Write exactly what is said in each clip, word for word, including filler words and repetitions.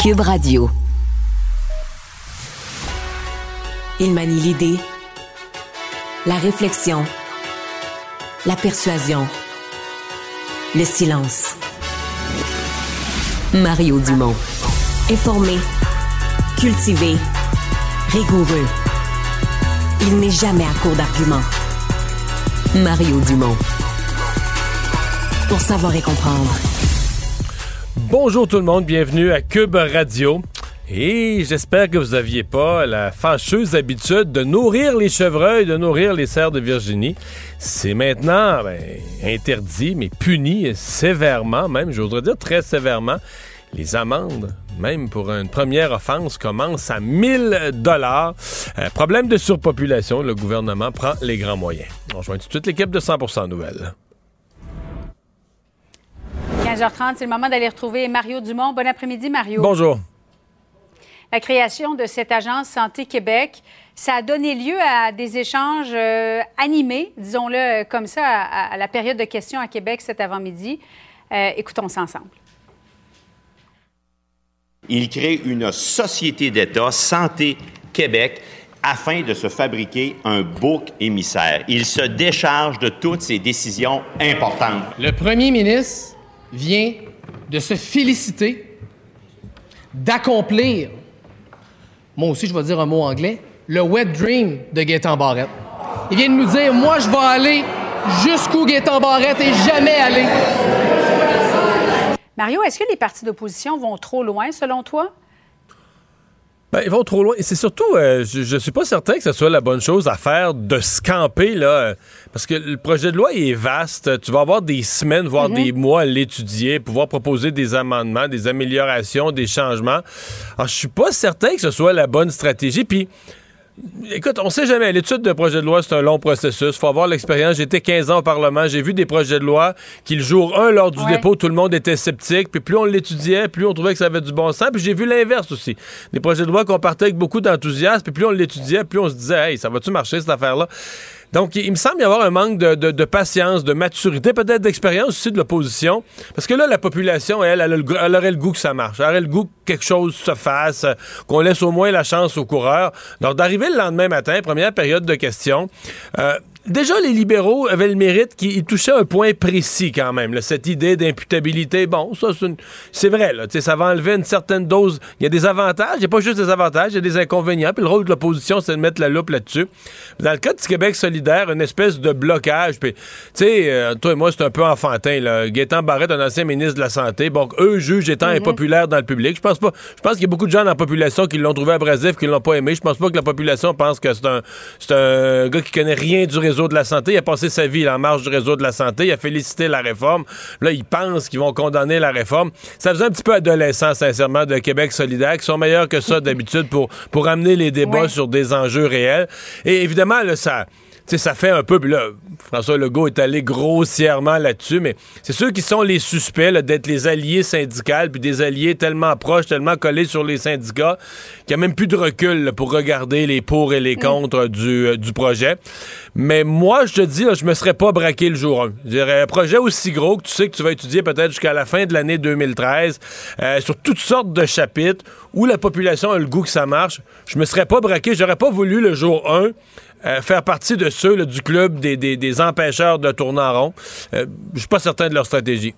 Cube Radio. Il manie l'idée, la réflexion, la persuasion, le silence. Mario Dumont. Informé, cultivé, rigoureux. Il n'est jamais à court d'arguments. Mario Dumont. Pour savoir et comprendre. Bonjour tout le monde, bienvenue à Cube Radio. Et j'espère que vous n'aviez pas la fâcheuse habitude de nourrir les chevreuils, de nourrir les cerfs de Virginie. C'est maintenant ben, interdit, mais puni sévèrement, même, j'oserais dire très sévèrement. Les amendes, même pour une première offense, commencent à mille dollars. Euh, problème de surpopulation, le gouvernement prend les grands moyens. On rejoint tout de suite l'équipe de cent pour cent Nouvelles. quinze heures trente, c'est le moment d'aller retrouver Mario Dumont. Bon après-midi, Mario. Bonjour. La création de cette agence Santé Québec, ça a donné lieu à des échanges euh, animés, disons-le comme ça, à, à la période de questions à Québec cet avant-midi. Euh, écoutons ça ensemble. Il crée une société d'État, Santé Québec, afin de se fabriquer un bouc émissaire. Il se décharge de toutes ses décisions importantes. Le premier ministre vient de se féliciter d'accomplir, moi aussi je vais dire un mot anglais, le wet dream de Gaétan Barrette. Il vient de nous dire, moi je vais aller jusqu'où Gaétan Barrette est jamais allé. Mario, est-ce que les partis d'opposition vont trop loin, selon toi? Ben, ils vont trop loin. Et c'est surtout, euh, je ne suis pas certain que ce soit la bonne chose à faire de se camper, là, euh, parce que le projet de loi est vaste. Tu vas avoir des semaines, voire mm-hmm. des mois à l'étudier, pouvoir proposer des amendements, des améliorations, des changements. Alors, je suis pas certain que ce soit la bonne stratégie. Puis, écoute, on sait jamais. L'étude de projet de loi, c'est un long processus. Il faut avoir l'expérience. J'ai été quinze ans au Parlement. J'ai vu des projets de loi qui, le jour un, lors du ouais. dépôt, tout le monde était sceptique. Puis plus on l'étudiait, plus on trouvait que ça avait du bon sens. Puis j'ai vu l'inverse aussi. Des projets de loi qu'on partait avec beaucoup d'enthousiasme. Puis plus on l'étudiait, plus on se disait, hey, ça va-tu marcher, cette affaire-là? Donc, il me semble y avoir un manque de, de, de patience, de maturité, peut-être d'expérience aussi de l'opposition. Parce que là, la population, elle, elle, elle, elle aurait le goût que ça marche. Elle aurait le goût que quelque chose se fasse, qu'on laisse au moins la chance aux coureurs. Donc, d'arriver le lendemain matin, première période de questions, euh, déjà, les libéraux avaient le mérite qu'ils touchaient un point précis quand même. Là, cette idée d'imputabilité, bon, ça, c'est, une... c'est vrai. Là, ça va enlever une certaine dose. Il y a des avantages, il n'y a pas juste des avantages, il y a des inconvénients. Puis le rôle de l'opposition, c'est de mettre la loupe là-dessus. Dans le cas du Québec solidaire, une espèce de blocage. Puis, tu sais, euh, toi et moi, c'est un peu enfantin. Là. Gaétan Barrette, un ancien ministre de la Santé, bon, eux jugent étant mm-hmm. impopulaires dans le public. Je pense pas. Je pense qu'il y a beaucoup de gens dans la population qui l'ont trouvé abrasif, qui l'ont pas aimé. Je pense pas que la population pense que c'est un, c'est un gars qui connaît rien du réseau de la santé. Il a passé sa vie là, en marge du réseau de la santé. Il a félicité la réforme. Là, ils pensent qu'ils vont condamner la réforme. Ça faisait un petit peu adolescent, sincèrement, de Québec solidaire, qui sont meilleurs que ça d'habitude pour, pour amener les débats ouais. sur des enjeux réels. Et évidemment, là, ça... Tu sais, ça fait un peu, puis là, François Legault est allé grossièrement là-dessus, mais c'est ceux qui sont les suspects là, d'être les alliés syndicaux, puis des alliés tellement proches, tellement collés sur les syndicats, qu'il n'y a même plus de recul là, pour regarder les pour et les contre mm. du, euh, du projet. Mais moi, je te dis, là, je me serais pas braqué le jour un. Je dirais, un projet aussi gros que tu sais que tu vas étudier peut-être jusqu'à la fin de l'année deux mille treize, euh, sur toutes sortes de chapitres, où la population a le goût que ça marche, je me serais pas braqué, j'aurais pas voulu le jour un Euh, faire partie de ceux là, du club des, des, des empêcheurs de tourner en rond. Euh, je suis pas certain de leur stratégie.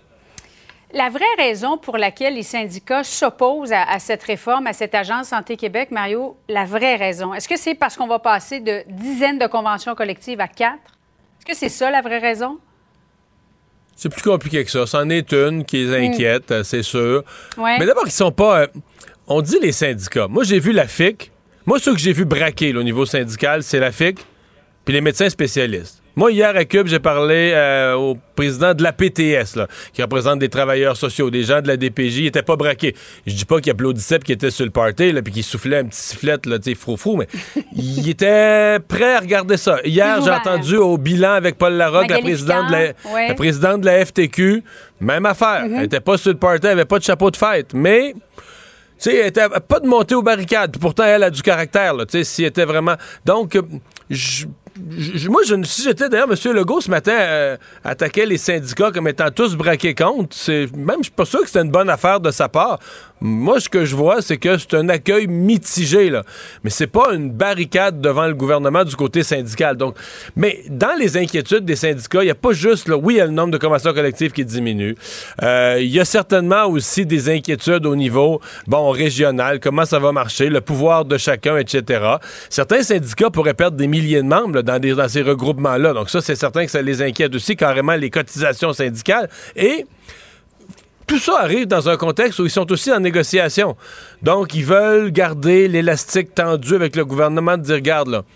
La vraie raison pour laquelle les syndicats s'opposent à, à cette réforme, à cette agence Santé Québec, Mario, la vraie raison, est-ce que c'est parce qu'on va passer de dizaines de conventions collectives à quatre? Est-ce que c'est ça la vraie raison? C'est plus compliqué que ça. C'en est une qui les inquiète, mmh. c'est sûr. Ouais. Mais d'abord, ils sont pas... Euh, on dit les syndicats. Moi, j'ai vu la F I C. Moi, ceux que j'ai vu braquer là, au niveau syndical, c'est la F I C puis les médecins spécialistes. Moi, hier à Cube, j'ai parlé euh, au président de l'A P T S, là, qui représente des travailleurs sociaux, des gens de la D P J. Il était pas braqué. Je dis pas qu'il applaudissait puis qu'il était sur le party, là, puis qu'il soufflait un petit sifflet, là, tu sais, frou-frou, mais il était prêt à regarder ça. Hier, j'ai entendu au bilan avec Paul Larocque, la présidente, de la, ouais. la présidente de la F T Q, même affaire. Mm-hmm. Elle était pas sur le party, elle avait pas de chapeau de fête, mais... Tu sais, elle était pas de monter aux barricades. Puis pourtant, elle a du caractère, là. Tu sais, si elle était vraiment... Donc, je... Je, moi, je, si j'étais d'ailleurs, M. Legault, ce matin, euh, attaquait les syndicats comme étant tous braqués contre. C'est, même, je suis pas sûr que c'était une bonne affaire de sa part. Moi, ce que je vois, c'est que c'est un accueil mitigé, là. Mais c'est pas une barricade devant le gouvernement du côté syndical. Donc, mais dans les inquiétudes des syndicats, il n'y a pas juste, là, oui, il y a le nombre de conventions collectives qui diminue. Euh, il y a certainement aussi des inquiétudes au niveau, bon, régional, comment ça va marcher, le pouvoir de chacun, et cetera. Certains syndicats pourraient perdre des milliers de membres là, dans, des, dans ces regroupements-là. Donc ça, c'est certain que ça les inquiète aussi, carrément, les cotisations syndicales. Et tout ça arrive dans un contexte où ils sont aussi en négociation. Donc, ils veulent garder l'élastique tendu avec le gouvernement de dire, regarde, là,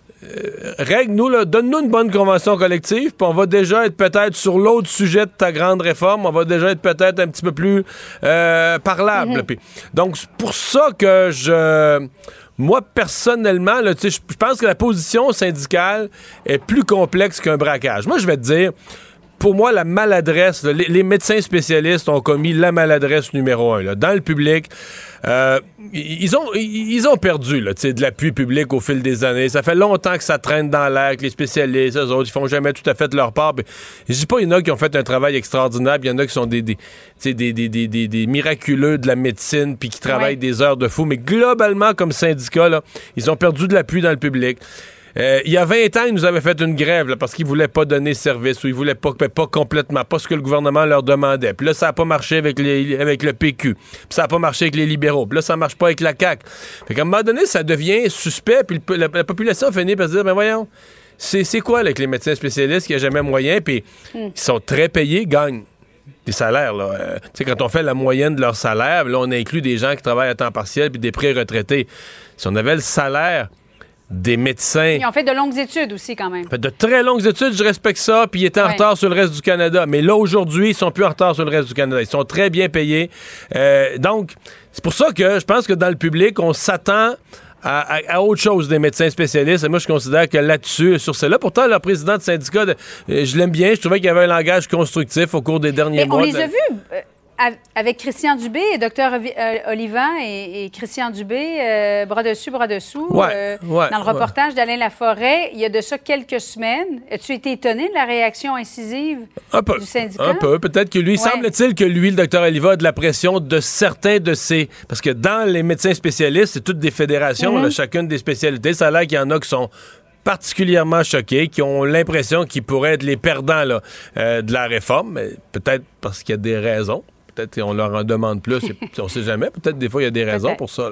euh, règle-nous, là, donne-nous une bonne convention collective, puis on va déjà être peut-être sur l'autre sujet de ta grande réforme, on va déjà être peut-être un petit peu plus euh, parlable. Mm-hmm. Puis, donc, c'est pour ça que je... Moi, personnellement, là, je pense que la position syndicale est plus complexe qu'un braquage. Moi, je vais te dire... Pour moi, la maladresse, là, les, les médecins spécialistes ont commis la maladresse numéro un. Là. Dans le public, euh, ils, ont, ils ont perdu là, de l'appui public au fil des années. Ça fait longtemps que ça traîne dans l'air, que les spécialistes, eux autres, ils font jamais tout à fait leur part. Mais, je dis pas, il y en a qui ont fait un travail extraordinaire, il y en a qui sont des, des, des, des, des, des, des miraculeux de la médecine, puis qui travaillent ouais. des heures de fou. Mais globalement, comme syndicat, là, ils ont perdu de l'appui dans le public. Euh, il y a vingt ans, ils nous avaient fait une grève là, parce qu'ils voulaient pas donner service ou ils voulaient pas, pas complètement, pas ce que le gouvernement leur demandait. Puis là, ça a pas marché avec, les, avec le P Q. Puis ça a pas marché avec les libéraux. Puis là, ça marche pas avec la C A Q. Fait qu'à un moment donné, ça devient suspect. Puis le, la, la population finit par se dire, ben voyons, c'est, c'est quoi là, avec les médecins spécialistes qui a jamais moyen, puis mm. ils sont très payés, gagnent des salaires, là. Euh, tu sais, quand on fait la moyenne de leur salaire, là, on inclut des gens qui travaillent à temps partiel puis des pré-retraités. Si on avait le salaire des médecins... Ils ont fait de longues études aussi, quand même. Fait de très longues études, je respecte ça, puis ils étaient en ouais. retard sur le reste du Canada. Mais là, aujourd'hui, ils sont plus en retard sur le reste du Canada. Ils sont très bien payés. Euh, donc, c'est pour ça que je pense que dans le public, on s'attend à, à, à autre chose des médecins spécialistes. Et moi, je considère que là-dessus, sur celle-là, pourtant, le président de syndicat, de, euh, je l'aime bien, je trouvais qu'il y avait un langage constructif au cours des derniers Mais mois. On les de... a vus... Euh... Avec Christian Dubé et Dr Olivan et, et Christian Dubé, euh, bras dessus, bras dessous, ouais, euh, ouais, dans le reportage ouais. d'Alain Laforêt, il y a de ça quelques semaines. As-tu été étonné de la réaction incisive un peu, du syndicat? Un peu. Peut-être que lui, ouais. semble-t-il que lui, le Dr Olivan, a de la pression de certains de ses... Parce que dans les médecins spécialistes, c'est toutes des fédérations, mm-hmm. là, chacune des spécialités. Ça a l'air qu'il y en a qui sont particulièrement choqués, qui ont l'impression qu'ils pourraient être les perdants là, euh, de la réforme, mais peut-être parce qu'il y a des raisons. Peut-être qu'on leur en demande plus, on ne sait jamais. Peut-être des fois, il y a des raisons pour ça. Là.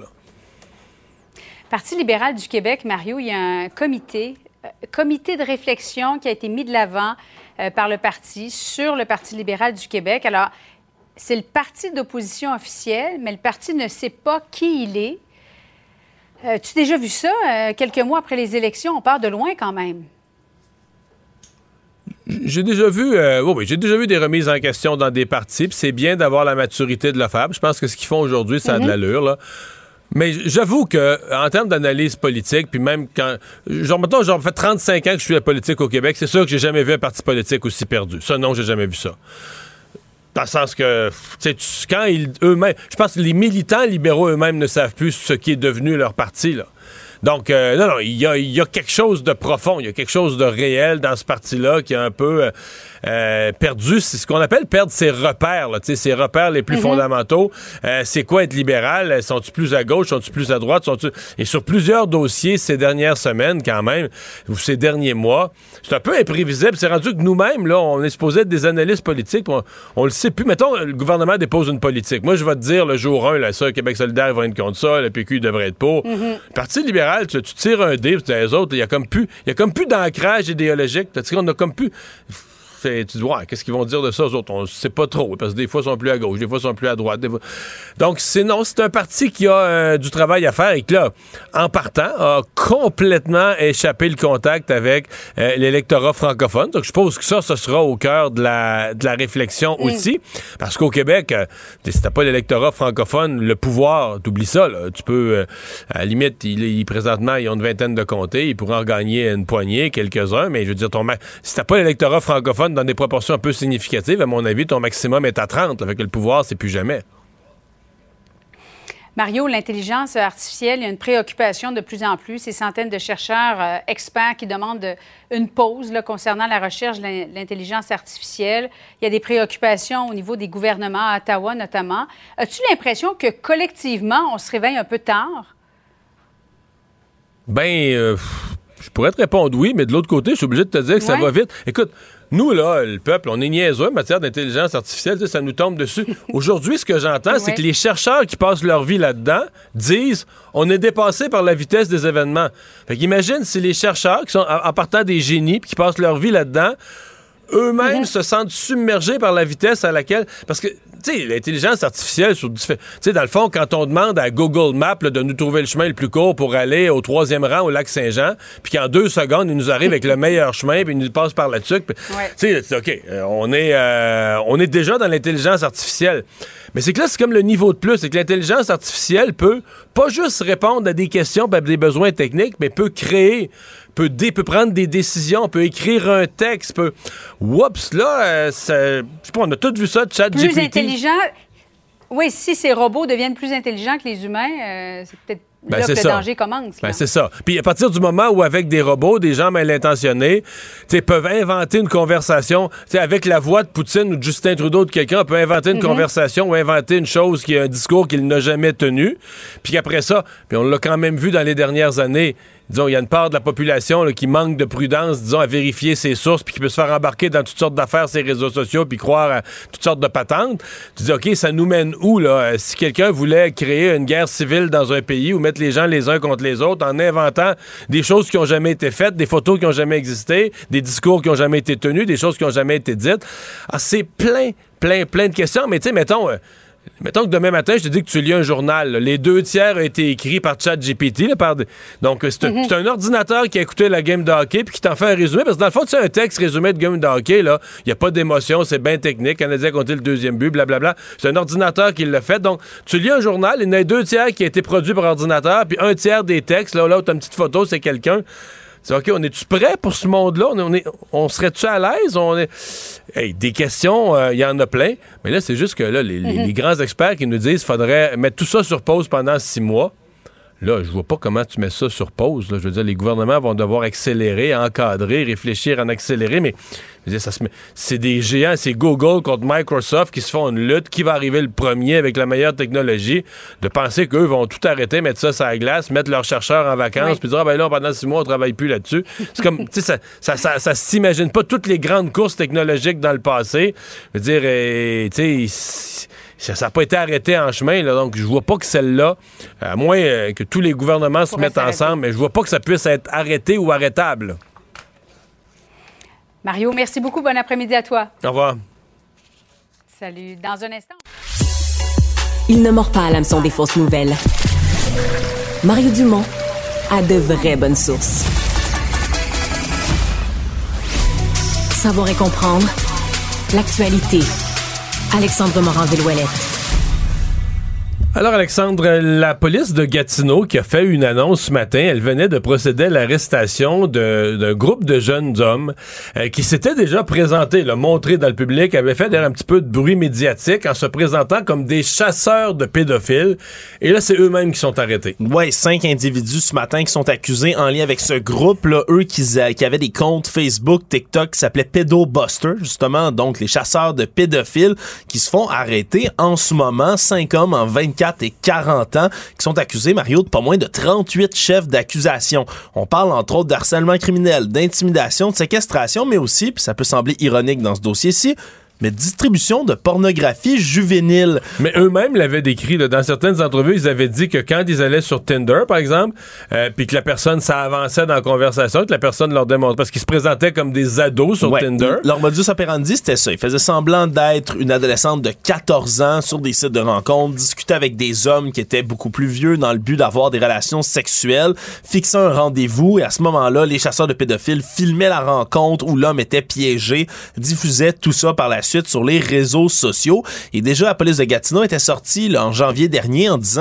Parti libéral du Québec, Mario, il y a un comité, euh, comité de réflexion qui a été mis de l'avant euh, par le parti sur le Parti libéral du Québec. Alors, c'est le parti d'opposition officiel, mais le parti ne sait pas qui il est. Euh, as-tu déjà vu ça? Euh, quelques mois après les élections, on part de loin quand même. J'ai déjà vu euh, oui, oui, j'ai déjà vu des remises en question dans des partis, puis c'est bien d'avoir la maturité de la F A B. Je pense que ce qu'ils font aujourd'hui, ça a mm-hmm. de l'allure, là. Mais j'avoue que en termes d'analyse politique, puis même quand... Genre, mettons, genre, fait trente-cinq ans que je suis à la politique au Québec, c'est sûr que j'ai jamais vu un parti politique aussi perdu. Ça, non, j'ai jamais vu ça. Dans le sens que, tu sais, quand ils, eux-mêmes... Je pense que les militants libéraux eux-mêmes ne savent plus ce qui est devenu leur parti, là. Donc, euh, non, non, il y a, y a quelque chose de profond, il y a quelque chose de réel dans ce parti-là qui a un peu euh, euh, perdu, c'est ce qu'on appelle perdre ses repères, là, ses repères les plus mm-hmm. fondamentaux. Euh, c'est quoi être libéral? Sont-ils plus à gauche? Sont-ils plus à droite? Sont-ils... Et sur plusieurs dossiers ces dernières semaines, quand même, ou ces derniers mois, c'est un peu imprévisible. C'est rendu que nous-mêmes, là, on est supposé être des analystes politiques, on, on le sait plus. Mettons, le gouvernement dépose une politique. Moi, je vais te dire, le jour un, là, ça, Québec solidaire va être contre ça, le P Q devrait être pour. Mm-hmm. Le Parti libéral, Tu, tu tires un dé, tu les autres, il y a comme plus, il y a comme plus d'ancrage idéologique. On a comme plus. Tu dis, ouais, qu'est-ce qu'ils vont dire de ça aux autres? On ne sait pas trop, parce que des fois, ils sont plus à gauche, des fois, ils sont plus à droite. Fois... Donc, c'est non, c'est un parti qui a euh, du travail à faire et qui, là, en partant, a complètement échappé le contact avec euh, l'électorat francophone. Donc, je suppose que ça, ce sera au cœur de la, de la réflexion mmh. aussi. Parce qu'au Québec, euh, si t'as pas l'électorat francophone, le pouvoir, t'oublies ça, là. Tu peux, euh, à la limite, il, il, présentement, ils ont une vingtaine de comtés, ils pourraient en gagner une poignée, quelques-uns, mais je veux dire, ton ma... si t'as pas l'électorat francophone dans des proportions un peu significatives, à mon avis, ton maximum est à trente. Avec le pouvoir, c'est plus jamais. Mario, l'intelligence artificielle, il y a une préoccupation de plus en plus. Ces centaines de chercheurs euh, experts qui demandent de, une pause là, concernant la recherche de l'intelligence artificielle. Il y a des préoccupations au niveau des gouvernements, à Ottawa notamment. As-tu l'impression que collectivement, on se réveille un peu tard? Ben, euh, je pourrais te répondre oui, mais de l'autre côté, je suis obligé de te dire que ça ouais. va vite. Écoute, nous, là, le peuple, on est niaiseux en matière d'intelligence artificielle, ça nous tombe dessus. Aujourd'hui, ce que j'entends, ouais. c'est que les chercheurs qui passent leur vie là-dedans disent on est dépassé par la vitesse des événements. Fait qu'imagine si les chercheurs qui sont en partant des génies puis qui passent leur vie là-dedans, eux-mêmes mm-hmm. se sentent submergés par la vitesse à laquelle... Parce que, tu sais, l'intelligence artificielle, sur... tu sais, dans le fond, quand on demande à Google Maps là, de nous trouver le chemin le plus court pour aller au troisième rang au lac Saint-Jean, puis qu'en deux secondes, il nous arrive avec le meilleur chemin, puis il nous passe par là-dessus. Tu sais, ouais. OK, euh, on, est, euh, on est déjà dans l'intelligence artificielle. Mais c'est que là, c'est comme le niveau de plus. C'est que l'intelligence artificielle peut pas juste répondre à des questions, à des besoins techniques, mais peut créer... Peut, dé, peut prendre des décisions, peut écrire un texte, peut... Oups, là, euh, ça, je sais pas, on a tous vu ça de ChatGPT. Plus intelligent... Oui, si ces robots deviennent plus intelligents que les humains, euh, c'est peut-être ben, là que le ça. danger commence. Ben, c'est ça. Puis à partir du moment où, avec des robots, des gens mal intentionnés peuvent inventer une conversation, avec la voix de Poutine ou de Justin Trudeau de quelqu'un, on peut inventer une mm-hmm. conversation ou inventer une chose qui est un discours qu'il n'a jamais tenu. Puis après ça, puis on l'a quand même vu dans les dernières années, disons, il y a une part de la population là, qui manque de prudence, disons, à vérifier ses sources, puis qui peut se faire embarquer dans toutes sortes d'affaires, ses réseaux sociaux, puis croire à toutes sortes de patentes. Tu dis, OK, ça nous mène où, là? Si quelqu'un voulait créer une guerre civile dans un pays ou mettre les gens les uns contre les autres en inventant des choses qui n'ont jamais été faites, des photos qui n'ont jamais existé, des discours qui n'ont jamais été tenus, des choses qui n'ont jamais été dites. Ah, c'est plein, plein, plein de questions. Mais tu sais, mettons... Euh, Mettons que demain matin, je te dis que tu lis un journal. Là. Les deux tiers ont été écrits par ChatGPT. Là, par... Donc, c'est un, mm-hmm. c'est un ordinateur qui a écouté la game de hockey puis qui t'en fait un résumé. Parce que dans le fond, tu sais, un texte résumé de game de hockey, il n'y a pas d'émotion, c'est bien technique. Le Canadien a compté le deuxième but, blablabla. C'est un ordinateur qui l'a fait. Donc, tu lis un journal, il y en a deux tiers qui a été produit par ordinateur, puis un tiers des textes, là, là où tu as une petite photo, c'est quelqu'un. C'est OK, on est-tu prêt pour ce monde-là? On, est, on, est, on serait-tu à l'aise? On est... Hey, des questions, il euh, y en a plein. Mais là, c'est juste que là, les, mm-hmm. les, les grands experts qui nous disent qu'il faudrait mettre tout ça sur pause pendant six mois. Là, je vois pas comment tu mets ça sur pause. Là. Je veux dire, les gouvernements vont devoir accélérer, encadrer, réfléchir en accélérer, mais je veux dire, ça se met... c'est des géants, c'est Google contre Microsoft qui se font une lutte. Qui va arriver le premier avec la meilleure technologie? De penser qu'eux vont tout arrêter, mettre ça sur la glace, mettre leurs chercheurs en vacances, oui. puis dire, ah ben là, pendant six mois, on travaille plus là-dessus. C'est comme, tu sais, ça, ça, ça, ça s'imagine pas toutes les grandes courses technologiques dans le passé. Je veux dire, euh, tu sais, ça n'a pas été arrêté en chemin, là, donc je vois pas que celle-là, à moins euh, que tous les gouvernements se mettent ensemble, mais je vois pas que ça puisse être arrêté ou arrêtable. Mario, merci beaucoup. Bon après-midi à toi. Au revoir. Salut. Dans un instant. Il ne mord pas à l'hameçon des fausses nouvelles. Mario Dumont a de vraies bonnes sources. Savoir et comprendre l'actualité. Alexandre Morin-Villouellette. Alors, Alexandre, la police de Gatineau qui a fait une annonce ce matin, elle venait de procéder à l'arrestation de, d'un groupe de jeunes hommes euh, qui s'étaient déjà présentés, là, montrés dans le public, avaient fait d'ailleurs un petit peu de bruit médiatique en se présentant comme des chasseurs de pédophiles. Et là, c'est eux-mêmes qui sont arrêtés. Ouais, cinq individus ce matin qui sont accusés en lien avec ce groupe-là, eux qui, qui avaient des comptes Facebook, TikTok qui s'appelaient Pédobuster, justement, donc les chasseurs de pédophiles qui se font arrêter en ce moment, cinq hommes en vingt-quatre et quarante ans qui sont accusés, Mario, de pas moins de trente-huit chefs d'accusation. On parle entre autres d'harcèlement criminel, d'intimidation, de séquestration, mais aussi, puis ça peut sembler ironique dans ce dossier-ci, mais distribution de pornographie juvénile. Mais eux-mêmes l'avaient décrit, là, dans certaines entrevues, ils avaient dit que quand ils allaient sur Tinder, par exemple, euh, puis que la personne s'avançait dans la conversation, que la personne leur démontrait, parce qu'ils se présentaient comme des ados sur ouais, Tinder. Leur modus operandi, c'était ça. Ils faisaient semblant d'être une adolescente de quatorze ans sur des sites de rencontres, discutaient avec des hommes qui étaient beaucoup plus vieux dans le but d'avoir des relations sexuelles, fixaient un rendez-vous, et à ce moment-là, les chasseurs de pédophiles filmaient la rencontre où l'homme était piégé, diffusaient tout ça par la suite sur les réseaux sociaux. Et déjà, la police de Gatineau était sortie là, en janvier dernier en disant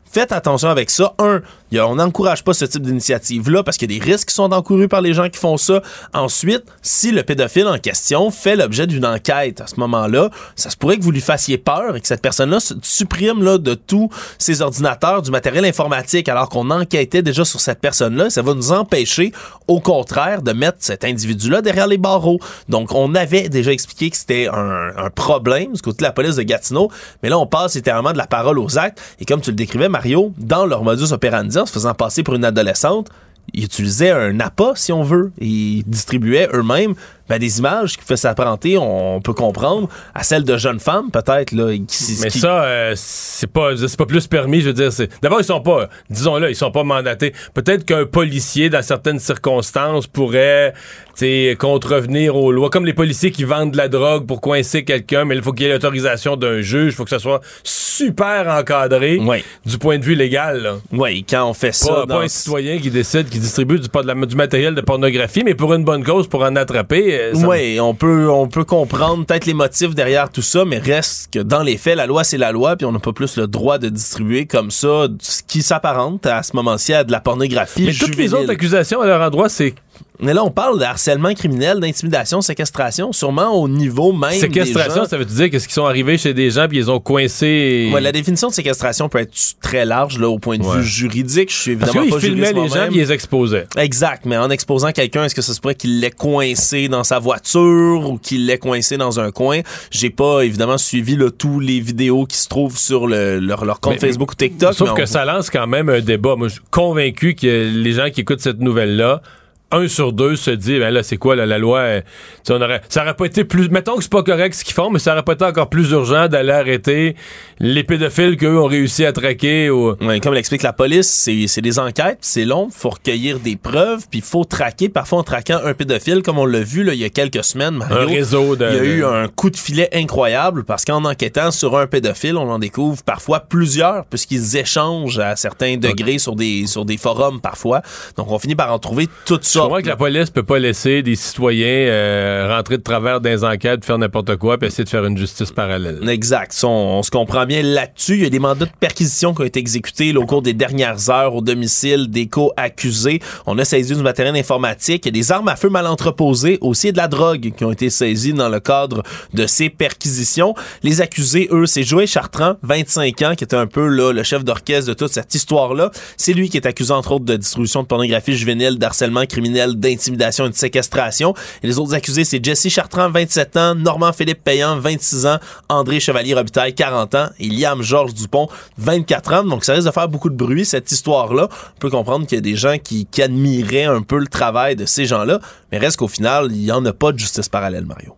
faites attention avec ça. Un, y a, on n'encourage pas ce type d'initiative-là parce qu'il y a des risques qui sont encourus par les gens qui font ça. Ensuite, si le pédophile en question fait l'objet d'une enquête à ce moment-là, ça se pourrait que vous lui fassiez peur et que cette personne-là se supprime là, de tous ses ordinateurs, du matériel informatique, alors qu'on enquêtait déjà sur cette personne-là. Ça va nous empêcher, au contraire, de mettre cet individu-là derrière les barreaux. Donc, on avait déjà expliqué que c'était un, un problème du côté de la police de Gatineau, mais là, on passe littéralement de la parole aux actes. Et comme tu le décrivais, Mario, dans leur modus operandi, en se faisant passer pour une adolescente, ils utilisaient un appât, si on veut, et ils distribuaient eux-mêmes ben, des images qui pouvaient s'apparenter, on peut comprendre, à celles de jeunes femmes, peut-être. Là, qui, Mais qui... ça, euh, c'est pas c'est pas plus permis, je veux dire. C'est... D'abord, ils sont pas, disons-le, ils sont pas mandatés. Peut-être qu'un policier, dans certaines circonstances, pourrait contrevenir aux lois, comme les policiers qui vendent de la drogue pour coincer quelqu'un, mais il faut qu'il y ait l'autorisation d'un juge, il faut que ça soit super encadré oui. du point de vue légal. Oui, quand on fait ça... Pas, dans... pas un citoyen qui décide, qui distribue du, pas de la, du matériel de pornographie, mais pour une bonne cause, pour en attraper... Oui, on peut, on peut comprendre peut-être les motifs derrière tout ça, mais reste que dans les faits, la loi, c'est la loi, puis on n'a pas plus le droit de distribuer comme ça ce qui s'apparente à ce moment-ci à de la pornographie mais juvénile. Toutes les autres accusations à leur endroit, c'est... Mais là, on parle de harcèlement criminel, d'intimidation, séquestration, sûrement au niveau même séquestration, des gens. Ça veut dire qu'est-ce qu'ils sont arrivés chez des gens puis ils ont coincé... Ouais, la définition de séquestration peut être très large là, au point de ouais. vue juridique. Je suis évidemment Parce pas juriste filmaient les gens puis ils les exposaient. Exact, mais en exposant quelqu'un, est-ce que ça se pourrait qu'il l'ait coincé dans sa voiture ou qu'il l'ait coincé dans un coin? J'ai pas évidemment suivi là, tous les vidéos qui se trouvent sur le, leur, leur compte mais, Facebook ou TikTok. Sauf que on... ça lance quand même un débat. Moi, je suis convaincu que les gens qui écoutent cette nouvelle-là, un sur deux se dit, ben là, c'est quoi là, la loi? Euh, on aurait, ça aurait pas été plus... Mettons que c'est pas correct ce qu'ils font, mais ça aurait pas été encore plus urgent d'aller arrêter les pédophiles qu'eux ont réussi à traquer. Ou... Ouais, comme l'explique la police, c'est, c'est des enquêtes, c'est long, faut recueillir des preuves, puis il faut traquer, parfois en traquant un pédophile, comme on l'a vu là, il y a quelques semaines, Mario, un réseau de... il y a eu un coup de filet incroyable, parce qu'en enquêtant sur un pédophile, on en découvre parfois plusieurs, puisqu'ils échangent à certains degrés okay. sur des sur des forums parfois. Donc on finit par en trouver toutes sortes. Je comprends que la police peut pas laisser des citoyens euh, rentrer de travers dans les enquêtes, faire n'importe quoi, puis essayer de faire une justice parallèle. Exact. On, on se comprend bien là-dessus. Il y a des mandats de perquisition qui ont été exécutés là, au cours des dernières heures au domicile des co-accusés. On a saisi du matériel informatique. Il y a des armes à feu mal entreposées, aussi de la drogue qui ont été saisies dans le cadre de ces perquisitions. Les accusés, eux, c'est Joël Chartrand, vingt-cinq ans, qui était un peu là, le chef d'orchestre de toute cette histoire-là. C'est lui qui est accusé, entre autres, de distribution de pornographie juvénile, d'harcèlement criminel, d'intimidation et de séquestration. Et les autres accusés, c'est Jesse Chartrand, vingt-sept ans, Normand-Philippe Payan, vingt-six ans, André Chevalier-Robitaille, quarante ans, et Liam Georges Dupont, vingt-quatre ans. Donc, ça risque de faire beaucoup de bruit, cette histoire-là. On peut comprendre qu'il y a des gens qui, qui admiraient un peu le travail de ces gens-là, mais reste qu'au final, il n'y en a pas de justice parallèle, Mario.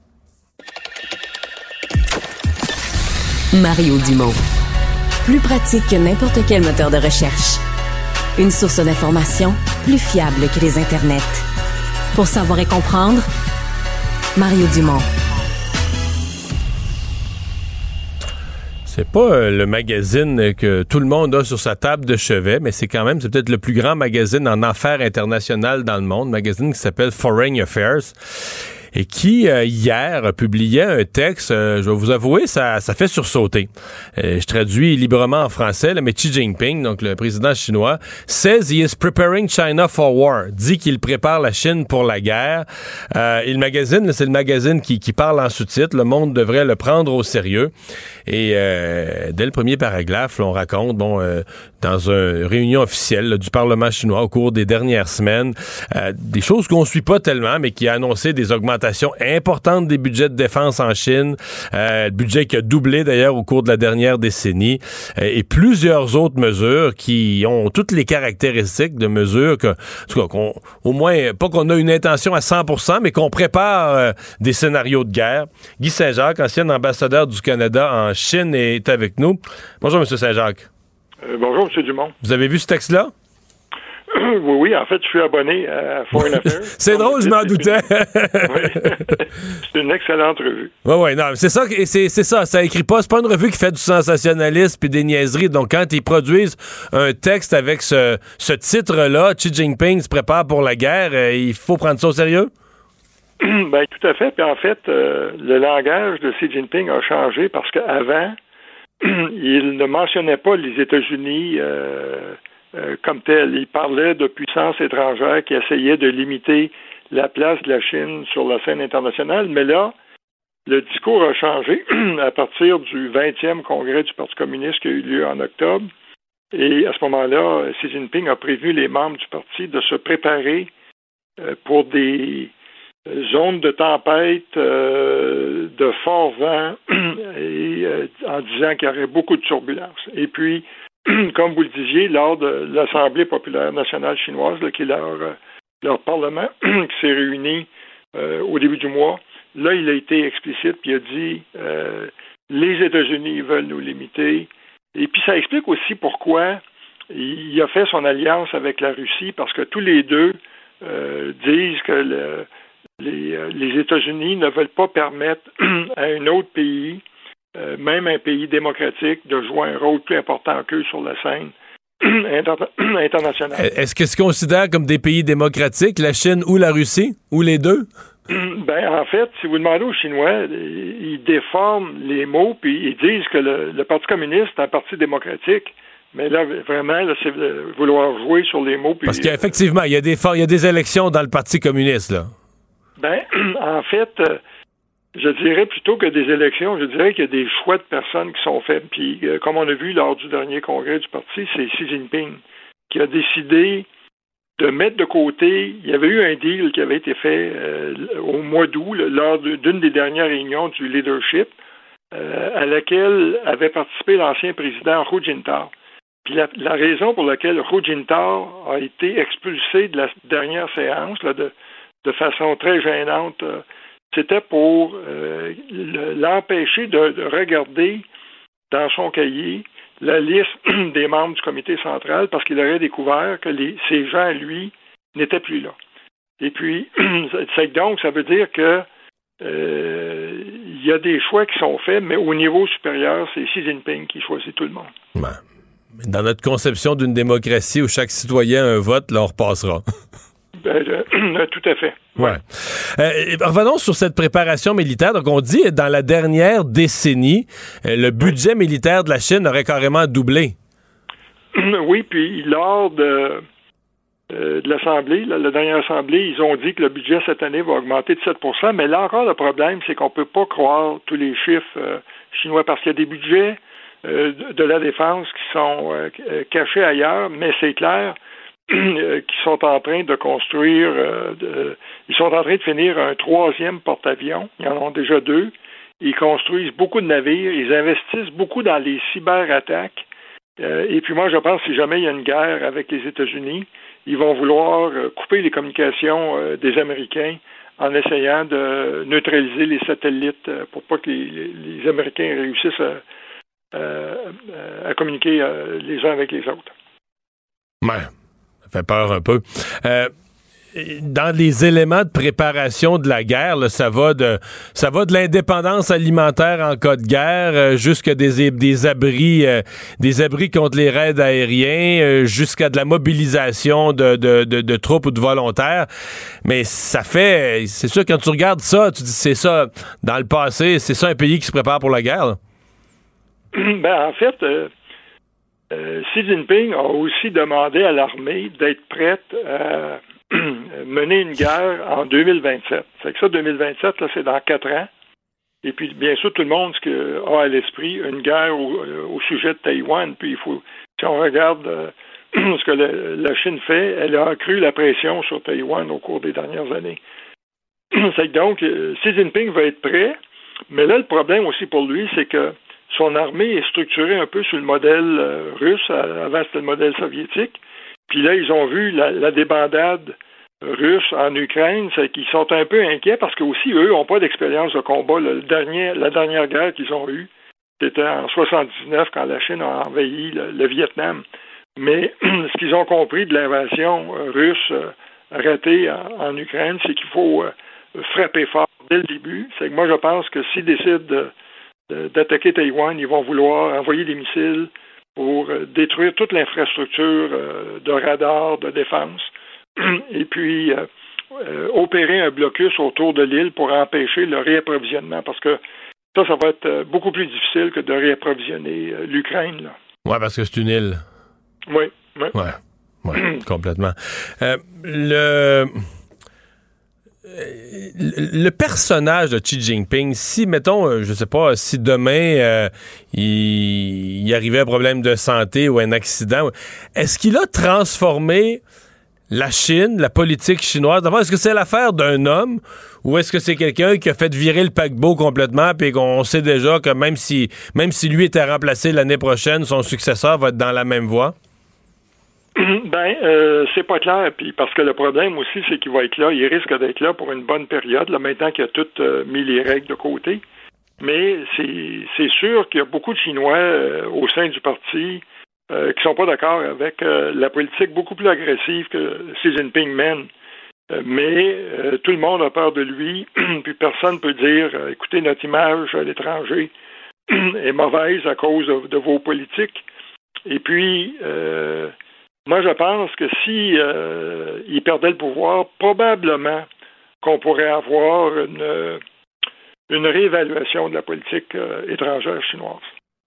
Mario Dumont. Plus pratique que n'importe quel moteur de recherche. Une source d'information plus fiable que les internets. Pour savoir et comprendre, Mario Dumont. C'est pas euh, le magazine que tout le monde a sur sa table de chevet, mais c'est quand même, c'est peut-être le plus grand magazine en affaires internationales dans le monde, un magazine qui s'appelle Foreign Affairs. Et qui, euh, hier, publiait un texte, euh, je vais vous avouer, ça, ça fait sursauter. Euh, je traduis librement en français, là, mais Xi Jinping, donc le président chinois, says he is preparing China for war, dit qu'il prépare la Chine pour la guerre. Euh, et le magazine, là, c'est le magazine qui, qui parle en sous-titre, le monde devrait le prendre au sérieux. Et euh, dès le premier paragraphe, là, on raconte, bon, euh, dans une réunion officielle là, du Parlement chinois au cours des dernières semaines, euh, des choses qu'on suit pas tellement, mais qui a annoncé des augmentations importante des budgets de défense en Chine, euh, le budget qui a doublé d'ailleurs au cours de la dernière décennie, euh, et plusieurs autres mesures qui ont toutes les caractéristiques de mesures que, en tout cas, qu'on, au moins, pas qu'on a une intention à cent pour cent, mais qu'on prépare euh, des scénarios de guerre. Guy Saint-Jacques, ancien ambassadeur du Canada en Chine, est avec nous. Bonjour, M. Saint-Jacques. Euh, bonjour, M. Dumont. Vous avez vu ce texte-là? Oui, oui, en fait, je suis abonné à Foreign Affairs. C'est drôle, je m'en doutais. Oui. C'est une excellente revue. Oui, oui, non, c'est ça, c'est, c'est ça, ça écrit pas, c'est pas une revue qui fait du sensationnalisme puis des niaiseries. Donc, quand ils produisent un texte avec ce, ce titre-là, Xi Jinping se prépare pour la guerre, euh, il faut prendre ça au sérieux? Ben, tout à fait. Puis en fait, euh, le langage de Xi Jinping a changé parce qu'avant, il ne mentionnait pas les États-Unis euh, euh, comme tels. Il parlait de puissances étrangères qui essayaient de limiter la place de la Chine sur la scène internationale, mais là, le discours a changé à partir du vingtième congrès du Parti communiste qui a eu lieu en octobre. Et à ce moment-là, Xi Jinping a prévenu les membres du parti de se préparer euh, pour des zones de tempête, euh, de fort vent, et, euh, en disant qu'il y aurait beaucoup de turbulences. Et puis, comme vous le disiez, lors de l'Assemblée populaire nationale chinoise, là, qui est leur, leur parlement, qui s'est réuni euh, au début du mois, là, il a été explicite, puis il a dit euh, les États-Unis veulent nous limiter. Et puis, ça explique aussi pourquoi il a fait son alliance avec la Russie, parce que tous les deux euh, disent que le, les, les États-Unis ne veulent pas permettre à un autre pays, euh, même un pays démocratique, de jouer un rôle plus important qu'eux sur la scène internationale. Est-ce que se considèrent comme des pays démocratiques, la Chine ou la Russie, ou les deux? Ben, en fait, si vous demandez aux Chinois, ils déforment les mots, puis ils disent que le, le Parti communiste est un parti démocratique. Mais là, vraiment, là, c'est vouloir jouer sur les mots. Puis, parce qu'effectivement, il y a des il y a des élections dans le Parti communiste, là. Ben, en fait, euh, je dirais plutôt que des élections, je dirais qu'il y a des choix de personnes qui sont faits. Puis, euh, comme on a vu lors du dernier congrès du parti, c'est Xi Jinping qui a décidé de mettre de côté. Il y avait eu un deal qui avait été fait euh, au mois d'août, là, lors d'une des dernières réunions du leadership, euh, à laquelle avait participé l'ancien président Hu Jintao. Puis la, la raison pour laquelle Hu Jintao a été expulsé de la dernière séance, là, de, de façon très gênante, euh, c'était pour euh, l'empêcher de, de regarder dans son cahier la liste des membres du comité central parce qu'il aurait découvert que les, ces gens, lui, n'étaient plus là. Et puis, c'est donc, ça veut dire que euh, il y a des choix qui sont faits, mais au niveau supérieur, c'est Xi Jinping qui choisit tout le monde. Ben, dans notre conception d'une démocratie où chaque citoyen a un vote, là, on repassera. Ben, euh, tout à fait. Ouais. Euh, revenons sur cette préparation militaire. Donc, on dit, dans la dernière décennie, euh, le budget militaire de la Chine aurait carrément doublé. Oui, puis lors de, euh, de l'Assemblée, la, la dernière Assemblée, ils ont dit que le budget cette année va augmenter de sept pour cent, mais là encore, le problème, c'est qu'on ne peut pas croire tous les chiffres euh, chinois, parce qu'il y a des budgets euh, de, de la défense qui sont euh, cachés ailleurs, mais c'est clair qui sont en train de construire, euh, de, ils sont en train de finir un troisième porte-avions. Ils en ont déjà deux. Ils construisent beaucoup de navires. Ils investissent beaucoup dans les cyberattaques. Euh, et puis moi, je pense que si jamais il y a une guerre avec les États-Unis, ils vont vouloir euh, couper les communications euh, des Américains en essayant de neutraliser les satellites euh, pour pas que les, les Américains réussissent à, euh, à communiquer euh, les uns avec les autres. Ouais. Ça fait peur un peu. Euh, dans les éléments de préparation de la guerre, là, ça va de ça va de l'indépendance alimentaire en cas de guerre euh, jusqu'à des, des abris euh, des abris contre les raids aériens, euh, jusqu'à de la mobilisation de, de, de, de troupes ou de volontaires. Mais ça fait... C'est sûr, quand tu regardes ça, tu dis c'est ça, dans le passé, c'est ça un pays qui se prépare pour la guerre, là. Ben, en fait... Euh... Euh, Xi Jinping a aussi demandé à l'armée d'être prête à mener une guerre en deux mille vingt-sept. C'est que ça, deux mille vingt-sept, là, c'est dans quatre ans. Et puis, bien sûr, tout le monde a à l'esprit une guerre au, au sujet de Taïwan. Puis, il faut, si on regarde euh, ce que le, la Chine fait, elle a accru la pression sur Taïwan au cours des dernières années. C'est que donc, Xi Jinping va être prêt, mais là, le problème aussi pour lui, c'est que son armée est structurée un peu sur le modèle euh, russe. Avant, c'était le modèle soviétique. Puis là, ils ont vu la, la débandade russe en Ukraine. C'est qu'ils sont un peu inquiets parce que aussi, eux, n'ont pas d'expérience de combat. Le dernier, la dernière guerre qu'ils ont eue, c'était en soixante-dix-neuf, quand la Chine a envahi le, le Vietnam. Mais ce qu'ils ont compris de l'invasion euh, russe euh, ratée en, en Ukraine, c'est qu'il faut euh, frapper fort dès le début. C'est que moi, je pense que s'ils décident de d'attaquer Taïwan, ils vont vouloir envoyer des missiles pour euh, détruire toute l'infrastructure euh, de radar, de défense, et puis euh, euh, opérer un blocus autour de l'île pour empêcher le réapprovisionnement, parce que ça, ça va être euh, beaucoup plus difficile que de réapprovisionner euh, l'Ukraine, là. Oui, parce que c'est une île. Oui, oui. Ouais, ouais, complètement. Euh, le... Le personnage de Xi Jinping, si, mettons, je sais pas, si demain euh, il, il arrivait un problème de santé ou un accident, est-ce qu'il a transformé la Chine, la politique chinoise? D'abord, est-ce que c'est l'affaire d'un homme ou est-ce que c'est quelqu'un qui a fait virer le paquebot complètement puis qu'on sait déjà que même si, même si lui était remplacé l'année prochaine, son successeur va être dans la même voie? Ben, euh, c'est pas clair, puis parce que le problème aussi, c'est qu'il va être là, il risque d'être là pour une bonne période, là, maintenant qu'il a tout euh, mis les règles de côté. Mais c'est, c'est sûr qu'il y a beaucoup de Chinois euh, au sein du parti euh, qui sont pas d'accord avec euh, la politique beaucoup plus agressive que Xi Jinping mène. Euh, mais euh, tout le monde a peur de lui, puis personne peut dire, euh, écoutez, notre image à l'étranger est mauvaise à cause de, de vos politiques. Et puis, euh, moi, je pense que si euh, il perdait le pouvoir, probablement qu'on pourrait avoir une, une réévaluation de la politique euh, étrangère chinoise.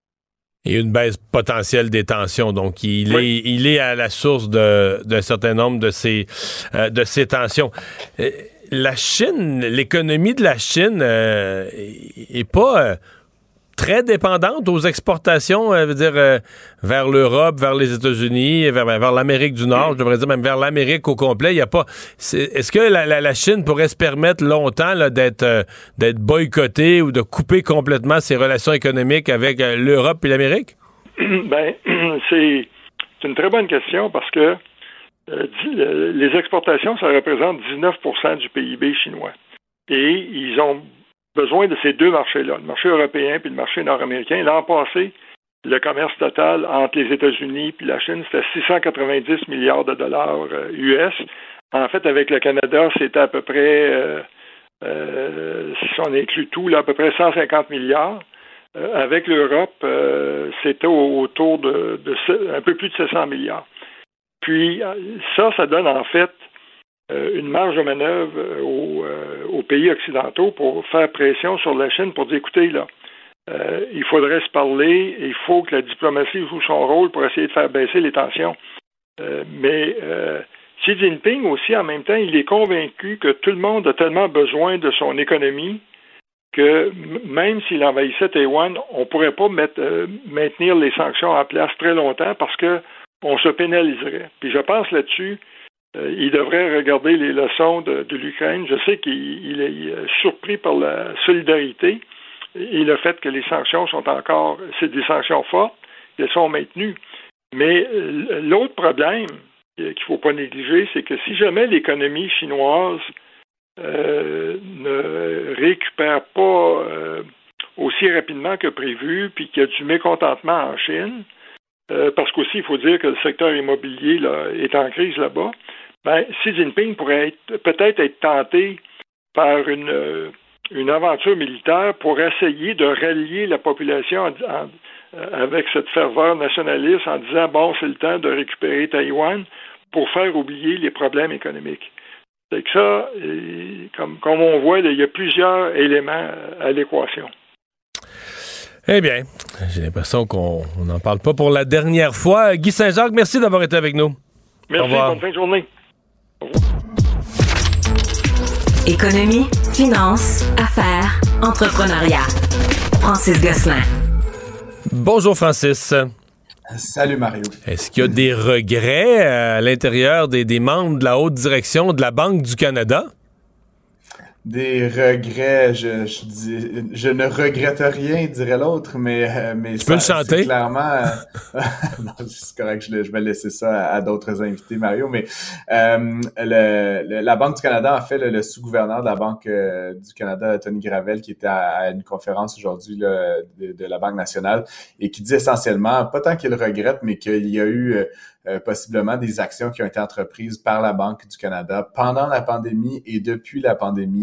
Et une baisse potentielle des tensions. Donc, il, oui. est, il est à la source de, d'un certain nombre de ces, euh, de ces tensions. Euh, la Chine, l'économie de la Chine euh, est pas... Euh, très dépendante aux exportations, euh, veut dire, euh, vers l'Europe, vers les États-Unis, vers, vers l'Amérique du Nord, je devrais dire même vers l'Amérique au complet. Il y a pas. C'est, est-ce que la, la, la Chine pourrait se permettre longtemps là, d'être, euh, d'être boycottée ou de couper complètement ses relations économiques avec euh, l'Europe et l'Amérique? Ben, c'est, c'est une très bonne question parce que euh, les exportations, ça représente dix-neuf pour cent du P I B chinois. Et ils ont besoin de ces deux marchés-là, le marché européen puis le marché nord-américain. L'an passé, le commerce total entre les États-Unis et la Chine, c'était six cent quatre-vingt-dix milliards de dollars U S. En fait, avec le Canada, c'était à peu près, euh, euh, si on inclut tout, là, à peu près cent cinquante milliards. Euh, avec l'Europe, euh, c'était autour de, de un peu plus de sept cents milliards. Puis, ça, ça donne en fait une marge de manœuvre aux, euh, aux pays occidentaux pour faire pression sur la Chine pour dire, écoutez, là, euh, il faudrait se parler, il faut que la diplomatie joue son rôle pour essayer de faire baisser les tensions. Euh, mais euh, Xi Jinping aussi, en même temps, il est convaincu que tout le monde a tellement besoin de son économie que m- même s'il envahissait Taïwan, on ne pourrait pas mettre, euh, maintenir les sanctions en place très longtemps parce que on se pénaliserait. Puis je pense là-dessus, Euh, il devrait regarder les leçons de, de l'Ukraine. Je sais qu'il il est surpris par la solidarité et le fait que les sanctions sont encore, c'est des sanctions fortes, qu'elles sont maintenues. Mais l'autre problème qu'il ne faut pas négliger, c'est que si jamais l'économie chinoise euh, ne récupère pas euh, aussi rapidement que prévu, puis qu'il y a du mécontentement en Chine, euh, parce qu'aussi, il faut dire que le secteur immobilier là, est en crise là-bas, ben, Xi Jinping pourrait être, peut-être être tenté par une, euh, une aventure militaire pour essayer de rallier la population en, en, avec cette ferveur nationaliste en disant, bon, c'est le temps de récupérer Taïwan pour faire oublier les problèmes économiques. C'est que ça, et, comme, comme on voit, là, il y a plusieurs éléments à l'équation. Eh bien, j'ai l'impression qu'on n'en parle pas pour la dernière fois. Guy Saint-Jacques, merci d'avoir été avec nous. Merci, bonne fin de journée. Économie, finance, affaires, entrepreneuriat. Francis Gosselin. Bonjour Francis. Salut Mario. Est-ce qu'il y a des regrets à l'intérieur des, des membres de la haute direction de la Banque du Canada? Des regrets, je, je, dis, je ne regrette rien, dirait l'autre, mais, mais tu ça, peux le chanter? C'est clairement, non, c'est correct, je, je vais laisser ça à, à d'autres invités, Mario, mais euh, le, le, la Banque du Canada, en fait, le, le sous-gouverneur de la Banque euh, du Canada, Tony Gravel, qui était à, à une conférence aujourd'hui là, de, de la Banque nationale, et qui dit essentiellement, pas tant qu'il regrette, mais qu'il y a eu euh, Euh, possiblement des actions qui ont été entreprises par la Banque du Canada pendant la pandémie et depuis la pandémie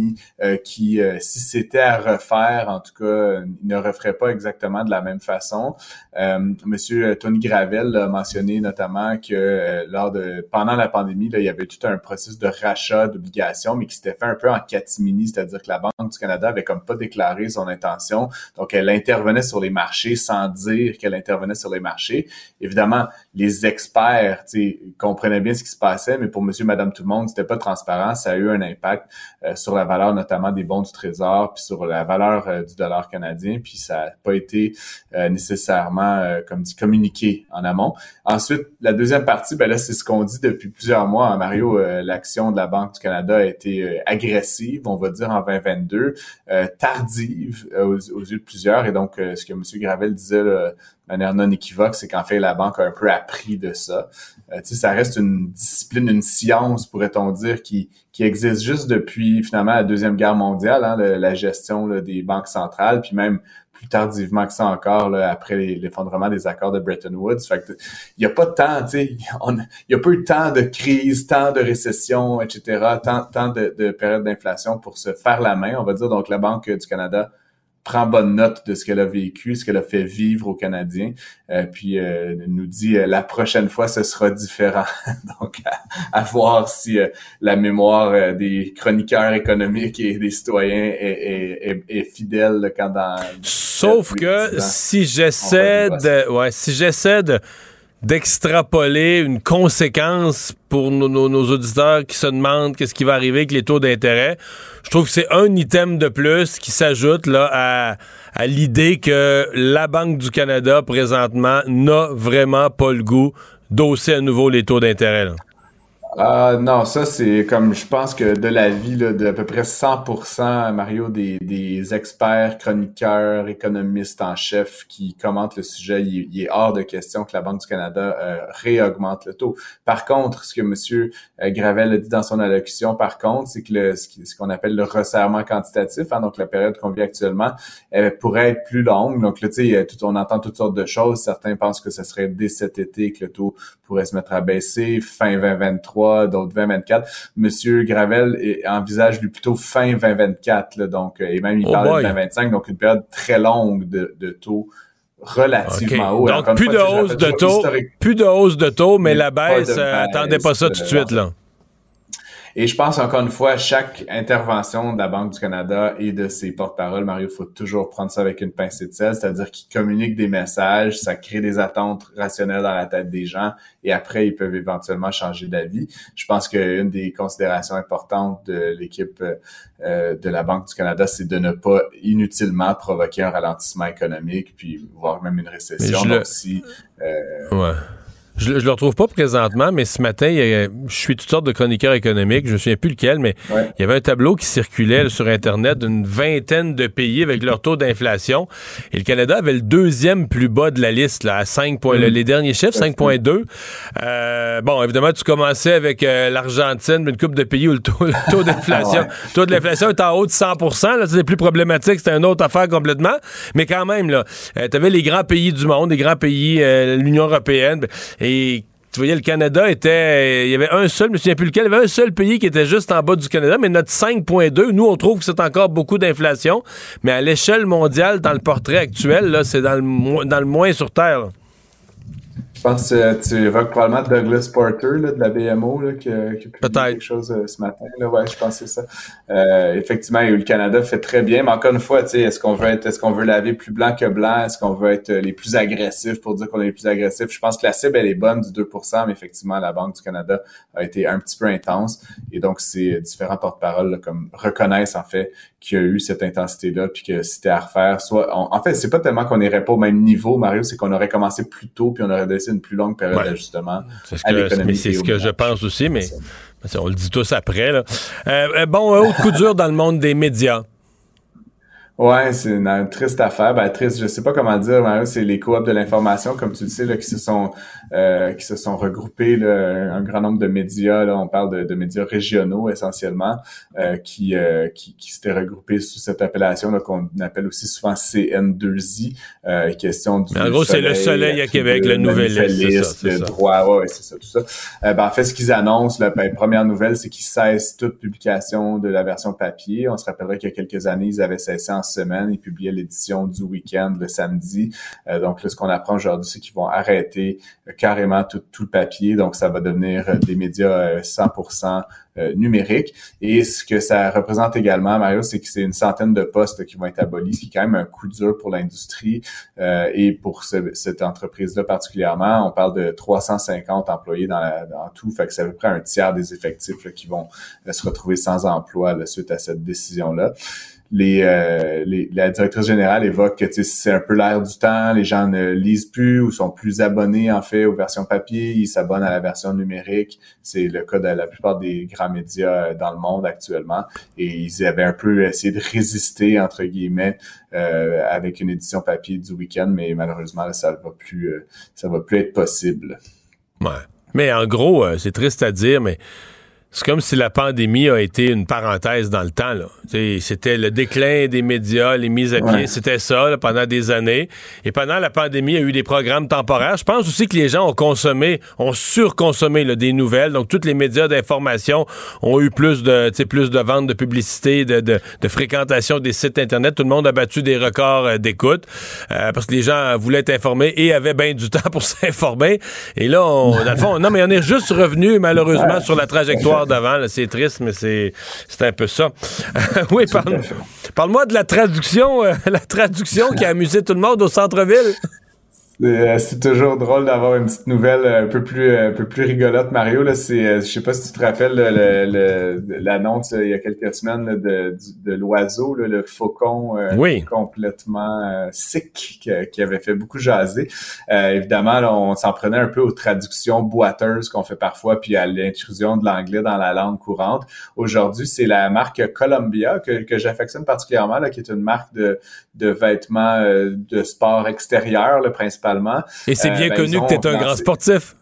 pandémie, euh, qui, euh, si c'était à refaire, en tout cas, ne referait pas exactement de la même façon. Euh, Monsieur Tony Gravel a mentionné notamment que euh, lors de pendant la pandémie, là, il y avait tout un processus de rachat d'obligations, mais qui s'était fait un peu en catimini, c'est-à-dire que la Banque du Canada avait comme pas déclaré son intention. Donc, elle intervenait sur les marchés sans dire qu'elle intervenait sur les marchés. Évidemment, les experts, tu sais, comprenaient bien ce qui se passait, mais pour Monsieur, Madame, tout le monde, c'était pas transparent. Ça a eu un impact euh, sur la valeur notamment des bons du Trésor, puis sur la valeur euh, du dollar canadien, puis ça n'a pas été euh, nécessairement, euh, comme dit, communiqué en amont. Ensuite, la deuxième partie, ben là, c'est ce qu'on dit depuis plusieurs mois, hein, Mario. Euh, l'action de la Banque du Canada a été euh, agressive, on va dire, en vingt vingt-deux, euh, tardive euh, aux, aux yeux de plusieurs. Et donc, euh, ce que M. Gravel disait là, de manière non équivoque, c'est qu'en fait, la Banque a un peu appris de ça. Euh, tu sais, ça reste une discipline, une science, pourrait-on dire, qui qui existe juste depuis, finalement, la Deuxième Guerre mondiale, hein, le, la gestion là, des banques centrales, puis même plus tardivement que ça encore, là, après les, l'effondrement des accords de Bretton Woods. Fait que, il n'y a pas de temps, tu sais, il n'y a pas eu de temps de crise, tant de récession, et cetera, tant, tant de, de périodes d'inflation pour se faire la main, on va dire. Donc, la Banque du Canada prend bonne note de ce qu'elle a vécu, ce qu'elle a fait vivre aux Canadiens, euh, puis euh, nous dit euh, la prochaine fois ce sera différent. Donc à, à voir si euh, la mémoire euh, des chroniqueurs économiques et des citoyens est, est, est, est fidèle là, quand dans. Sauf que si j'essaie de, ouais, si j'essaie de d'extrapoler une conséquence pour nos, nos, nos auditeurs qui se demandent qu'est-ce qui va arriver avec les taux d'intérêt. Je trouve que c'est un item de plus qui s'ajoute là à, à l'idée que la Banque du Canada, présentement, n'a vraiment pas le goût d'hausser à nouveau les taux d'intérêt, là. Ah uh, non, ça c'est comme je pense que de l'avis là, de à peu près cent pour cent, Mario, des, des experts, chroniqueurs, économistes en chef qui commentent le sujet, il, il est hors de question que la Banque du Canada euh, réaugmente le taux. Par contre, ce que M. Gravel a dit dans son allocution, par contre, c'est que le, ce qu'on appelle le resserrement quantitatif, hein, donc la période qu'on vit actuellement, euh, pourrait être plus longue. Donc là, tu sais, on entend toutes sortes de choses. Certains pensent que ce serait dès cet été que le taux pourrait se mettre à baisser, fin vingt vingt-trois, d'autres vingt vingt-quatre. Monsieur Gravel est, envisage lui plutôt fin vingt vingt-quatre, là, donc, et même il oh parle boy. de vingt vingt-cinq, donc une période très longue de, de taux relativement okay. haut. Donc, plus, fois, de hausse de taux, plus de hausse de taux, mais, mais la baisse, euh, attendez pas ça tout de suite, là. Et je pense, encore une fois, chaque intervention de la Banque du Canada et de ses porte-paroles, Mario, il faut toujours prendre ça avec une pincée de sel, c'est-à-dire qu'ils communiquent des messages, ça crée des attentes rationnelles dans la tête des gens, et après, ils peuvent éventuellement changer d'avis. Je pense qu'une des considérations importantes de l'équipe euh, de la Banque du Canada, c'est de ne pas inutilement provoquer un ralentissement économique, puis voire même une récession. Donc, le... si... Euh, ouais. Je, je le retrouve pas présentement, mais ce matin, il y a, je suis toutes sortes de chroniqueurs économiques, je me souviens plus lequel, mais ouais. il y avait un tableau qui circulait là, sur Internet d'une vingtaine de pays avec leur taux d'inflation. Et le Canada avait le deuxième plus bas de la liste, là, à cinq points. Mmh. Les derniers chiffres, cinq virgule deux. Euh, bon, évidemment, tu commençais avec euh, l'Argentine, une couple de pays où le taux, le taux d'inflation, ouais. le taux de l'inflation est en haut de cent pour cent. Là, c'est plus problématique, c'est une autre affaire complètement. Mais quand même, là, euh, tu avais les grands pays du monde, les grands pays, euh, l'Union européenne. Et Et tu voyais, le Canada était... Il y avait un seul, je me souviens plus lequel, il y avait un seul pays qui était juste en bas du Canada, mais notre cinq virgule deux, nous, on trouve que c'est encore beaucoup d'inflation, mais à l'échelle mondiale, dans le portrait actuel, là, c'est dans le, dans le moins sur Terre, là. Je pense que tu évoques probablement Douglas Porter là, de la B M O là, qui, qui a publié quelque chose euh, ce matin. Là. Ouais, je pense que c'est ça. Euh, effectivement, le Canada fait très bien, mais encore une fois, tu sais, est-ce qu'on veut être, est-ce qu'on veut laver plus blanc que blanc? Est-ce qu'on veut être les plus agressifs pour dire qu'on est les plus agressifs? Je pense que la cible, elle est bonne du deux pour cent, mais effectivement, la Banque du Canada a été un petit peu intense. Et donc, ces différents porte-paroles là, comme reconnaissent en fait qu'il y a eu cette intensité-là, puis que c'était à refaire. Soit, on, en fait, c'est pas tellement qu'on n'irait pas au même niveau, Mario, c'est qu'on aurait commencé plus tôt, puis on aurait laissé une plus longue période ouais. d'ajustement c'est ce que, à l'économie. C'est ce que je pense aussi, mais on le dit tous après. Là. Euh, bon, un autre coup dur dans le monde des médias. Ouais, c'est une, une triste affaire. Ben, triste, je sais pas comment dire, Mario, c'est les coops de l'information, comme tu le sais, là, qui se sont euh, qui se sont regroupés, là, un grand nombre de médias, là, on parle de, de médias régionaux essentiellement, euh, qui, euh, qui qui s'étaient regroupés sous cette appellation là, qu'on appelle aussi souvent C N deux I, euh, question du en gros, soleil, c'est le soleil à Québec, le Nouvelliste, le droit, ouais, c'est ça, tout ça. Euh, ben, en fait, ce qu'ils annoncent, là, ben, première nouvelle, c'est qu'ils cessent toute publication de la version papier. On se rappellerait qu'il y a quelques années, ils avaient cessé en semaine. Ils publiaient l'édition du week-end le samedi. Euh, donc là, ce qu'on apprend aujourd'hui, c'est qu'ils vont arrêter euh, carrément tout, tout le papier. Donc, ça va devenir euh, des médias euh, cent pour cent euh, numériques. Et ce que ça représente également, Mario, c'est que c'est une centaine de postes là, qui vont être abolis, ce qui est quand même un coup dur pour l'industrie euh, et pour ce, cette entreprise-là particulièrement. On parle de trois cent cinquante employés dans, la, dans tout. Fait que c'est à peu près un tiers des effectifs là, qui vont euh, se retrouver sans emploi là, suite à cette décision-là. Les, euh, les, la directrice générale évoque que c'est un peu l'air du temps, les gens ne lisent plus ou sont plus abonnés en fait aux versions papier, ils s'abonnent à la version numérique. C'est le cas de la plupart des grands médias dans le monde actuellement. Et ils avaient un peu essayé de résister, entre guillemets, euh, avec une édition papier du week-end, mais malheureusement, là, ça va plus euh, ça va plus être possible. Ouais. Mais en gros, euh, c'est triste à dire, mais c'est comme si la pandémie a été une parenthèse dans le temps, là. T'sais, c'était le déclin des médias, les mises à pied, ouais. C'était ça là, pendant des années. Et pendant la pandémie, il y a eu des programmes temporaires. Je pense aussi que les gens ont consommé, ont surconsommé là, des nouvelles. Donc, tous les médias d'information ont eu plus de, plus de ventes, de publicité, de, de, de fréquentation des sites Internet. Tout le monde a battu des records euh, d'écoute euh, parce que les gens voulaient être informés et avaient bien du temps pour s'informer. Et là, on, dans le fond, non, mais on est juste revenu, malheureusement, ouais. sur la trajectoire d'avant, là, c'est triste, mais c'est, c'est un peu ça. oui, parle, parle-moi de la traduction, euh, la traduction qui a amusé tout le monde au centre-ville. C'est, c'est toujours drôle d'avoir une petite nouvelle un peu plus un peu plus rigolote, Mario. Là, c'est, je sais pas si tu te rappelles le, le, l'annonce là, il y a quelques semaines là, de, de l'oiseau, là, le faucon euh, oui. complètement euh, sick qui, qui avait fait beaucoup jaser. Euh, évidemment, là, on s'en prenait un peu aux traductions boiteuses qu'on fait parfois, puis à l'intrusion de l'anglais dans la langue courante. Aujourd'hui, c'est la marque Columbia que, que j'affectionne particulièrement, là, qui est une marque de, de vêtements euh, de sport extérieur, là, principalement. Et c'est bien euh, ben, connu que tu es un grand sportif.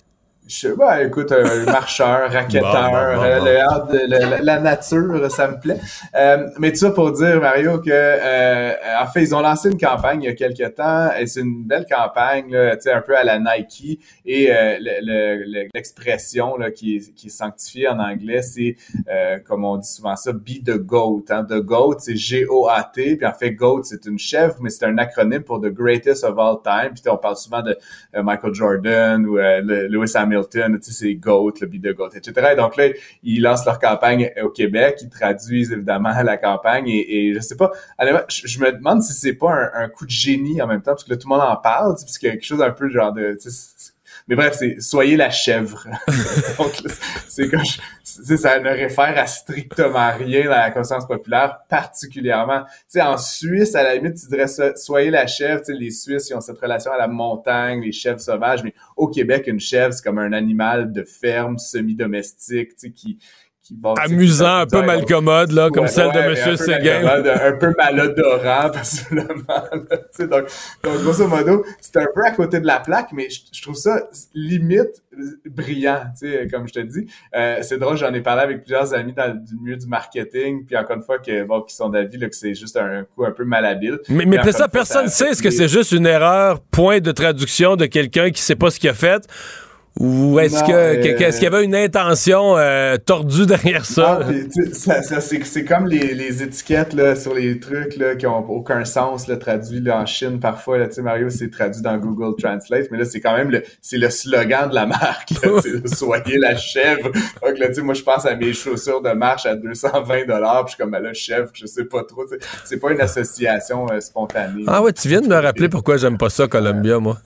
Je sais pas, écoute, un marcheur, racketteur, bon, bon, bon, euh, bon. Le, le, la, la nature, ça me plaît. Euh, mais tout ça pour dire, Mario, que euh, en fait, ils ont lancé une campagne il y a quelques temps, et c'est une belle campagne, là, tu sais, un peu à la Nike, et euh, le, le, l'expression là, qui, est, qui est sanctifiée en anglais, c'est, euh, comme on dit souvent ça, be the goat. Hein? The goat, c'est G O A T, puis en fait, goat, c'est une chèvre, mais c'est un acronyme pour the greatest of all time. Puis on parle souvent de euh, Michael Jordan ou euh, Lewis Hamilton. Hamilton, tu sais, c'est GOAT, le be the GOAT, et cetera. Et donc là, ils lancent leur campagne au Québec, ils traduisent évidemment la campagne et, et je sais pas, je, je me demande si c'est pas un, un coup de génie en même temps, parce que là, tout le monde en parle, parce qu'il y a quelque chose un peu genre de... Mais bref, c'est « Soyez la chèvre ». Donc, là, c'est comme... Je, ça ne réfère à strictement rien dans la conscience populaire, particulièrement. Tu sais, en Suisse, à la limite, tu dirais ça, « Soyez la chèvre ». Tu sais, les Suisses, ils ont cette relation à la montagne, les chèvres sauvages. Mais au Québec, une chèvre, c'est comme un animal de ferme, semi-domestique, tu sais, qui... Bon, amusant, un peu malcommode, là, comme ouais, celle ouais, de Monsieur Séguin. Un peu malodorant, possiblement. donc, donc, grosso modo, c'est un peu à côté de la plaque, mais je, je trouve ça limite brillant, tu sais, comme je te dis. Euh, c'est drôle, j'en ai parlé avec plusieurs amis dans le milieu du marketing, puis encore une fois, que, bon, qui sont d'avis là, que c'est juste un, un coup un peu malhabile. Mais, mais ça, personne ne sait est-ce que c'est juste une erreur, point de traduction de quelqu'un qui sait pas ce qu'il a fait. Ou est-ce non, que euh... est-ce qu'il y avait une intention euh, tordue derrière ça? Non, pis, ça, ça c'est, c'est comme les, les étiquettes là, sur les trucs là, qui ont aucun sens là, traduits là, en Chine parfois. Là, tu sais, Mario, c'est traduit dans Google Translate, mais là, c'est quand même le, c'est le slogan de la marque. Là, soyez la chèvre. Donc là, tu sais, moi, je pense à mes chaussures de marche à deux cent vingt dollars, puis je suis comme ben, la chèvre, je sais pas trop. T'sais. C'est pas une association euh, spontanée. Ah ouais, tu viens de me rappeler pourquoi j'aime pas ça, Columbia, moi.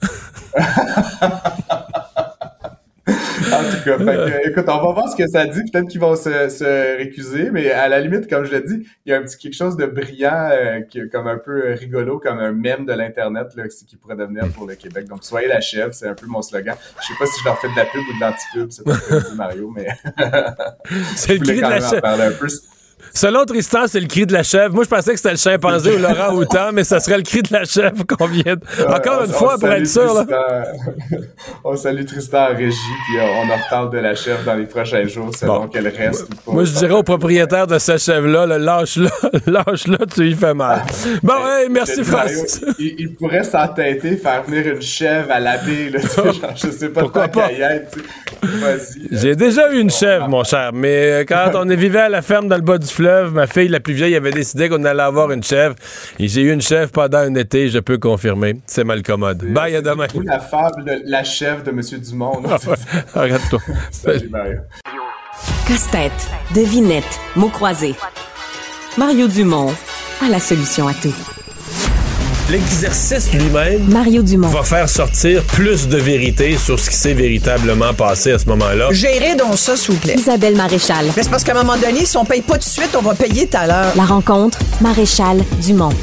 En tout cas, fait que, écoute, on va voir ce que ça dit. Peut-être qu'ils vont se, se récuser, mais à la limite, comme je l'ai dit, il y a un petit quelque chose de brillant, euh, qui, comme un peu rigolo, comme un mème de l'Internet là, qui pourrait devenir pour le Québec. Donc, soyez la chèvre, c'est un peu mon slogan. Je sais pas si je leur fais de la pub ou de l'anti-pub, c'est pas ce que dit Mario, mais c'est le cri de la chèvre. Selon Tristan, c'est le cri de la chèvre. Moi, je pensais que c'était le chimpanzé ou l'orang-outan, mais ça serait le cri de la chèvre qu'on vient de... Euh, Encore on, une fois, on pour être sûr. Là. On salue Tristan en régie, puis euh, on en reparle de la chèvre dans les prochains jours, selon bon. qu'elle reste ou pas. Moi, je dirais au propriétaire de cette chèvre-là, là, lâche-la, lâche-la, tu y fais mal. Bon, hey, merci, Francis. Il, il pourrait s'entêter, faire venir une chèvre à l'abbé, là, genre, je sais pas Pourquoi de quoi pas? Vas-y. J'ai déjà eu une chèvre, mon cher, mais quand on vivait à la ferme dans le bas du fleuve, ma fille, la plus vieille, avait décidé qu'on allait avoir une chèvre. Et j'ai eu une chèvre pendant un été, je peux confirmer. C'est mal commode. Bye, à demain. La fable de la chèvre de M. Dumont. Ah ouais. Arrête-toi. Salut, Mario. Casse-tête, devinette, mots croisés. Mario Dumont a la solution à tout. L'exercice lui-même Mario Dumont va faire sortir plus de vérité sur ce qui s'est véritablement passé à ce moment-là. Gérez donc ça, s'il vous plaît. Isabelle Maréchal. Mais c'est parce qu'à un moment donné, si on paye pas tout de suite, on va payer tout à l'heure. La rencontre, Maréchal Dumont.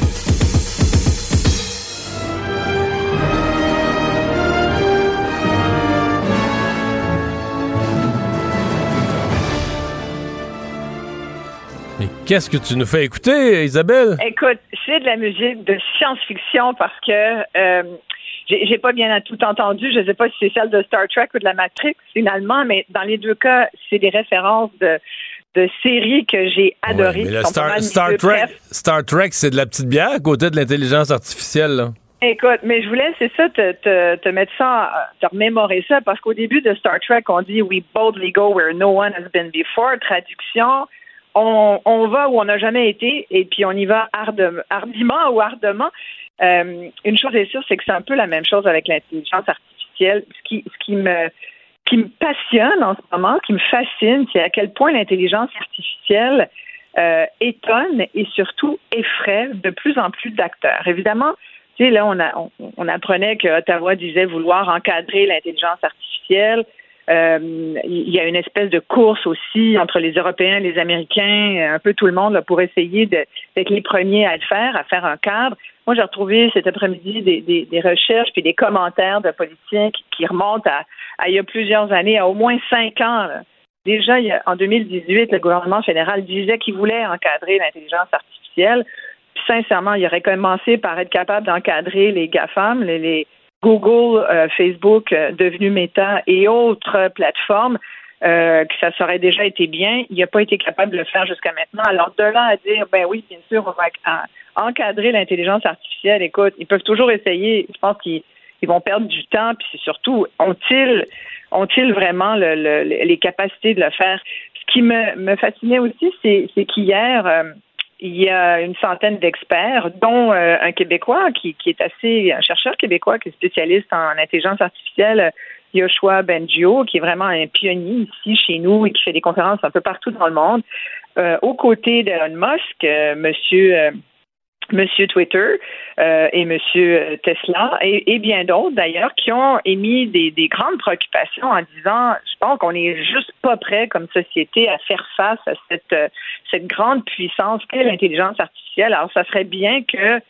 Mais qu'est-ce que tu nous fais écouter, Isabelle? Écoute, c'est de la musique de science-fiction parce que euh, j'ai, j'ai pas bien tout entendu. Je sais pas si c'est celle de Star Trek ou de la Matrix, finalement, mais dans les deux cas, c'est des références de, de séries que j'ai adorées. Ouais, mais le Star, Star, Trek, Star Trek, c'est de la petite bière à côté de l'intelligence artificielle, là. Écoute, mais je voulais, c'est ça, te, te, te mettre ça, te remémorer ça, parce qu'au début de Star Trek, on dit « We boldly go where no one has been before », traduction, on, on va où on n'a jamais été, et puis on y va ardem, hardiment ou ardemment. Euh, une chose est sûre, c'est que c'est un peu la même chose avec l'intelligence artificielle. Ce qui, ce qui me, qui me passionne en ce moment, ce qui me fascine, c'est à quel point l'intelligence artificielle euh, étonne et surtout effraie de plus en plus d'acteurs. Évidemment, tu sais, là, on, a, on, on apprenait que Ottawa disait vouloir encadrer l'intelligence artificielle. Euh, il y a une espèce de course aussi entre les Européens et les Américains, un peu tout le monde là, pour essayer de, d'être les premiers à le faire, à faire un cadre. Moi, j'ai retrouvé cet après-midi des, des, des recherches puis des commentaires de politiciens qui, qui remontent à, à il y a plusieurs années, à au moins cinq ans. Là. Déjà, il y a, en deux mille dix-huit, le gouvernement fédéral disait qu'il voulait encadrer l'intelligence artificielle. Puis, sincèrement, il aurait commencé par être capable d'encadrer les GAFAM, les, les Google, euh, Facebook, euh, devenu Meta et autres plateformes, euh, que ça serait déjà été bien. Il n'a pas été capable de le faire jusqu'à maintenant. Alors, de là à dire, ben oui, bien sûr, on va en, encadrer l'intelligence artificielle. Écoute, ils peuvent toujours essayer. Je pense qu'ils ils vont perdre du temps. Puis c'est surtout, ont-ils, ont-ils vraiment le, le, les capacités de le faire? Ce qui me, me fascinait aussi, c'est, c'est qu'hier, euh, il y a une centaine d'experts, dont euh, un Québécois qui, qui est assez, un chercheur québécois qui est spécialiste en intelligence artificielle, Yoshua Bengio, qui est vraiment un pionnier ici chez nous et qui fait des conférences un peu partout dans le monde, euh, aux côtés d'Elon Musk, euh, Monsieur euh, Monsieur Twitter euh, et Monsieur Tesla et, et bien d'autres d'ailleurs qui ont émis des, des grandes préoccupations en disant, je pense qu'on n'est juste pas prêt comme société à faire face à cette cette grande puissance qu'est l'intelligence artificielle. Alors ça serait bien que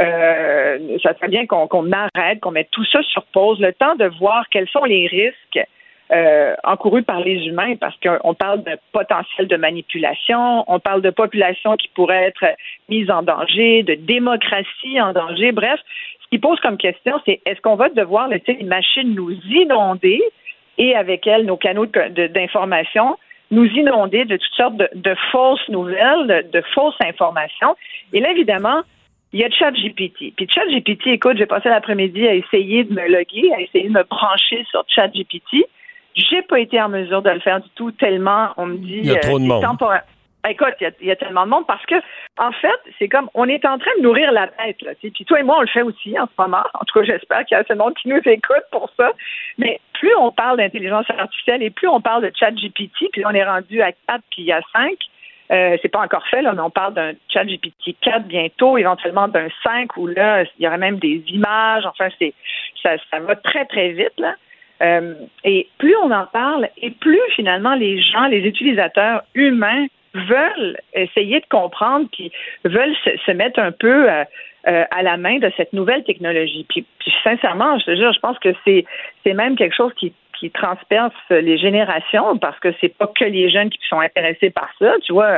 euh, ça serait bien qu'on, qu'on arrête, qu'on mette tout ça sur pause, le temps de voir quels sont les risques Euh, encourus par les humains, parce qu'on parle de potentiel de manipulation, on parle de populations qui pourraient être mises en danger, de démocratie en danger. Bref, ce qui pose comme question, c'est est-ce qu'on va devoir laisser les machines nous inonder et avec elles nos canaux de, de, d'information, nous inonder de toutes sortes de, de fausses nouvelles, de, de fausses informations. Et là, évidemment, il y a ChatGPT. Puis ChatGPT, écoute, j'ai passé l'après-midi à essayer de me loguer, à essayer de me brancher sur ChatGPT. J'ai pas été en mesure de le faire du tout, tellement on me dit... Il y a trop de monde. Temporaire. Écoute, il y, a, il y a tellement de monde parce que, en fait, c'est comme, on est en train de nourrir la bête, là. Puis toi et moi, on le fait aussi en ce moment. En tout cas, j'espère qu'il y a assez de monde qui nous écoute pour ça. Mais plus on parle d'intelligence artificielle et plus on parle de ChatGPT, puis on est rendu à quatre, puis il y a cinq. Euh, c'est pas encore fait, là, mais on parle d'un ChatGPT quatre bientôt, éventuellement d'un cinq, où là, il y aurait même des images. Enfin, c'est ça, ça va très, très vite, là. Euh, et plus on en parle, et plus finalement les gens, les utilisateurs humains veulent essayer de comprendre, puis veulent se, se mettre un peu euh, euh, à la main de cette nouvelle technologie. Puis, puis sincèrement, je te jure, je pense que c'est c'est même quelque chose qui qui transperce les générations, parce que c'est pas que les jeunes qui sont intéressés par ça. Tu vois, je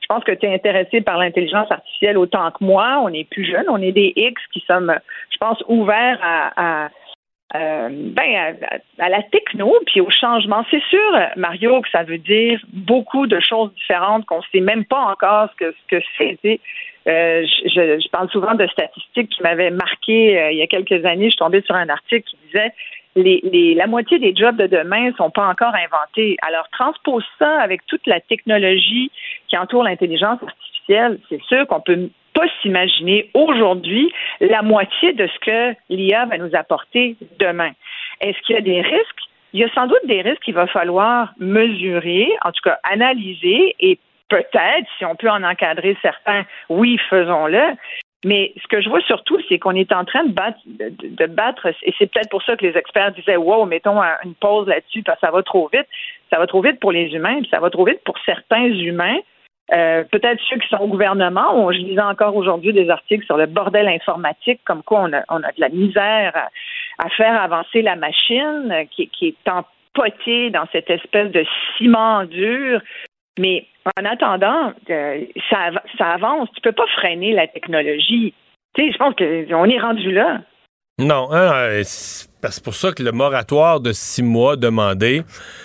pense que tu es intéressé par l'intelligence artificielle autant que moi. On est plus jeunes, on est des X qui sommes, je pense, ouverts à, à Euh, ben à, à la techno puis au changement. C'est sûr, Mario, que ça veut dire beaucoup de choses différentes qu'on ne sait même pas encore ce que ce que c'est. Tu sais. Euh, je, je parle souvent de statistiques qui m'avaient marqué euh, il y a quelques années. Je suis tombée sur un article qui disait les, les la moitié des jobs de demain ne sont pas encore inventés. Alors transpose ça avec toute la technologie qui entoure l'intelligence artificielle. C'est sûr qu'on peut pas s'imaginer aujourd'hui la moitié de ce que l'I A va nous apporter demain. Est-ce qu'il y a des risques? Il y a sans doute des risques qu'il va falloir mesurer, en tout cas analyser, et peut-être, si on peut en encadrer certains, oui, faisons-le. Mais ce que je vois surtout, c'est qu'on est en train de battre, de, de battre, et c'est peut-être pour ça que les experts disaient « Wow, mettons une pause là-dessus, parce que ça va trop vite. » Ça va trop vite pour les humains, puis ça va trop vite pour certains humains. Euh, peut-être ceux qui sont au gouvernement. On, je lisais encore aujourd'hui des articles sur le bordel informatique, comme quoi on a, on a de la misère à, à faire avancer la machine qui, qui est empotée dans cette espèce de ciment dur. Mais en attendant, euh, ça, ça avance. Tu peux pas freiner la technologie. Tu sais, je pense qu'on est rendu là. Non, hein, c'est pour ça que le moratoire de six mois demandé,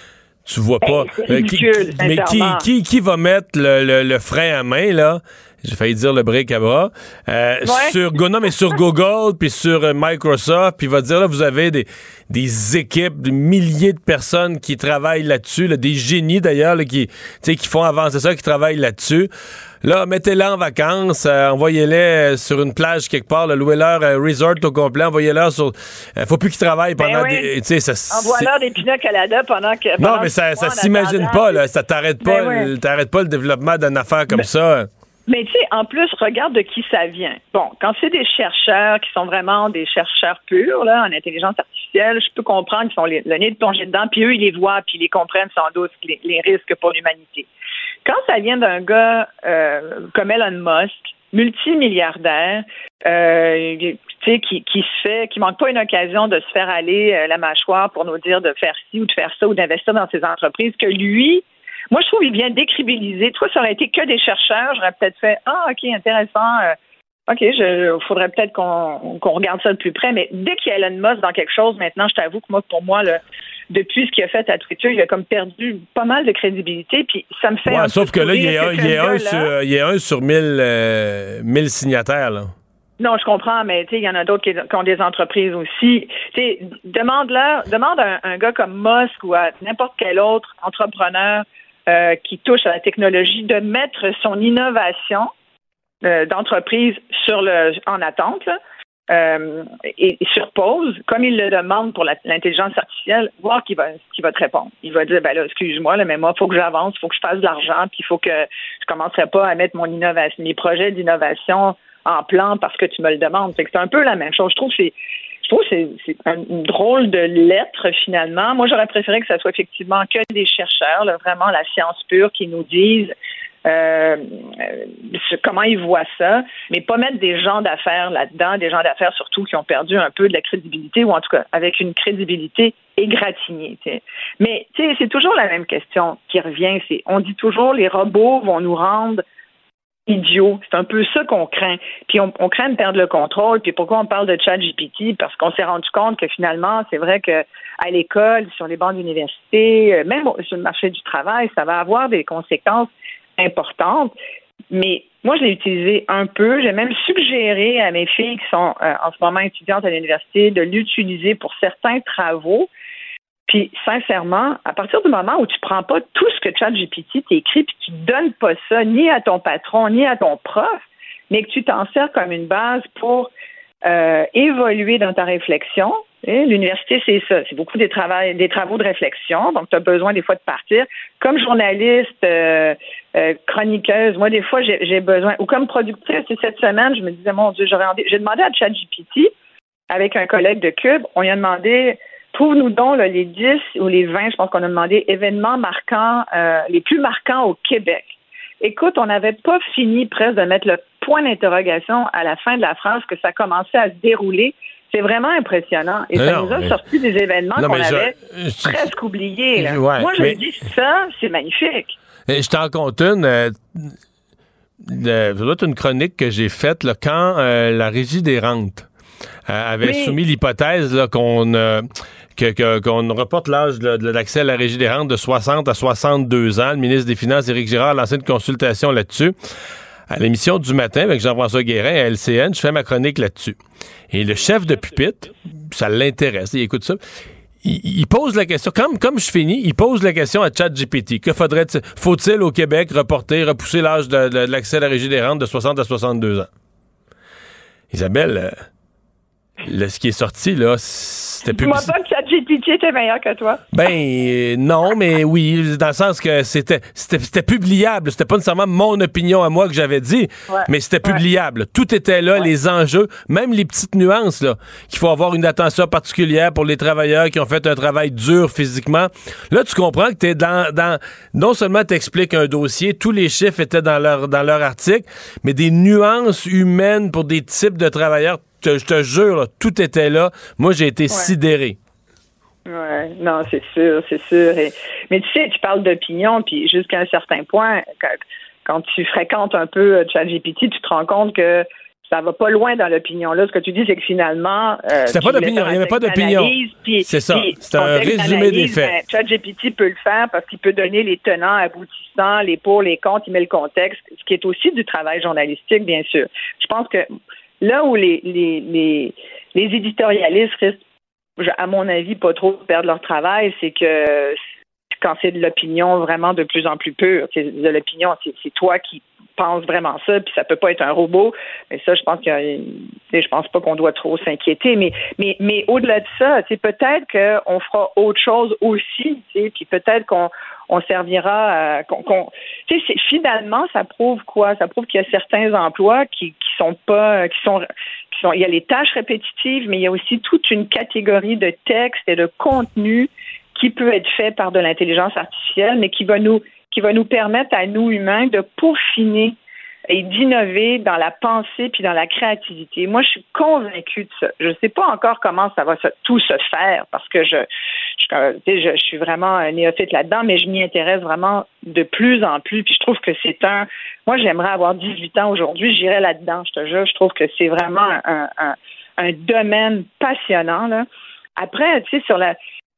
tu vois pas. C'est ridicule, euh, qui, mais qui, qui, qui va mettre le, le, le frein à main, là? J'ai failli dire le bric à bras. Euh, ouais. Sur, non, mais sur Google, puis sur Microsoft, puis il va dire, là, vous avez des, des équipes, des milliers de personnes qui travaillent là-dessus, là, des génies d'ailleurs, là, qui, qui font avancer ça, qui travaillent là-dessus. Là, mettez-les en vacances, euh, envoyez-les sur une plage quelque part, là, louez-leur un resort au complet, envoyez-leur sur... Euh, faut plus qu'ils travaillent pendant ben oui. des... Tu sais, ça... Envoie-leur des pina colada pendant que... Pendant non, mais ça, ça s'imagine pas, là, ça t'arrête pas, ben oui. t'arrêtes pas le développement d'une affaire comme ben... ça. Mais tu sais, en plus, regarde de qui ça vient. Bon, quand c'est des chercheurs qui sont vraiment des chercheurs purs, là, en intelligence artificielle, je peux comprendre qu'ils sont les, le nez de plongée dedans, puis eux, ils les voient, puis ils les comprennent sans doute les, les risques pour l'humanité. Quand ça vient d'un gars euh, comme Elon Musk, multimilliardaire, euh, tu sais, qui, qui se fait, qui manque pas une occasion de se faire aller euh, la mâchoire pour nous dire de faire ci ou de faire ça ou d'investir dans ses entreprises, que lui... Moi, je trouve qu'il vient décrédibiliser. Toi, ça aurait été que des chercheurs. J'aurais peut-être fait « Ah, OK, intéressant. Euh, OK, il faudrait peut-être qu'on, qu'on regarde ça de plus près. » Mais dès qu'il y a Elon Musk dans quelque chose, maintenant, je t'avoue que moi, pour moi, là, depuis ce qu'il a fait à Twitter, il a comme perdu pas mal de crédibilité. Puis ça me fait ouais, un sauf que là, il y a, il y a un sur, il y a un sur mille, euh, mille signataires, là. Non, je comprends, mais il y en a d'autres qui, qui ont des entreprises aussi. T'sais, demande-leur, demande à un, un gars comme Musk ou à n'importe quel autre entrepreneur Euh, qui touche à la technologie, de mettre son innovation euh, d'entreprise sur le en attente là, euh, et, et sur pause, comme il le demande pour la, l'intelligence artificielle, voir qu'il va, qu'il va te répondre. Il va dire, ben là, excuse-moi, là, mais moi, il faut que j'avance, il faut que je fasse de l'argent, puis il faut que je commencerai pas à mettre mon innovation, mes projets d'innovation en plan parce que tu me le demandes. C'est que c'est un peu la même chose. Je trouve que c'est Je trouve que c'est, c'est une drôle de lettre, finalement. Moi, j'aurais préféré que ça soit effectivement que des chercheurs, là, vraiment la science pure, qui nous disent euh, euh, comment ils voient ça, mais pas mettre des gens d'affaires là-dedans, des gens d'affaires surtout qui ont perdu un peu de la crédibilité, ou en tout cas avec une crédibilité égratignée. T'sais. Mais t'sais, c'est toujours la même question qui revient. C'est, on dit toujours les robots vont nous rendre idiots. C'est un peu ça qu'on craint. Puis on, on craint de perdre le contrôle. Puis pourquoi on parle de ChatGPT? Parce qu'on s'est rendu compte que finalement, c'est vrai que à l'école, sur les bancs d'université, même sur le marché du travail, ça va avoir des conséquences importantes. Mais moi, je l'ai utilisé un peu. J'ai même suggéré à mes filles qui sont euh, en ce moment étudiantes à l'université de l'utiliser pour certains travaux. Puis, sincèrement, à partir du moment où tu prends pas tout ce que ChatGPT t'écrit puis tu donnes pas ça ni à ton patron, ni à ton prof, mais que tu t'en sers comme une base pour euh, évoluer dans ta réflexion. Et l'université, c'est ça. C'est beaucoup des, travaux, des travaux de réflexion. Donc, tu as besoin des fois de partir. Comme journaliste, euh, euh, chroniqueuse, moi, des fois, j'ai, j'ai besoin... Ou comme productrice, et cette semaine, je me disais, mon Dieu, j'aurais envie... J'ai demandé à ChatGPT, avec un collègue de Cube, on lui a demandé... Trouve-nous donc là, les dix ou les vingt, je pense qu'on a demandé, événements marquants, euh, les plus marquants au Québec. Écoute, on n'avait pas fini presque de mettre le point d'interrogation à la fin de la phrase que ça commençait à se dérouler. C'est vraiment impressionnant. Et non, ça nous a mais... sorti des événements non, qu'on avait je... Je... presque oubliés. Là. Ouais, Moi, je mais... dis ça, c'est magnifique. Je t'en compte une. Euh... de, ça doit être une chronique que j'ai faite là, quand euh, la Régie des rentes euh, avait oui. soumis l'hypothèse là, qu'on... Euh, Que, que, qu'on reporte l'âge de, de l'accès à la Régie des rentes de soixante à soixante-deux ans. Le ministre des Finances, Éric Girard, a lancé une consultation là-dessus. À l'émission du matin avec Jean-François Guérin à L C N, je fais ma chronique là-dessus. Et le chef de pupitre, ça l'intéresse, il écoute ça, il, il pose la question, comme, comme je finis, il pose la question à ChatGPT. Que faudrait, faut-il au Québec reporter, repousser l'âge de, de, de l'accès à la Régie des rentes de soixante à soixante-deux ans? Isabelle... Euh, Là, ce qui est sorti, là, c'était plus... Dis-moi pas que ChatGPT était meilleur que toi. Ben, euh, non, mais oui, dans le sens que c'était, c'était, c'était publiable. C'était pas nécessairement mon opinion à moi que j'avais dit, ouais, mais c'était publiable. Ouais. Tout était là, ouais. Les enjeux, même les petites nuances, là, qu'il faut avoir une attention particulière pour les travailleurs qui ont fait un travail dur physiquement. Là, tu comprends que t'es dans... dans non seulement t'expliques un dossier, tous les chiffres étaient dans leur, dans leur article, mais des nuances humaines pour des types de travailleurs. Je te jure, là, tout était là. Moi, j'ai été ouais. sidéré. Oui, non, c'est sûr, c'est sûr. Et, mais tu sais, tu parles d'opinion, puis jusqu'à un certain point, quand, quand tu fréquentes un peu ChatGPT, tu te rends compte que ça va pas loin dans l'opinion. Là, ce que tu dis, c'est que finalement... Euh, C'était pas d'opinion, il n'y avait pas d'opinion. Pis, c'est ça, c'est un résumé des faits. Ben, ChatGPT peut le faire parce qu'il peut donner les tenants, aboutissants, les pour, les contre, il met le contexte, ce qui est aussi du travail journalistique, bien sûr. Je pense que là où les, les, les, les éditorialistes risquent, à mon avis, pas trop de perdre leur travail, c'est que quand c'est de l'opinion vraiment de plus en plus pure, c'est de l'opinion, c'est, c'est toi qui penses vraiment ça, puis ça peut pas être un robot. Mais ça, je pense que je pense pas qu'on doit trop s'inquiéter. Mais mais mais au-delà de ça, c'est peut-être qu'on fera autre chose aussi, puis peut-être qu'on on servira à, qu'on, qu'on tu sais, finalement, ça prouve quoi? Ça prouve qu'il y a certains emplois qui, qui sont pas, qui sont, qui sont, il y a les tâches répétitives, mais il y a aussi toute une catégorie de textes et de contenus qui peut être fait par de l'intelligence artificielle, mais qui va nous, qui va nous permettre à nous humains de peaufiner et d'innover dans la pensée puis dans la créativité. Moi, je suis convaincue de ça. Je ne sais pas encore comment ça va se, tout se faire parce que je, je, je, je suis vraiment un néophyte là-dedans, mais je m'y intéresse vraiment de plus en plus. Puis je trouve que c'est un... Moi, j'aimerais avoir dix-huit ans aujourd'hui, j'irais là-dedans, je te jure. Je trouve que c'est vraiment un, un, un domaine passionnant, là. Après, tu sais, sur la...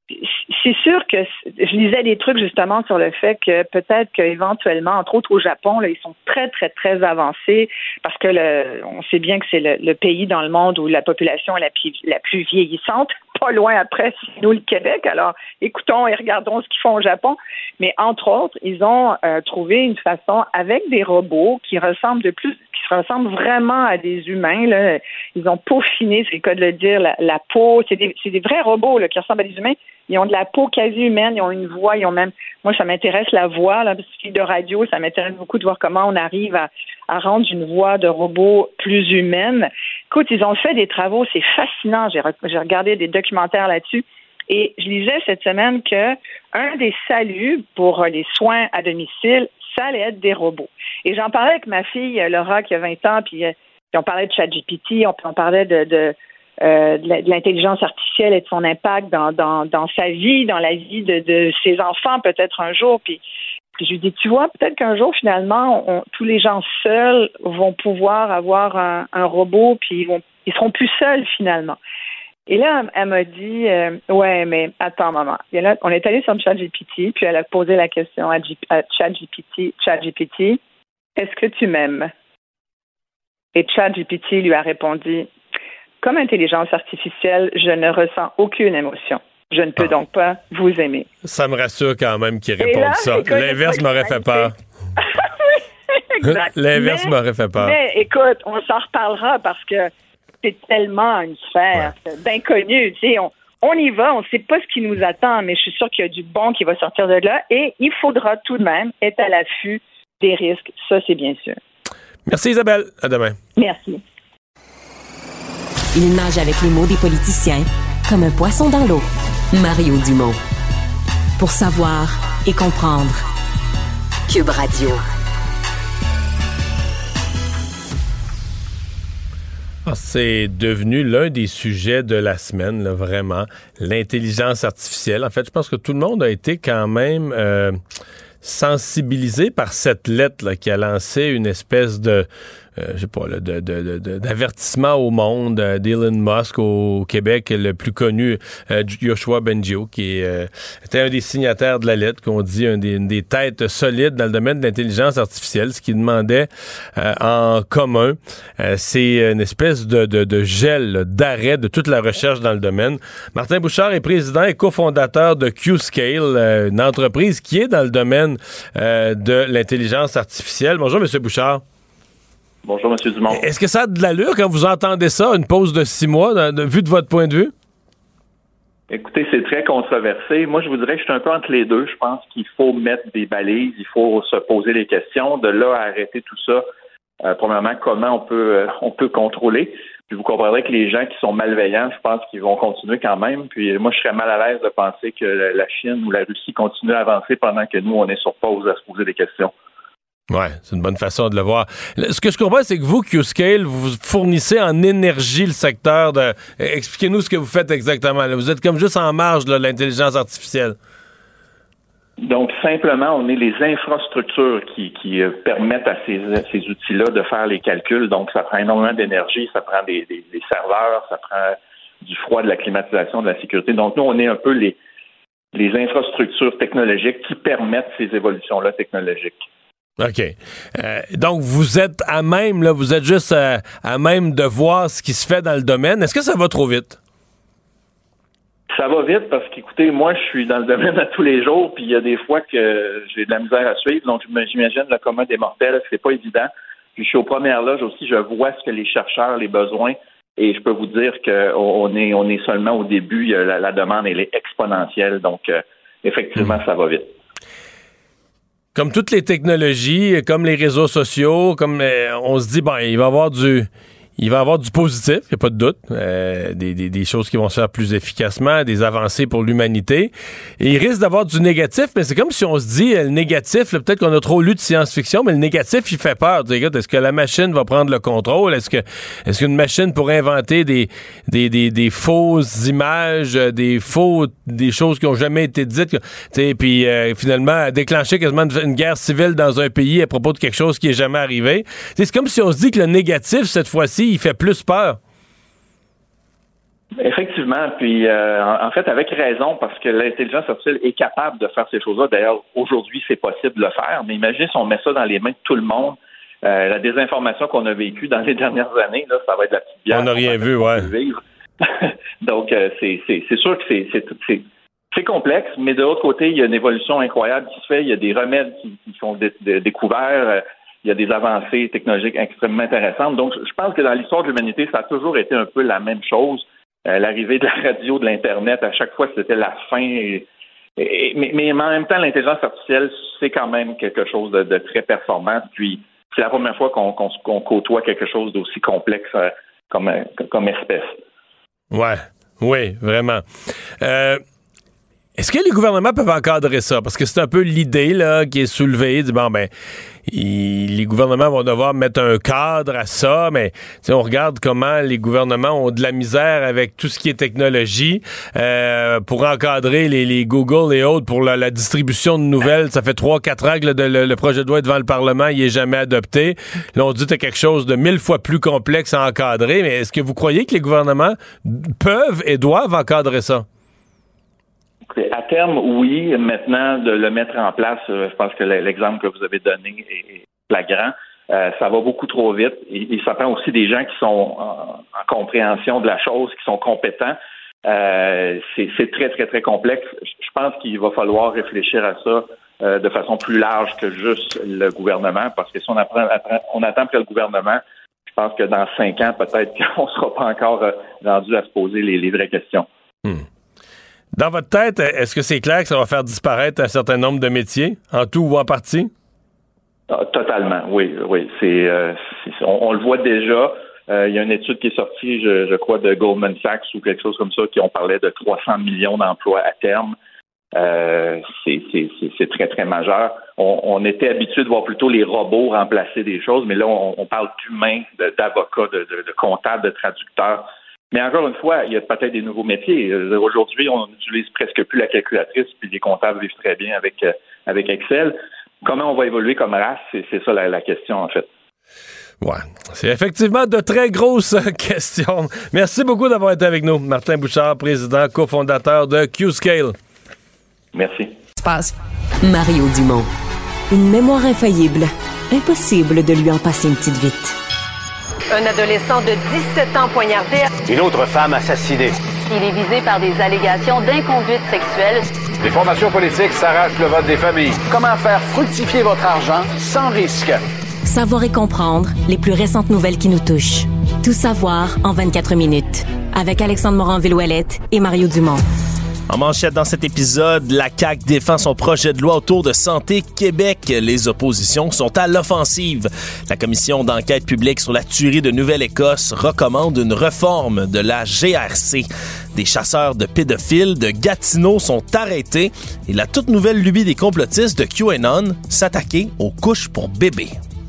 C'est sûr que je lisais des trucs justement sur le fait que peut-être qu'éventuellement, entre autres au Japon, là, ils sont très, très, très avancés parce que le, on sait bien que c'est le, le pays dans le monde où la population est la plus, la plus vieillissante, pas loin après, c'est nous le Québec. Alors, écoutons et regardons ce qu'ils font au Japon. Mais entre autres, ils ont euh, trouvé une façon avec des robots qui ressemblent de plus, qui ressemblent vraiment à des humains. Là. Ils ont peaufiné, c'est le cas de le dire, la, la peau. C'est des, c'est des vrais robots là, qui ressemblent à des humains. Ils ont de la peau quasi humaine, ils ont une voix, ils ont même... Moi, ça m'intéresse la voix, là, parce que de radio, ça m'intéresse beaucoup de voir comment on arrive à, à rendre une voix de robot plus humaine. Écoute, ils ont fait des travaux, c'est fascinant. J'ai, re- j'ai regardé des documentaires là-dessus. Et je lisais cette semaine que un des saluts pour les soins à domicile, ça allait être des robots. Et j'en parlais avec ma fille, Laura, qui a vingt ans, puis, puis on parlait de ChatGPT, on, on parlait de... de Euh, de, la, de l'intelligence artificielle et de son impact dans, dans, dans sa vie, dans la vie de, de ses enfants, peut-être un jour. Puis, puis je lui dis, tu vois, peut-être qu'un jour, finalement, on, tous les gens seuls vont pouvoir avoir un, un robot, puis ils, vont, ils seront plus seuls, finalement. Et là, elle, elle m'a dit, euh, ouais, mais attends, maman. Et là, on est allé sur ChatGPT, puis elle a posé la question à, G, à ChatGPT, ChatGPT, est-ce que tu m'aimes? Et ChatGPT lui a répondu, comme intelligence artificielle, je ne ressens aucune émotion. Je ne peux ah. donc pas vous aimer. Ça me rassure quand même qu'il réponde ça. Écoute, L'inverse m'aurait fait peur. Exact. L'inverse mais, m'aurait fait peur. Mais écoute, on s'en reparlera parce que c'est tellement une sphère ouais. d'inconnu. Tu sais, on, on y va, on ne sait pas ce qui nous attend, mais je suis sûre qu'il y a du bon qui va sortir de là et il faudra tout de même être à l'affût des risques. Ça, c'est bien sûr. Merci Isabelle. À demain. Merci. Il nage avec les mots des politiciens comme un poisson dans l'eau. Mario Dumont. Pour savoir et comprendre. Cube Radio. Ah, c'est devenu l'un des sujets de la semaine, là, vraiment. L'intelligence artificielle. En fait, je pense que tout le monde a été quand même... Euh, sensibilisés par cette lettre là, qui a lancé une espèce de, euh, je sais pas, là, de, de, de, d'avertissement au monde euh, d'Elon Musk au Québec, le plus connu, euh, Yoshua Bengio, qui euh, était un des signataires de la lettre, qu'on dit un des, une des têtes solides dans le domaine de l'intelligence artificielle. Ce qu'il demandait euh, en commun, euh, c'est une espèce de, de, de gel, là, d'arrêt de toute la recherche dans le domaine. Martin Bouchard est président et cofondateur de Q-Scale, euh, une entreprise qui est dans le domaine euh, de l'intelligence artificielle. Bonjour, M. Bouchard. Bonjour, M. Dumont. Est-ce que ça a de l'allure quand vous entendez ça, une pause de six mois, de, de, vu de votre point de vue? Écoutez, c'est très controversé. Moi, je vous dirais que je suis un peu entre les deux. Je pense qu'il faut mettre des balises, il faut se poser les questions. De là à arrêter tout ça, euh, premièrement, comment on peut euh, on peut contrôler. Puis vous comprendrez que les gens qui sont malveillants, je pense qu'ils vont continuer quand même. Puis moi, je serais mal à l'aise de penser que la Chine ou la Russie continuent à avancer pendant que nous, on est sur pause à se poser des questions. Ouais, c'est une bonne façon de le voir. Ce que je comprends, c'est que vous, Q-Scale, vous fournissez en énergie le secteur de... Expliquez-nous ce que vous faites exactement. Vous êtes comme juste en marge là, de l'intelligence artificielle. Donc, simplement, on est les infrastructures qui, qui euh, permettent à ces, ces outils-là de faire les calculs. Donc, ça prend énormément d'énergie, ça prend des, des, des serveurs, ça prend du froid, de la climatisation, de la sécurité. Donc, nous, on est un peu les, les infrastructures technologiques qui permettent ces évolutions-là technologiques. OK. Euh, donc, vous êtes à même, là, vous êtes juste à, à même de voir ce qui se fait dans le domaine. Est-ce que ça va trop vite? Ça va vite parce qu'écoutez, moi, je suis dans le domaine à tous les jours, puis il y a des fois que j'ai de la misère à suivre, donc j'imagine le commun des mortels, c'est pas évident. Puis je suis aux premières loges aussi, je vois ce que les chercheurs, les besoins, et je peux vous dire qu'on est, on est seulement au début, la, la demande, elle est exponentielle, donc euh, effectivement, mmh. ça va vite. Comme toutes les technologies, comme les réseaux sociaux, comme euh, on se dit, bon, il va y avoir du... Il va y avoir du positif, il n'y a pas de doute, euh, des, des, des choses qui vont se faire plus efficacement, des avancées pour l'humanité. Et il risque d'avoir du négatif, mais c'est comme si on se dit, le négatif, là, peut-être qu'on a trop lu de science-fiction, mais le négatif, il fait peur. Est-ce que la machine va prendre le contrôle? Est-ce que est-ce qu'une machine pourrait inventer des, des, des, des fausses images, des faux, des choses qui n'ont jamais été dites? Puis euh, finalement, déclencher quasiment une guerre civile dans un pays à propos de quelque chose qui n'est jamais arrivé. T'sais, c'est comme si on se dit que le négatif, cette fois-ci, il fait plus peur. Effectivement, puis euh, en, en fait avec raison, parce que l'intelligence artificielle est capable de faire ces choses-là. D'ailleurs, aujourd'hui, c'est possible de le faire, mais imaginez si on met ça dans les mains de tout le monde. Euh, la désinformation qu'on a vécue dans les dernières années, là, ça va être la petite bière. On n'a rien vu, ouais. Donc, euh, c'est, c'est, c'est sûr que c'est, c'est, c'est, c'est complexe, mais de l'autre côté, il y a une évolution incroyable qui se fait. Il y a des remèdes qui, qui sont dé- dé- découverts. Euh, Il y a des avancées technologiques extrêmement intéressantes. Donc, je pense que dans l'histoire de l'humanité, ça a toujours été un peu la même chose. Euh, l'arrivée de la radio, de l'Internet, à chaque fois, c'était la fin. Et, et, mais, mais en même temps, l'intelligence artificielle, c'est quand même quelque chose de, de très performant. Puis, c'est la première fois qu'on, qu'on, qu'on côtoie quelque chose d'aussi complexe euh, comme, comme espèce. Ouais, oui, vraiment. Euh... Est-ce que les gouvernements peuvent encadrer ça? Parce que c'est un peu l'idée là, qui est soulevée. Bon, ben, il, les gouvernements vont devoir mettre un cadre à ça, mais on regarde comment les gouvernements ont de la misère avec tout ce qui est technologie euh, pour encadrer les, les Google et autres pour la, la distribution de nouvelles. Ça fait trois quatre ans que le, le, le projet de loi est devant le Parlement, il n'est jamais adopté. Là, on dit que c'est quelque chose de mille fois plus complexe à encadrer, mais est-ce que vous croyez que les gouvernements peuvent et doivent encadrer ça? À terme, oui. Maintenant, de le mettre en place, euh, je pense que l'exemple que vous avez donné est flagrant. Euh, ça va beaucoup trop vite et, et ça prend aussi des gens qui sont en, en compréhension de la chose, qui sont compétents. Euh, c'est, c'est très, très, très complexe. Je pense qu'il va falloir réfléchir à ça euh, de façon plus large que juste le gouvernement, parce que si on, apprend, apprend, on attend que le gouvernement, je pense que dans cinq ans, peut-être qu'on ne sera pas encore euh, rendu à se poser les, les vraies questions. Hmm. Dans votre tête, est-ce que c'est clair que ça va faire disparaître un certain nombre de métiers, en tout ou en partie? Ah, totalement, oui, oui. C'est, euh, c'est on, on le voit déjà. Euh, il y a une étude qui est sortie, je, je crois, de Goldman Sachs ou quelque chose comme ça, qui ont parlé de trois cents millions d'emplois à terme. Euh, c'est, c'est, c'est, c'est très, très majeur. On, on était habitué de voir plutôt les robots remplacer des choses, mais là, on, on parle d'humains, de, d'avocats, de, de, de comptables, de traducteurs. Mais encore une fois, il y a peut-être des nouveaux métiers. Aujourd'hui, on n'utilise presque plus la calculatrice, puis les comptables vivent très bien avec, avec Excel. comment on va évoluer comme race, c'est, c'est ça la, la question, en fait. Ouais, c'est effectivement de très grosses questions. Merci beaucoup d'avoir été avec nous. Martin Bouchard, président, cofondateur de Q-Scale. Merci. Passe. Mario Dumont. Une mémoire infaillible. Impossible de lui en passer une petite vite. Un adolescent de dix-sept ans poignardé. Une autre femme assassinée. Il est visé par des allégations d'inconduite sexuelle. Les formations politiques s'arrachent le vote des familles. Comment faire fructifier votre argent sans risque? Savoir et comprendre les plus récentes nouvelles qui nous touchent. Tout savoir en vingt-quatre minutes. Avec Alexandre Morin-Villouellette et Mario Dumont. En manchette dans cet épisode, la C A Q défend son projet de loi autour de Santé Québec. Les oppositions sont à l'offensive. La commission d'enquête publique sur la tuerie de Nouvelle-Écosse recommande une réforme de la G R C. Des chasseurs de pédophiles de Gatineau sont arrêtés et la toute nouvelle lubie des complotistes de QAnon, s'attaquer aux couches pour bébés.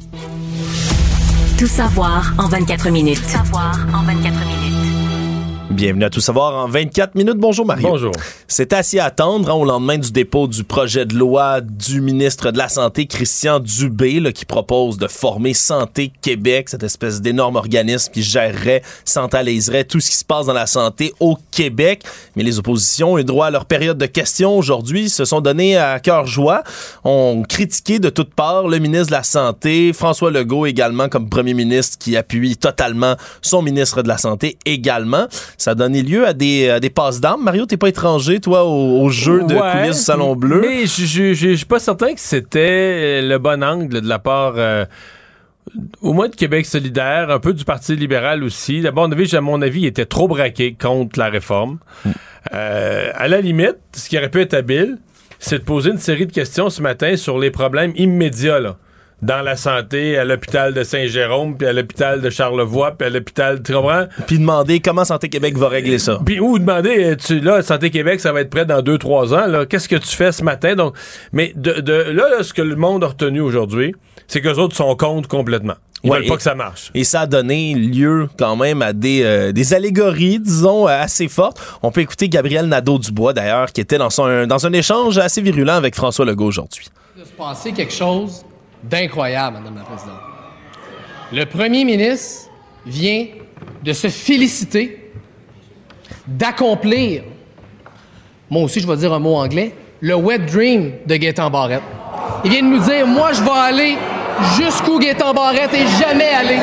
Tout savoir en vingt-quatre minutes. Tout savoir en vingt-quatre minutes. Bienvenue à Tout savoir en vingt-quatre minutes. Bonjour Mario. Bonjour. C'est assez à attendre hein, au lendemain du dépôt du projet de loi du ministre de la Santé, Christian Dubé, là, qui propose de former Santé Québec, cette espèce d'énorme organisme qui gérerait, centraliserait tout ce qui se passe dans la santé au Québec. Mais les oppositions ont eu droit à leur période de questions aujourd'hui. Ils se sont donnés à cœur joie, ont critiqué de toutes parts le ministre de la Santé, François Legault également comme premier ministre qui appuie totalement son ministre de la Santé également. Ça a donné lieu à des, à des passes d'armes. Mario, t'es pas étranger, toi, au, au jeu de ouais, coulisses du Salon Bleu. Mais je suis pas certain que c'était le bon angle de la part, euh, au moins de Québec solidaire, un peu du Parti libéral aussi. D'abord, à mon avis, il était trop braqué contre la réforme. Mm. Euh, à la limite, ce qui aurait pu être habile, c'est de poser une série de questions ce matin sur les problèmes immédiats, là. Dans la santé, à l'hôpital de Saint-Jérôme, puis à l'hôpital de Charlevoix, puis à l'hôpital, tu comprends? Puis demander comment Santé Québec va régler ça. Puis ou demander, tu, là, Santé Québec, ça va être prêt dans deux trois ans, là. Qu'est-ce que tu fais ce matin? Donc, mais de, de là, là, ce que le monde a retenu aujourd'hui, c'est qu'eux autres sont contre complètement. Ils ouais, veulent pas que ça marche. Et ça a donné lieu quand même à des, euh, des allégories, disons, assez fortes. On peut écouter Gabriel Nadeau-Dubois, d'ailleurs, qui était dans, son, dans un échange assez virulent avec François Legault aujourd'hui. Il va se passer quelque chose d'incroyable, Madame la Présidente. Le premier ministre vient de se féliciter d'accomplir, moi aussi je vais dire un mot anglais, le wet dream de Gaétan Barrette. Il vient de nous dire, moi je vais aller jusqu'où Gaétan Barrette est jamais allé.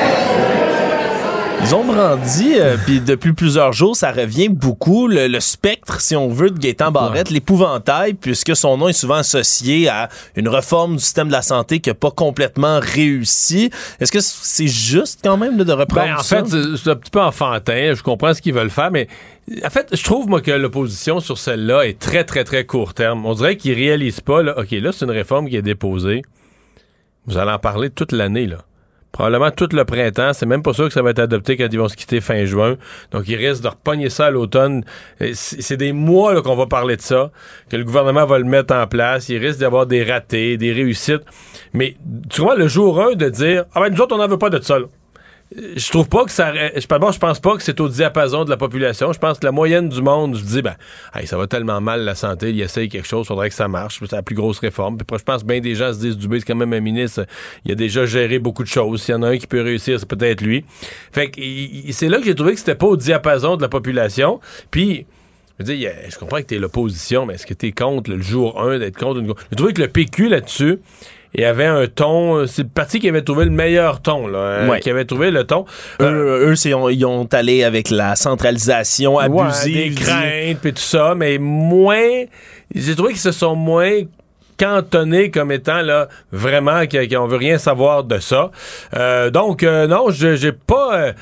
Ils ont brandi, euh, puis depuis plusieurs jours, ça revient beaucoup, le, le spectre, si on veut, de Gaétan Barrette, ouais. L'épouvantail, puisque son nom est souvent associé à une réforme du système de la santé qui n'a pas complètement réussi. Est-ce que c'est juste quand même de reprendre ben, en ça? En fait, c'est un petit peu enfantin, je comprends ce qu'ils veulent faire, mais en fait, je trouve, moi, que l'opposition sur celle-là est très, très, très court terme. On dirait qu'ils réalisent pas, là, OK, là, c'est une réforme qui est déposée. Vous allez en parler toute l'année, là. Probablement tout le printemps. C'est même pas sûr que ça va être adopté quand ils vont se quitter fin juin. Donc, ils risquent de repogner ça à l'automne. C'est des mois là, qu'on va parler de ça, que le gouvernement va le mettre en place. Il risque d'avoir des ratés, des réussites. Mais, tu vois, le jour un de dire « Ah ben, nous autres, on n'en veut pas de ça, là. » Je trouve pas que ça... Je, bon, je pense pas que c'est au diapason de la population. Je pense que la moyenne du monde se dit, ben, hey, ça va tellement mal la santé, il essaye quelque chose, faudrait que ça marche. C'est la plus grosse réforme. Puis je pense bien des gens se disent, Dubé, c'est quand même un ministre, il a déjà géré beaucoup de choses. S'il y en a un qui peut réussir, c'est peut-être lui. Fait que c'est là que j'ai trouvé que c'était pas au diapason de la population. Puis... Je veux dire, je comprends que t'es l'opposition, mais est-ce que t'es contre le jour un d'être contre une... J'ai trouvé que le P Q là-dessus, il y avait un ton... C'est le parti qui avait trouvé le meilleur ton, là, hein, ouais. qui avait trouvé le ton. Eux, euh, eux c'est, on, ils ont allé avec la centralisation abusive. Ouais, des craintes et tout ça, mais moins... J'ai trouvé qu'ils se sont moins... cantonné comme étant là vraiment qu'on veut rien savoir de ça. Euh, donc euh, non, je, j'ai pas euh,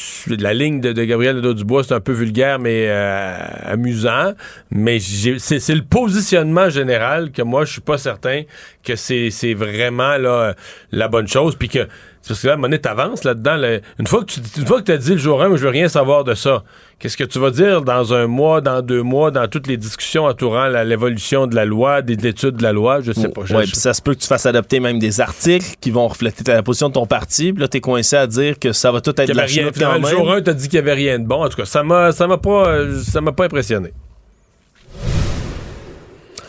la ligne de, de Gabriel Nadeau-Dubois, c'est un peu vulgaire mais euh, amusant, mais j'ai, c'est, c'est le positionnement général que moi je suis pas certain que c'est, c'est vraiment là la bonne chose, puis que c'est parce que là, à un moment donné, t'avances là-dedans. Là, une fois que tu une fois que t'as dit le jour un, je veux rien savoir de ça, qu'est-ce que tu vas dire dans un mois, dans deux mois, dans toutes les discussions entourant la, l'évolution de la loi, des études de la loi, je sais pas. Oui, puis ça se peut que tu fasses adopter même des articles qui vont refléter la position de ton parti, puis là, t'es coincé à dire que ça va tout être de la chenoute quand même. Le jour un, t'as dit qu'il y avait rien de bon. En tout cas, ça m'a, ça m'a pas, ça m'a pas impressionné.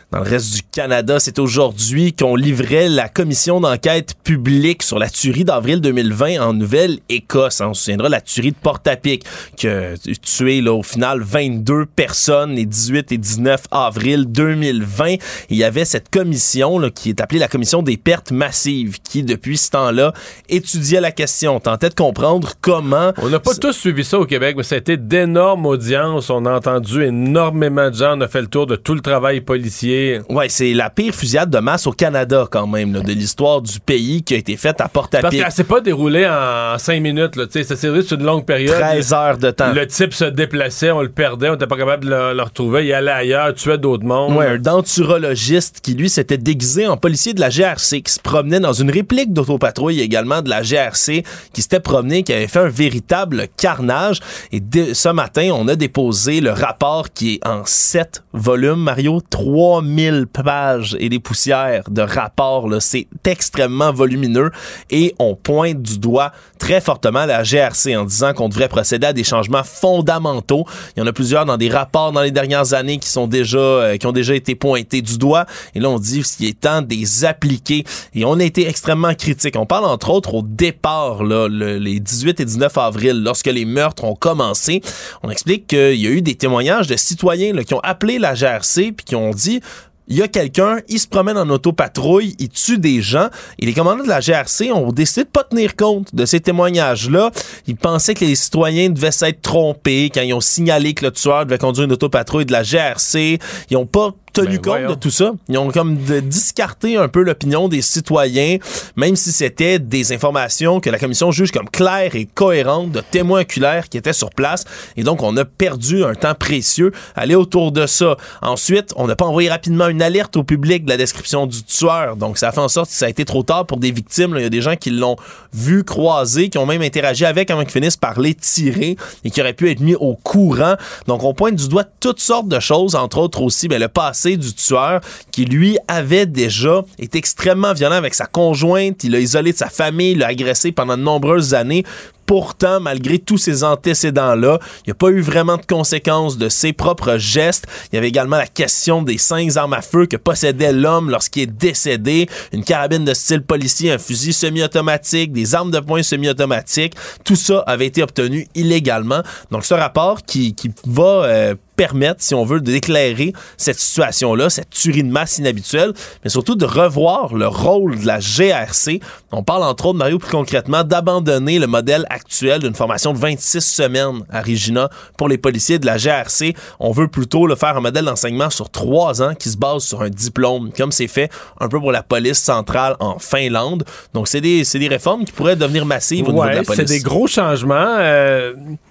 Dans le reste du Canada, c'est aujourd'hui qu'on livrait la commission d'enquête publique sur la tuerie d'avril deux mille vingt en Nouvelle-Écosse. On se souviendra la tuerie de Portapique qui a tué là, au final vingt-deux personnes les dix-huit et dix-neuf avril deux mille vingt. Il y avait cette commission là, qui est appelée la commission des pertes massives qui, depuis ce temps-là, étudiait la question, tentait de comprendre comment... On n'a pas tous suivi ça au Québec, mais ça a été d'énormes audiences. On a entendu énormément de gens. On a fait le tour de tout le travail policier. Ouais, c'est la pire fusillade de masse au Canada, quand même, là, de l'histoire du pays qui a été faite à Portapique. Parce qu'elle s'est pas déroulée en cinq minutes, là. Tu sais, ça s'est déroulé sur une longue période. treize heures de temps. Le type se déplaçait, on le perdait, on n'était pas capable de le, le retrouver. Il allait ailleurs, tuait d'autres mondes. Ouais, un denturologiste qui, lui, s'était déguisé en policier de la G R C, qui se promenait dans une réplique d'autopatrouille également de la G R C, qui s'était promené, qui avait fait un véritable carnage. Et dès ce matin, on a déposé le rapport qui est en sept volumes, Mario, trois mille pages et des poussières de rapports, là. C'est extrêmement volumineux et on pointe du doigt très fortement la G R C en disant qu'on devrait procéder à des changements fondamentaux. Il y en a plusieurs dans des rapports dans les dernières années qui sont déjà, euh, qui ont déjà été pointés du doigt et là on dit qu'il est temps de les appliquer et on a été extrêmement critique. On parle entre autres au départ, là, le, les dix-huit et dix-neuf avril, lorsque les meurtres ont commencé. On explique qu'il y a eu des témoignages de citoyens là, qui ont appelé la G R C puis qui ont dit il y a quelqu'un, il se promène en autopatrouille, il tue des gens, et les commandants de la G R C ont décidé de pas tenir compte de ces témoignages-là. Ils pensaient que les citoyens devaient s'être trompés quand ils ont signalé que le tueur devait conduire une autopatrouille de la G R C. Ils ont pas tenu ben compte voyons. de tout ça. Ils ont comme de discarté un peu l'opinion des citoyens, même si c'était des informations que la commission juge comme claires et cohérentes, de témoins oculaires qui étaient sur place. Et donc, on a perdu un temps précieux à aller autour de ça. Ensuite, on n'a pas envoyé rapidement une alerte au public de la description du tueur. Donc, ça a fait en sorte que ça a été trop tard pour des victimes. Là, il y a des gens qui l'ont vu croiser, qui ont même interagi avec avant qu'ils finissent par les tirer et qui auraient pu être mis au courant. Donc, on pointe du doigt toutes sortes de choses, entre autres aussi ben, le passé du tueur qui, lui, avait déjà été extrêmement violent avec sa conjointe. Il l'a isolé de sa famille, il l'a agressé pendant de nombreuses années. Pourtant, malgré tous ces antécédents-là, il n'y a pas eu vraiment de conséquences de ses propres gestes. Il y avait également la question des cinq armes à feu que possédait l'homme lorsqu'il est décédé. Une carabine de style policier, un fusil semi-automatique, des armes de poing semi-automatiques. Tout ça avait été obtenu illégalement. Donc, ce rapport qui, qui va... Euh, permettre, si on veut, d'éclairer cette situation-là, cette tuerie de masse inhabituelle, mais surtout de revoir le rôle de la G R C. On parle entre autres, Mario, plus concrètement, d'abandonner le modèle actuel d'une formation de vingt-six semaines à Regina pour les policiers de la G R C. On veut plutôt le faire un modèle d'enseignement sur trois ans qui se base sur un diplôme, comme c'est fait un peu pour la police centrale en Finlande. Donc, c'est des, c'est des réformes qui pourraient devenir massives au ouais, niveau de la police. C'est des gros changements. Euh...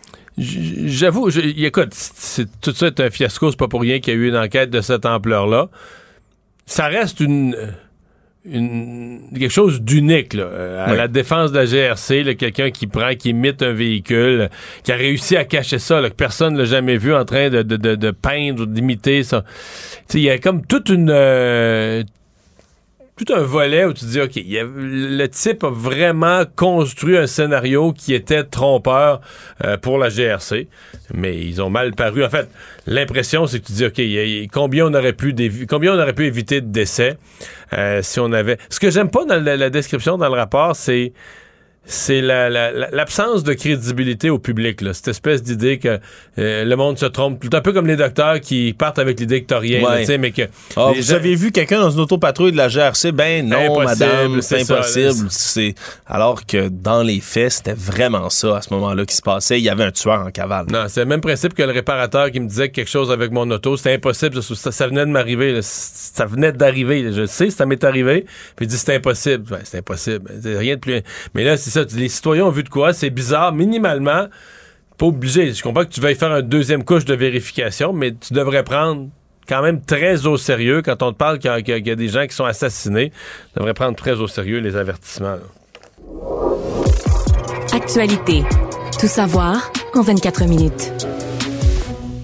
J'avoue, je, écoute, c'est, tout ça est un fiasco, c'est pas pour rien qu'il y a eu une enquête de cette ampleur-là. Ça reste une, une quelque chose d'unique là, à oui. la défense de la G R C, là, quelqu'un qui prend, qui imite un véhicule, qui a réussi à cacher ça, là, que personne ne l'a jamais vu en train de, de, de, de peindre ou d'imiter ça. Il y a comme toute une... Euh, tout un volet où tu te dis, OK, y a, le type a vraiment construit un scénario qui était trompeur euh, pour la G R C, mais ils ont mal paru. En fait, l'impression, c'est que tu te dis, OK, y a, y a, combien, on aurait pu dévi- combien on aurait pu éviter de décès euh, si on avait... Ce que j'aime pas dans la, la description, dans le rapport, c'est... c'est la, la, la, l'absence de crédibilité au public, là. Cette espèce d'idée que euh, le monde se trompe. Tout un peu comme les docteurs qui partent avec l'idée que t'as rien, ouais. là, mais que... Oh, vous gens... avez vu quelqu'un dans une autopatrouille de la G R C? Ben non, impossible, madame, c'est, c'est impossible. Ça, c'est... Alors que dans les faits, c'était vraiment ça, à ce moment-là, qui se passait. Il y avait un tueur en cavale. Non, c'est le même principe que le réparateur qui me disait quelque chose avec mon auto. C'était impossible. Ça, ça venait de m'arriver. Là. Ça venait d'arriver. Là. Je sais, ça m'est arrivé. Puis il dit, c'est impossible. Ouais, c'est impossible. C'est rien de plus... Mais là, c'est ça. Les citoyens ont vu de quoi? C'est bizarre. Minimalement, pas obligé. Je comprends que tu veuilles faire une deuxième couche de vérification, mais tu devrais prendre quand même très au sérieux, quand on te parle qu'il y a, qu'il y a des gens qui sont assassinés, tu devrais prendre très au sérieux les avertissements. Là. Actualité. Tout savoir en vingt-quatre minutes.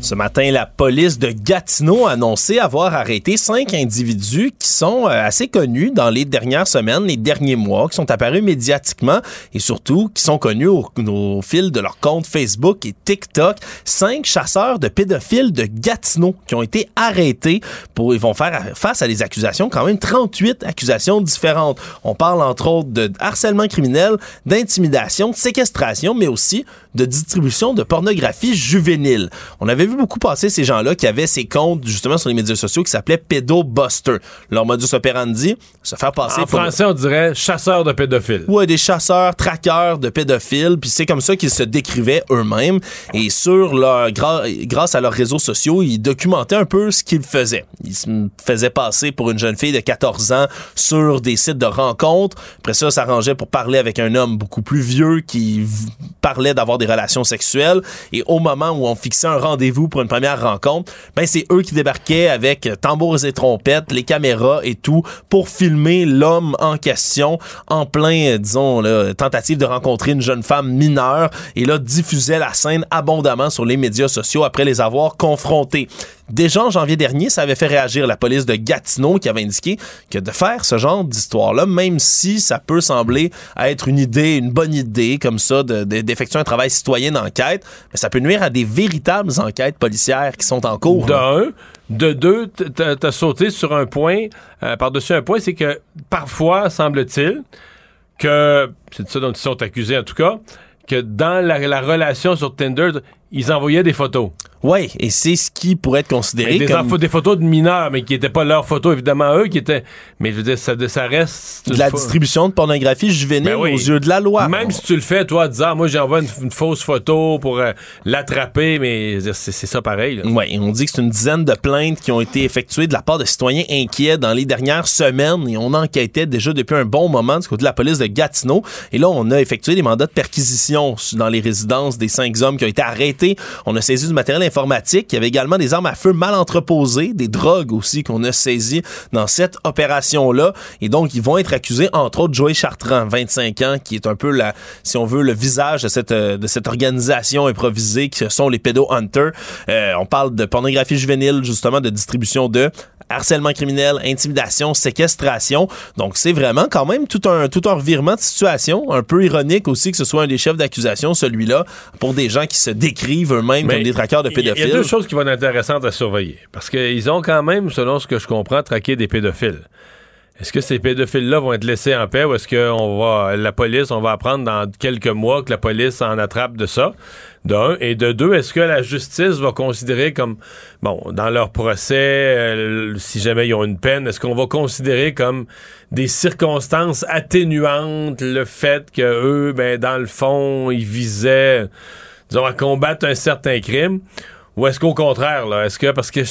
Ce matin, la police de Gatineau a annoncé avoir arrêté cinq individus qui sont euh, assez connus dans les dernières semaines, les derniers mois, qui sont apparus médiatiquement et surtout qui sont connus au, au fil de leur compte Facebook et TikTok. Cinq chasseurs de pédophiles de Gatineau qui ont été arrêtés pour, ils vont faire face à des accusations, quand même trente-huit accusations différentes. On parle entre autres de harcèlement criminel, d'intimidation, de séquestration, mais aussi de distribution de pornographie juvénile. On avait vu beaucoup passer ces gens-là qui avaient ces comptes justement sur les médias sociaux qui s'appelaient Pédobuster. Leur modus operandi, se faire passer en pour... français, on dirait chasseurs de pédophiles. Ouais, des chasseurs, traqueurs de pédophiles, puis c'est comme ça qu'ils se décrivaient eux-mêmes. Et sur leur, gra- grâce à leurs réseaux sociaux, ils documentaient un peu ce qu'ils faisaient. Ils se faisaient passer pour une jeune fille de quatorze ans sur des sites de rencontres. Après ça, s'arrangeaient pour parler avec un homme beaucoup plus vieux qui v- parlait d'avoir des relations sexuelles. Et au moment où on fixait un rendez-vous pour une première rencontre, ben c'est eux qui débarquaient avec tambours et trompettes, les caméras et tout pour filmer l'homme en question en plein, disons, là, tentative de rencontrer une jeune femme mineure et là diffusaient la scène abondamment sur les médias sociaux après les avoir confrontés. Déjà en janvier dernier, ça avait fait réagir la police de Gatineau qui avait indiqué que de faire ce genre d'histoire-là, même si ça peut sembler être une idée, une bonne idée comme ça, de, de, d'effectuer un travail citoyen d'enquête, mais ça peut nuire à des véritables enquêtes policières qui sont en cours. De un. De deux, t'as, t'as sauté sur un point, euh, par-dessus un point, c'est que parfois, semble-t-il, que, c'est de ça dont ils sont accusés en tout cas, que dans la, la relation sur Tinder, ils envoyaient des photos. Oui, et c'est ce qui pourrait être considéré des, comme... Infos, des photos de mineurs, mais qui n'étaient pas leurs photos, évidemment, eux, qui étaient... Mais je veux dire, ça, ça reste... de la fa... distribution de pornographie juvénile ben oui. aux yeux de la loi. Même si tu le fais, toi, en disant, moi, j'envoie une, une fausse photo pour euh, l'attraper, mais c'est, c'est ça pareil. Oui, on dit que c'est une dizaine de plaintes qui ont été effectuées de la part de citoyens inquiets dans les dernières semaines, et on enquêtait déjà depuis un bon moment du côté de la police de Gatineau. Et là, on a effectué des mandats de perquisition dans les résidences des cinq hommes qui ont été arrêtés. On a saisi du matériel informatique. Il y avait également des armes à feu mal entreposées, des drogues aussi qu'on a saisies dans cette opération-là. Et donc, ils vont être accusés, entre autres, Joey Chartrand, vingt-cinq ans, qui est un peu, la, si on veut, le visage de cette, de cette organisation improvisée qui sont les Pédo-Hunters. Euh, on parle de pornographie juvénile, justement, de distribution de harcèlement criminel, intimidation, séquestration. Donc, c'est vraiment quand même tout un, tout un revirement de situation. Un peu ironique aussi que ce soit un des chefs d'accusation, celui-là, pour des gens qui se décrivent eux-mêmes Mais comme des traqueurs de pédophiles. Il y a deux choses qui vont être intéressantes à surveiller. Parce qu'ils ont quand même, selon ce que je comprends, traqué des pédophiles. Est-ce que ces pédophiles-là vont être laissés en paix ou est-ce que on va, la police, on va apprendre dans quelques mois que la police en attrape de ça? D'un. Et de deux, est-ce que la justice va considérer comme, bon, dans leur procès, euh, si jamais ils ont une peine, est-ce qu'on va considérer comme des circonstances atténuantes le fait que eux, ben, dans le fond, ils visaient, disons, à combattre un certain crime? Ou est-ce qu'au contraire, là, est-ce que, parce que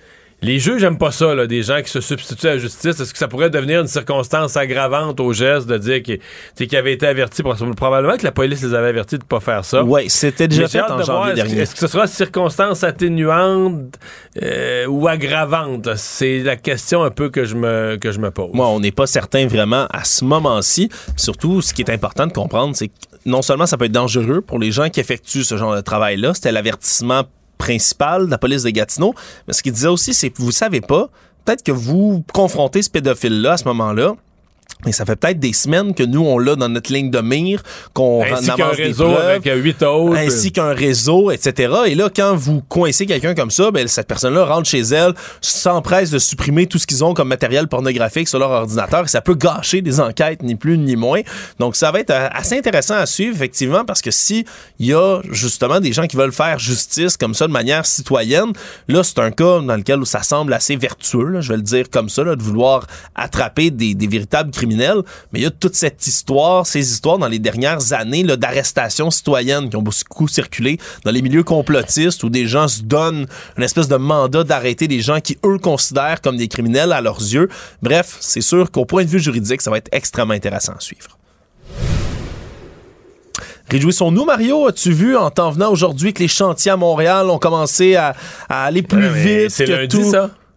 les juges n'aiment pas ça, là, des gens qui se substituent à la justice. Est-ce que ça pourrait devenir une circonstance aggravante au geste de dire qu'ils, qu'ils avaient été avertis? Probablement que la police les avait avertis de ne pas faire ça. Oui, c'était déjà fait en janvier dernier. Est-ce, est-ce que ce sera circonstance atténuante euh, ou aggravante? Là? C'est la question un peu que je me, que je me pose. Moi, on n'est pas certain vraiment à ce moment-ci. Surtout, ce qui est important de comprendre, c'est que non seulement ça peut être dangereux pour les gens qui effectuent ce genre de travail-là, c'était l'avertissement principal de la police de Gatineau, mais ce qu'il disait aussi, c'est que vous savez pas, peut-être que vous confrontez ce pédophile-là à ce moment-là, mais ça fait peut-être des semaines que nous, on l'a dans notre ligne de mire, qu'on ainsi avance qu'un des réseau preuves, avec huit autres. ainsi qu'un réseau, et cetera. Et là, quand vous coincez quelqu'un comme ça, ben, cette personne-là rentre chez elle, s'empresse de supprimer tout ce qu'ils ont comme matériel pornographique sur leur ordinateur, et ça peut gâcher des enquêtes, ni plus ni moins. Donc, ça va être assez intéressant à suivre, effectivement, parce que si il y a justement des gens qui veulent faire justice comme ça de manière citoyenne, là, c'est un cas dans lequel ça semble assez vertueux, là, je vais le dire comme ça, là, de vouloir attraper des, des véritables criminels. Mais il y a toute cette histoire, ces histoires dans les dernières années là, d'arrestations citoyennes qui ont beaucoup circulé dans les milieux complotistes où des gens se donnent une espèce de mandat d'arrêter des gens qui, eux, considèrent comme des criminels à leurs yeux. Bref, c'est sûr qu'au point de vue juridique, ça va être extrêmement intéressant à suivre. Réjouissons-nous, Mario. As-tu vu en t'en venant aujourd'hui que les chantiers à Montréal ont commencé à, à aller plus ouais, vite c'est que lundi, tout? Ça?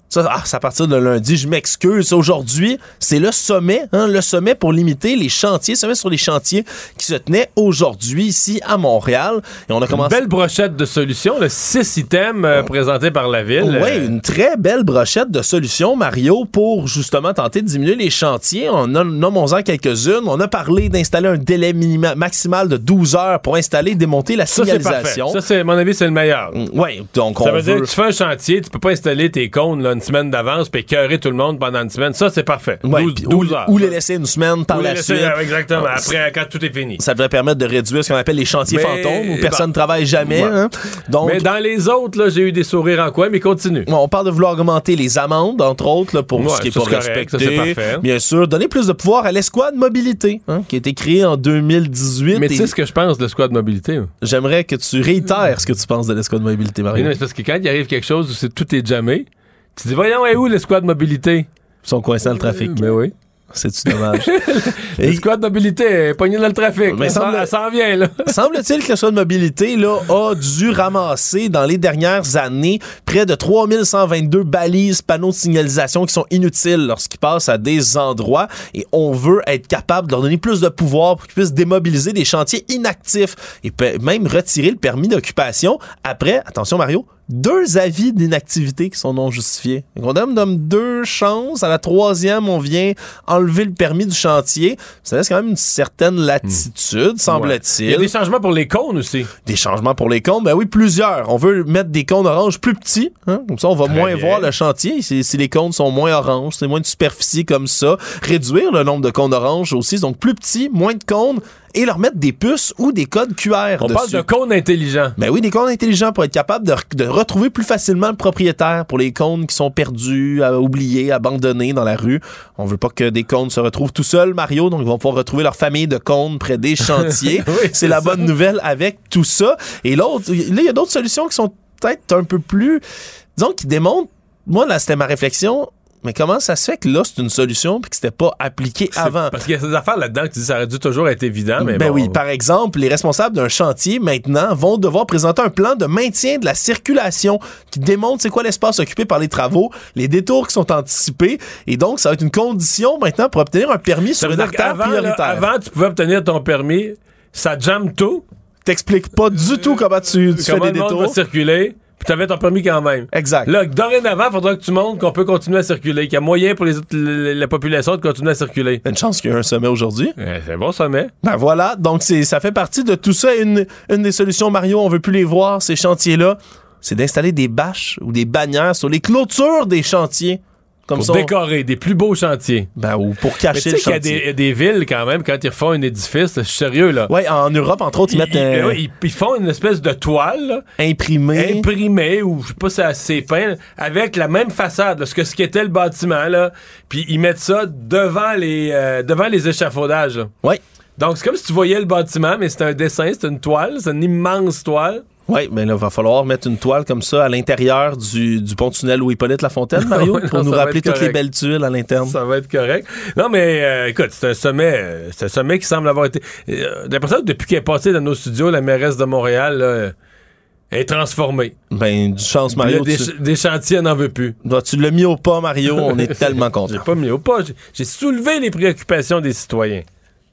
Ça, ah, c'est à partir de lundi, je m'excuse. Aujourd'hui, c'est le sommet, hein, le sommet pour limiter les chantiers, sommet sur les chantiers qui se tenait aujourd'hui ici à Montréal. Et on a commencé... Une belle brochette de solutions, le six items euh, présentés par la ville. Oui, euh... une très belle brochette de solutions, Mario, pour justement tenter de diminuer les chantiers. On a, nommons-en quelques-unes. On a parlé d'installer un délai minima, maximal de douze heures pour installer et démonter la ça, signalisation. C'est Ça, c'est, à mon avis, c'est le meilleur. Oui, donc ça on veut veut... dire que tu fais un chantier, tu peux pas installer tes cônes là, une semaine d'avance puis écœurer tout le monde pendant une semaine. Ça, c'est parfait. Ouais, douze, ou, douze heures. Ou les laisser une semaine par ou la les laisser, suite. Exactement. Après, quand tout est fini. Ça devrait permettre de réduire ce qu'on appelle les chantiers mais, fantômes où personne ne bah, travaille jamais. Ouais. Hein? Donc, mais dans les autres, là, j'ai eu des sourires en coin, mais continue. On parle de vouloir augmenter les amendes, entre autres, là, pour ouais, ce qui n'est pas correct, respecté. Ça, c'est parfait. Bien sûr, donner plus de pouvoir à l'escouade mobilité, hein, qui a été créée en deux mille dix-huit. Mais tu sais ce que je pense de l'escouade mobilité? Hein? J'aimerais que tu réitères ce que tu penses de l'escouade mobilité, Mario. Mais non, c'est parce que quand il arrive quelque chose où c'est, tout est jamais, tu dis, voyons, est où l'escouade mobilité? Ils sont coincés dans le trafic. Mais oui. C'est-tu dommage? L'escouade mobilité est pognée dans le trafic. Mais elle, semble... elle s'en vient, là. Semble-t-il que l'escouade mobilité là, a dû ramasser dans les dernières années près de trois mille cent vingt-deux balises, panneaux de signalisation qui sont inutiles lorsqu'ils passent à des endroits et on veut être capable de leur donner plus de pouvoir pour qu'ils puissent démobiliser des chantiers inactifs et même retirer le permis d'occupation après, attention Mario, deux avis d'inactivité qui sont non justifiés. On donne deux chances. À la troisième, on vient enlever le permis du chantier. Ça laisse quand même une certaine latitude, mmh. semble-t-il. Il y a des changements pour les cônes aussi. Des changements pour les cônes? Ben oui, plusieurs. On veut mettre des cônes orange plus petits. Hein? Comme ça, on va Très moins bien. voir le chantier. Si, si les cônes sont moins orange, c'est moins de superficie comme ça. Réduire le nombre de cônes orange aussi. Donc, plus petits, moins de cônes. Et leur mettre des puces ou des codes Q R On dessus. parle de cônes intelligents. Ben oui, des cônes intelligents pour être capable de, de retrouver plus facilement le propriétaire pour les cônes qui sont perdus, à, oubliés, abandonnés dans la rue. On veut pas que des cônes se retrouvent tout seuls, Mario, donc ils vont pouvoir retrouver leur famille de cônes près des chantiers. oui, c'est, c'est la bonne nouvelle avec tout ça. Et l'autre, là, il y a d'autres solutions qui sont peut-être un peu plus, disons, qui démontrent, moi, là, c'était ma réflexion. Mais comment ça se fait que là, c'est une solution et que c'était pas appliqué c'est avant? Parce qu'il y a ces affaires là-dedans que tu dis ça aurait dû toujours être évident. Mais ben bon. oui, par exemple, les responsables d'un chantier, maintenant, vont devoir présenter un plan de maintien de la circulation qui démontre c'est quoi l'espace occupé par les travaux, les détours qui sont anticipés. Et donc, ça va être une condition maintenant pour obtenir un permis ça sur une artère avant, prioritaire. Là, avant, tu pouvais obtenir ton permis, ça jamme tout. T'expliques pas du tout comment tu, tu comment fais des le monde détours. va circuler. Puis t'avais ton permis quand même. Exact. Là, dorénavant, il faudra que tu montres qu'on peut continuer à circuler, qu'il y a moyen pour les autres, la population de continuer à circuler. Une chance qu'il y ait un sommet aujourd'hui. Ouais, c'est un bon sommet. Ben voilà, donc c'est, ça fait partie de tout ça. Une, une des solutions, Mario, on veut plus les voir, ces chantiers-là, c'est d'installer des bâches ou des bannières sur les clôtures des chantiers. Comme pour ça, décorer des plus beaux chantiers. Ben, ou pour cacher le chantier. Mais tu sais qu'il y a des, des villes, quand même, quand ils refont un édifice, je suis sérieux, là. Oui, en Europe, entre autres, ils, ils mettent... Ils, un... ils, ils font une espèce de toile, là, imprimée. Imprimée, ou je sais pas si c'est peint, avec la même façade, là, ce que ce qu'était le bâtiment, là. Puis ils mettent ça devant les, euh, devant les échafaudages. Oui. Donc, c'est comme si tu voyais le bâtiment, mais c'est un dessin, c'est une toile, c'est une immense toile. Oui, mais là, il va falloir mettre une toile comme ça à l'intérieur du, du pont-tunnel Louis-Hippolyte Lafontaine, Mario, non, pour nous rappeler toutes les belles tuiles à l'interne. Ça va être correct. Non, mais euh, écoute, c'est un sommet euh, c'est un sommet qui semble avoir été... Euh, l'impression que depuis qu'elle est passée dans nos studios, la mairesse de Montréal là, est transformée. Ben, du chance, Mario. Là, des, tu... ch- des chantiers, elle n'en veut plus. Ben, tu l'as mis au pas, Mario, on est tellement contents. J'ai pas mis au pas, j'ai, j'ai soulevé les préoccupations des citoyens.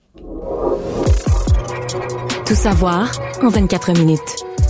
Tout savoir en vingt-quatre minutes.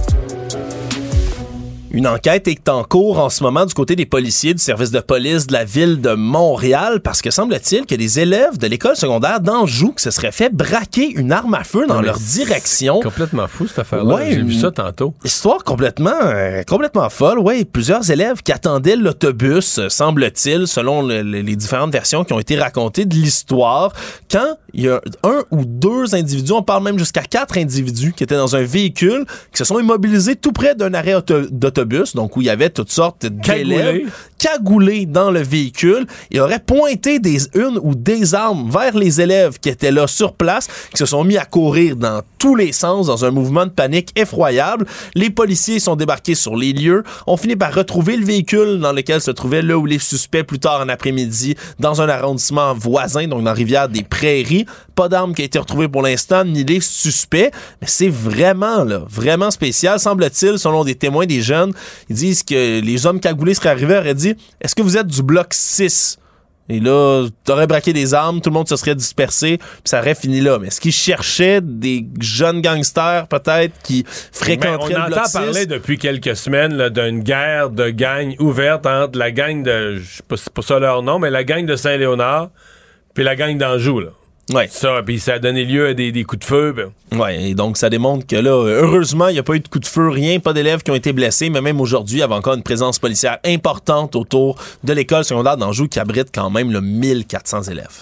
Une enquête est en cours en ce moment du côté des policiers du service de police de la ville de Montréal parce que semble-t-il que des élèves de l'école secondaire d'Anjou qui se seraient fait braquer une arme à feu dans non, leur direction. Complètement fou cette affaire-là. Ouais, j'ai vu ça tantôt. Histoire complètement, euh, complètement folle. Oui, plusieurs élèves qui attendaient l'autobus, euh, semble-t-il, selon le, le, les différentes versions qui ont été racontées de l'histoire, quand il y a un ou deux individus, on parle même jusqu'à quatre individus qui étaient dans un véhicule, qui se sont immobilisés tout près d'un arrêt auto- d'autobus. Donc où il y avait toutes sortes d'élèves cagoulés dans le véhicule. Il aurait pointé des une ou des armes vers les élèves qui étaient là sur place, qui se sont mis à courir dans tous les sens dans un mouvement de panique effroyable. Les policiers sont débarqués sur les lieux. On finit par retrouver le véhicule dans lequel se trouvait là où les suspects plus tard en après-midi dans un arrondissement voisin, donc dans Rivière-des-Prairies. Pas d'armes qui a été retrouvée pour l'instant, ni les suspects. Mais c'est vraiment, là, vraiment spécial, semble-t-il, selon des témoins des jeunes. Ils disent que les hommes cagoulés seraient arrivés, auraient dit dit, est-ce que vous êtes du bloc six? Et là, t'aurais braqué des armes, tout le monde se serait dispersé, puis ça aurait fini là. Mais est-ce qu'ils cherchaient des jeunes gangsters, peut-être, qui fréquenteraient ben, le bloc six? On entend parler depuis quelques semaines là, d'une guerre de gangs ouverte entre la gang de, je sais pas si c'est pas ça leur nom, mais la gang de Saint-Léonard, puis la gang d'Anjou, là. Ouais. Ça, puis ça a donné lieu à des, des coups de feu. Ben. Ouais, et donc ça démontre que là, heureusement, il n'y a pas eu de coups de feu, rien, pas d'élèves qui ont été blessés, mais même aujourd'hui, il y avait encore une présence policière importante autour de l'école secondaire d'Anjou qui abrite quand même le mille quatre cents élèves.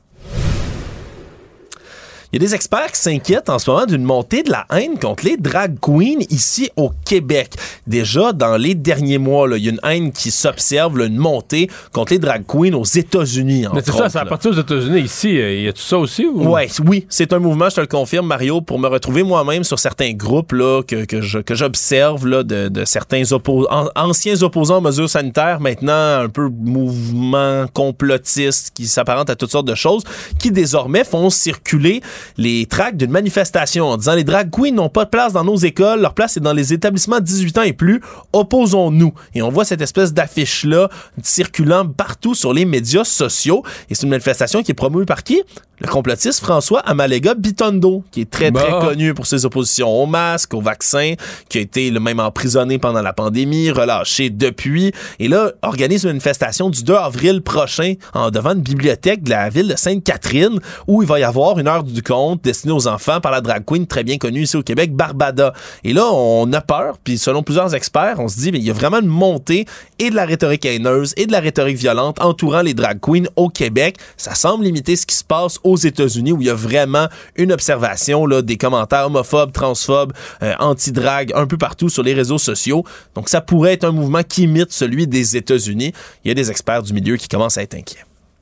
Il y a des experts qui s'inquiètent en ce moment d'une montée de la haine contre les drag queens ici au Québec. Déjà, dans les derniers mois, là, il y a une haine qui s'observe, là, une montée contre les drag queens aux États-Unis. Mais c'est ça, c'est à partir aux États-Unis. Ici, il y a tout ça aussi? Ou? Ouais, oui, c'est un mouvement, je te le confirme, Mario, pour me retrouver moi-même sur certains groupes là, que, que, je, que j'observe là, de, de certains oppo- an- anciens opposants aux mesures sanitaires, maintenant un peu mouvements complotistes qui s'apparentent à toutes sortes de choses, qui désormais font circuler les tracts d'une manifestation en disant les drag queens n'ont pas de place dans nos écoles, leur place est dans les établissements de dix-huit ans et plus, opposons-nous. Et on voit cette espèce d'affiche-là circulant partout sur les médias sociaux. Et c'est une manifestation qui est promoue par qui? Le complotiste François Amalega Bitondo, qui est très, très bah. connu pour ses oppositions au masque, au vaccin, qui a été le même emprisonné pendant la pandémie, relâché depuis. Et là, organise une manifestation du deux avril prochain en devant une bibliothèque de la ville de Sainte-Catherine, où il va y avoir une heure du conte destinée aux enfants par la drag queen très bien connue ici au Québec, Barbada. Et là, on a peur, puis selon plusieurs experts, on se dit, mais il y a vraiment une montée et de la rhétorique haineuse et de la rhétorique violente entourant les drag queens au Québec. Ça semble limiter ce qui se passe aux États-Unis, où il y a vraiment une observation là, des commentaires homophobes, transphobes, euh, anti-drag un peu partout sur les réseaux sociaux. Donc ça pourrait être un mouvement qui imite celui des États-Unis. Il y a des experts du milieu qui commencent à être inquiets.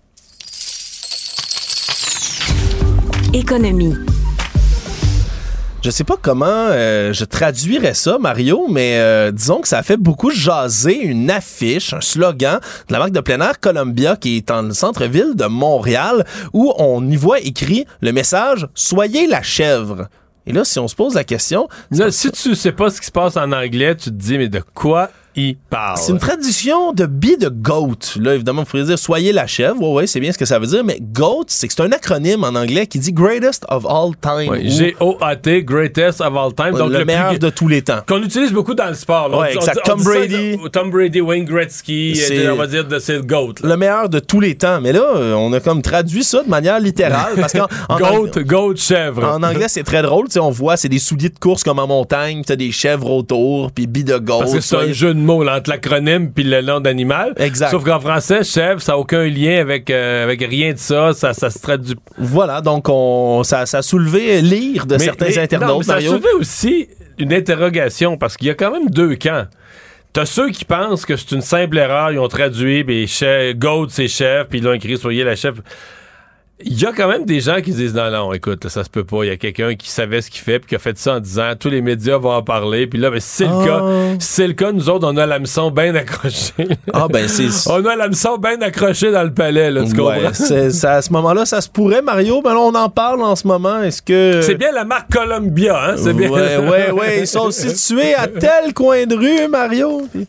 Économie. Je sais pas comment euh, je traduirais ça, Mario, mais euh, disons que ça a fait beaucoup jaser une affiche, un slogan de la marque de plein air Columbia qui est dans le centre-ville de Montréal où on y voit écrit le message « Soyez la chèvre ». Et là, si on se pose la question... Là, si tu sais pas ce qui se passe en anglais, tu te dis « Mais de quoi il parle? » C'est une traduction de « be the goat ». Là, évidemment, il faudrait dire « Soyez la chèvre ». Ouais, ouais, c'est bien ce que ça veut dire. Mais « goat », c'est que c'est un acronyme en anglais qui dit « Greatest of all time ouais, ». G O A T, Greatest of all time. Donc, le, le meilleur plus... de tous les temps. Qu'on utilise beaucoup dans le sport. Là. Ouais, on, exact. on, on Tom Brady. Ça, Tom Brady, Wayne Gretzky, c'est, on va dire que c'est le GOAT. Là. Le meilleur de tous les temps. Mais là, on a comme traduit ça de manière littérale. Parce qu'en, en goat, ang... goat, chèvre. En anglais, c'est très drôle. On voit, c'est des souliers de course comme en montagne, t'as des chèvres autour, puis be the goat. Parce que c'est un jeu de mots là, entre l'acronyme puis le nom d'animal. Exact. Sauf qu'en français, chèvre, ça n'a aucun lien avec, euh, avec rien de ça. Ça, ça se traduit. Voilà, donc on, ça, ça a soulevé l'ire de mais, certains mais, internautes, non, mais ça Mario. Ça a soulevé aussi une interrogation, parce qu'il y a quand même deux camps. T'as ceux qui pensent que c'est une simple erreur, ils ont traduit, puis chef, Goat, c'est chef, puis ils l'ont écrit, soyez la chef. Il y a quand même des gens qui disent non, non, écoute, là, ça se peut pas. Il y a quelqu'un qui savait ce qu'il fait puis qui a fait ça en disant tous les médias vont en parler. Puis là, ben, si c'est oh. le cas, si c'est le cas, nous autres, on a l'hameçon bien accroché. Ah, ben, c'est. On a l'hameçon bien accroché dans le palais, là, tu ouais, comprends? C'est, ça, à ce moment-là, ça se pourrait, Mario. Ben là, on en parle en ce moment. Est-ce que. C'est bien la marque Columbia, hein? C'est bien. Ouais, ouais, ouais. Ils sont situés à tel coin de rue, Mario. Puis...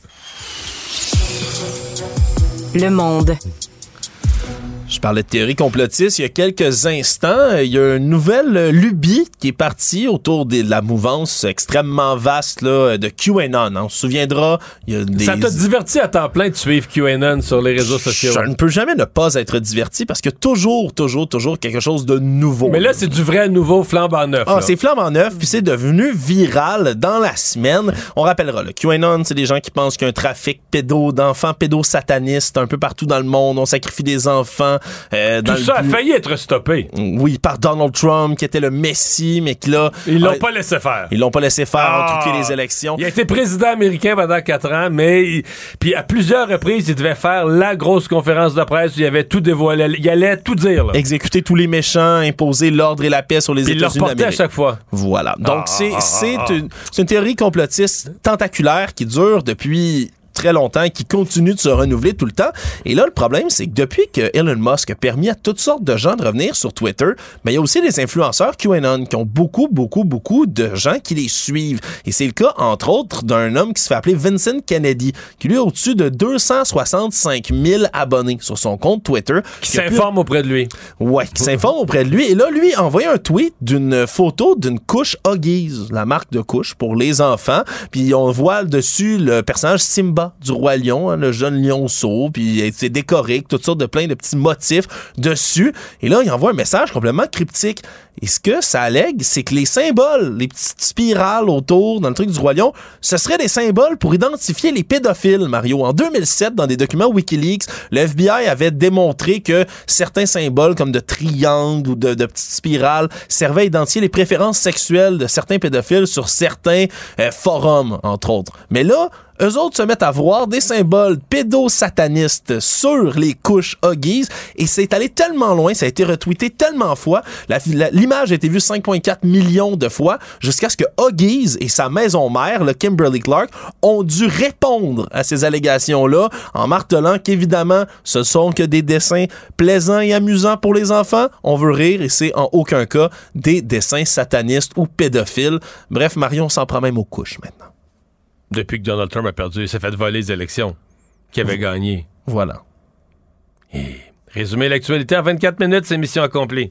Le Monde. Je parlais de théorie complotiste il y a quelques instants. Il y a une nouvelle lubie qui est partie autour de la mouvance extrêmement vaste là, de QAnon. On se souviendra... Il y a des... Ça t'a diverti à temps plein de suivre QAnon sur les réseaux sociaux? Je ne peux jamais ne pas être diverti parce que toujours, toujours, toujours quelque chose de nouveau. Mais là, c'est du vrai nouveau flambant neuf. Ah, là. c'est flambant neuf, puis c'est devenu viral dans la semaine. On rappellera, le QAnon, c'est des gens qui pensent qu'il y a un trafic pédo, d'enfants pédosatanistes un peu partout dans le monde. On sacrifie des enfants. Euh, Tout ça a failli être stoppé. Oui, par Donald Trump, qui était le messie, mais qui là... Ils l'ont euh, pas laissé faire. Ils l'ont pas laissé faire, ah, ont truqué les élections. Il a été président américain pendant quatre ans, mais il, puis à plusieurs reprises, il devait faire la grosse conférence de presse où il avait tout dévoilé. Il allait tout dire. Là. Exécuter tous les méchants, imposer l'ordre et la paix sur les puis États-Unis d'Amérique. Il le reportait à chaque fois. Voilà. Donc, ah, c'est, ah, c'est, ah, une, c'est une théorie complotiste tentaculaire qui dure depuis... très longtemps, qui continue de se renouveler tout le temps. Et là, le problème, c'est que depuis que Elon Musk a permis à toutes sortes de gens de revenir sur Twitter, mais il y a aussi des influenceurs QAnon qui ont beaucoup, beaucoup, beaucoup de gens qui les suivent. Et c'est le cas, entre autres, d'un homme qui se fait appeler Vincent Kennedy, qui lui a au-dessus de deux cent soixante-cinq mille abonnés sur son compte Twitter. Qui s'informe auprès de lui. Ouais, qui s'informe auprès de lui. Et là, lui a envoyé un tweet d'une photo d'une couche Huggies, la marque de couche pour les enfants. Puis on voit dessus le personnage Simba du Roi Lion, hein, le jeune lionceau, puis c'est décoré avec toutes sortes de plein de petits motifs dessus. Et là, il envoie un message complètement cryptique. Et ce que ça allègue, c'est que les symboles, les petites spirales autour dans le truc du Roi Lion, ce seraient des symboles pour identifier les pédophiles, Mario. En deux mille sept, dans des documents WikiLeaks, le F B I avait démontré que certains symboles comme de triangles ou de, de petites spirales servaient à identifier les préférences sexuelles de certains pédophiles sur certains euh, forums, entre autres. Mais là, eux autres se mettent à voir des symboles pédosatanistes sur les couches Huggies et c'est allé tellement loin, ça a été retweeté tellement fois, la, la, l'image a été vue cinq virgule quatre millions de fois jusqu'à ce que Huggies et sa maison mère, le Kimberly-Clark, ont dû répondre à ces allégations-là en martelant qu'évidemment, ce sont que des dessins plaisants et amusants pour les enfants. On veut rire et c'est en aucun cas des dessins satanistes ou pédophiles. Bref, Marion s'en prend même aux couches maintenant. Depuis que Donald Trump a perdu, il s'est fait voler les élections qu'il avait gagnées. Voilà. Et résumer l'actualité en vingt-quatre minutes, c'est mission accomplie.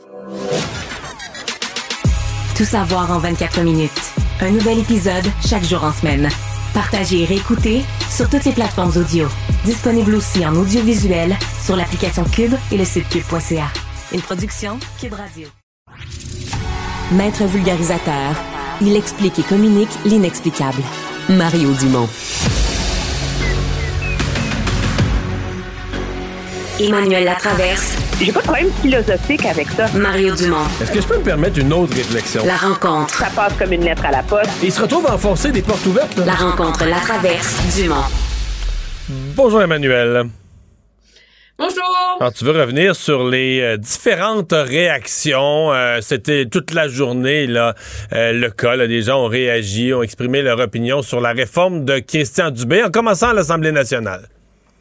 Tout savoir en vingt-quatre minutes. Un nouvel épisode chaque jour en semaine. Partagez et réécoutez sur toutes les plateformes audio. Disponible aussi en audiovisuel sur l'application Cube et le site cube point c a. Une production Cube Radio. Maître vulgarisateur, il explique et communique l'inexplicable. Mario Dumont. Emmanuel Latraverse. J'ai pas de problème philosophique avec ça. Mario Dumont. Est-ce que je peux me permettre une autre réflexion? La rencontre. Ça passe comme une lettre à la poste. Et il se retrouve à enfoncer des portes ouvertes, là. La rencontre Latraverse Dumont. Bonjour Emmanuel. Bonjour! Alors, tu veux revenir sur les euh, différentes réactions. Euh, c'était toute la journée là, euh, le cas. Là, des gens ont réagi, ont exprimé leur opinion sur la réforme de Christian Dubé, en commençant à l'Assemblée nationale.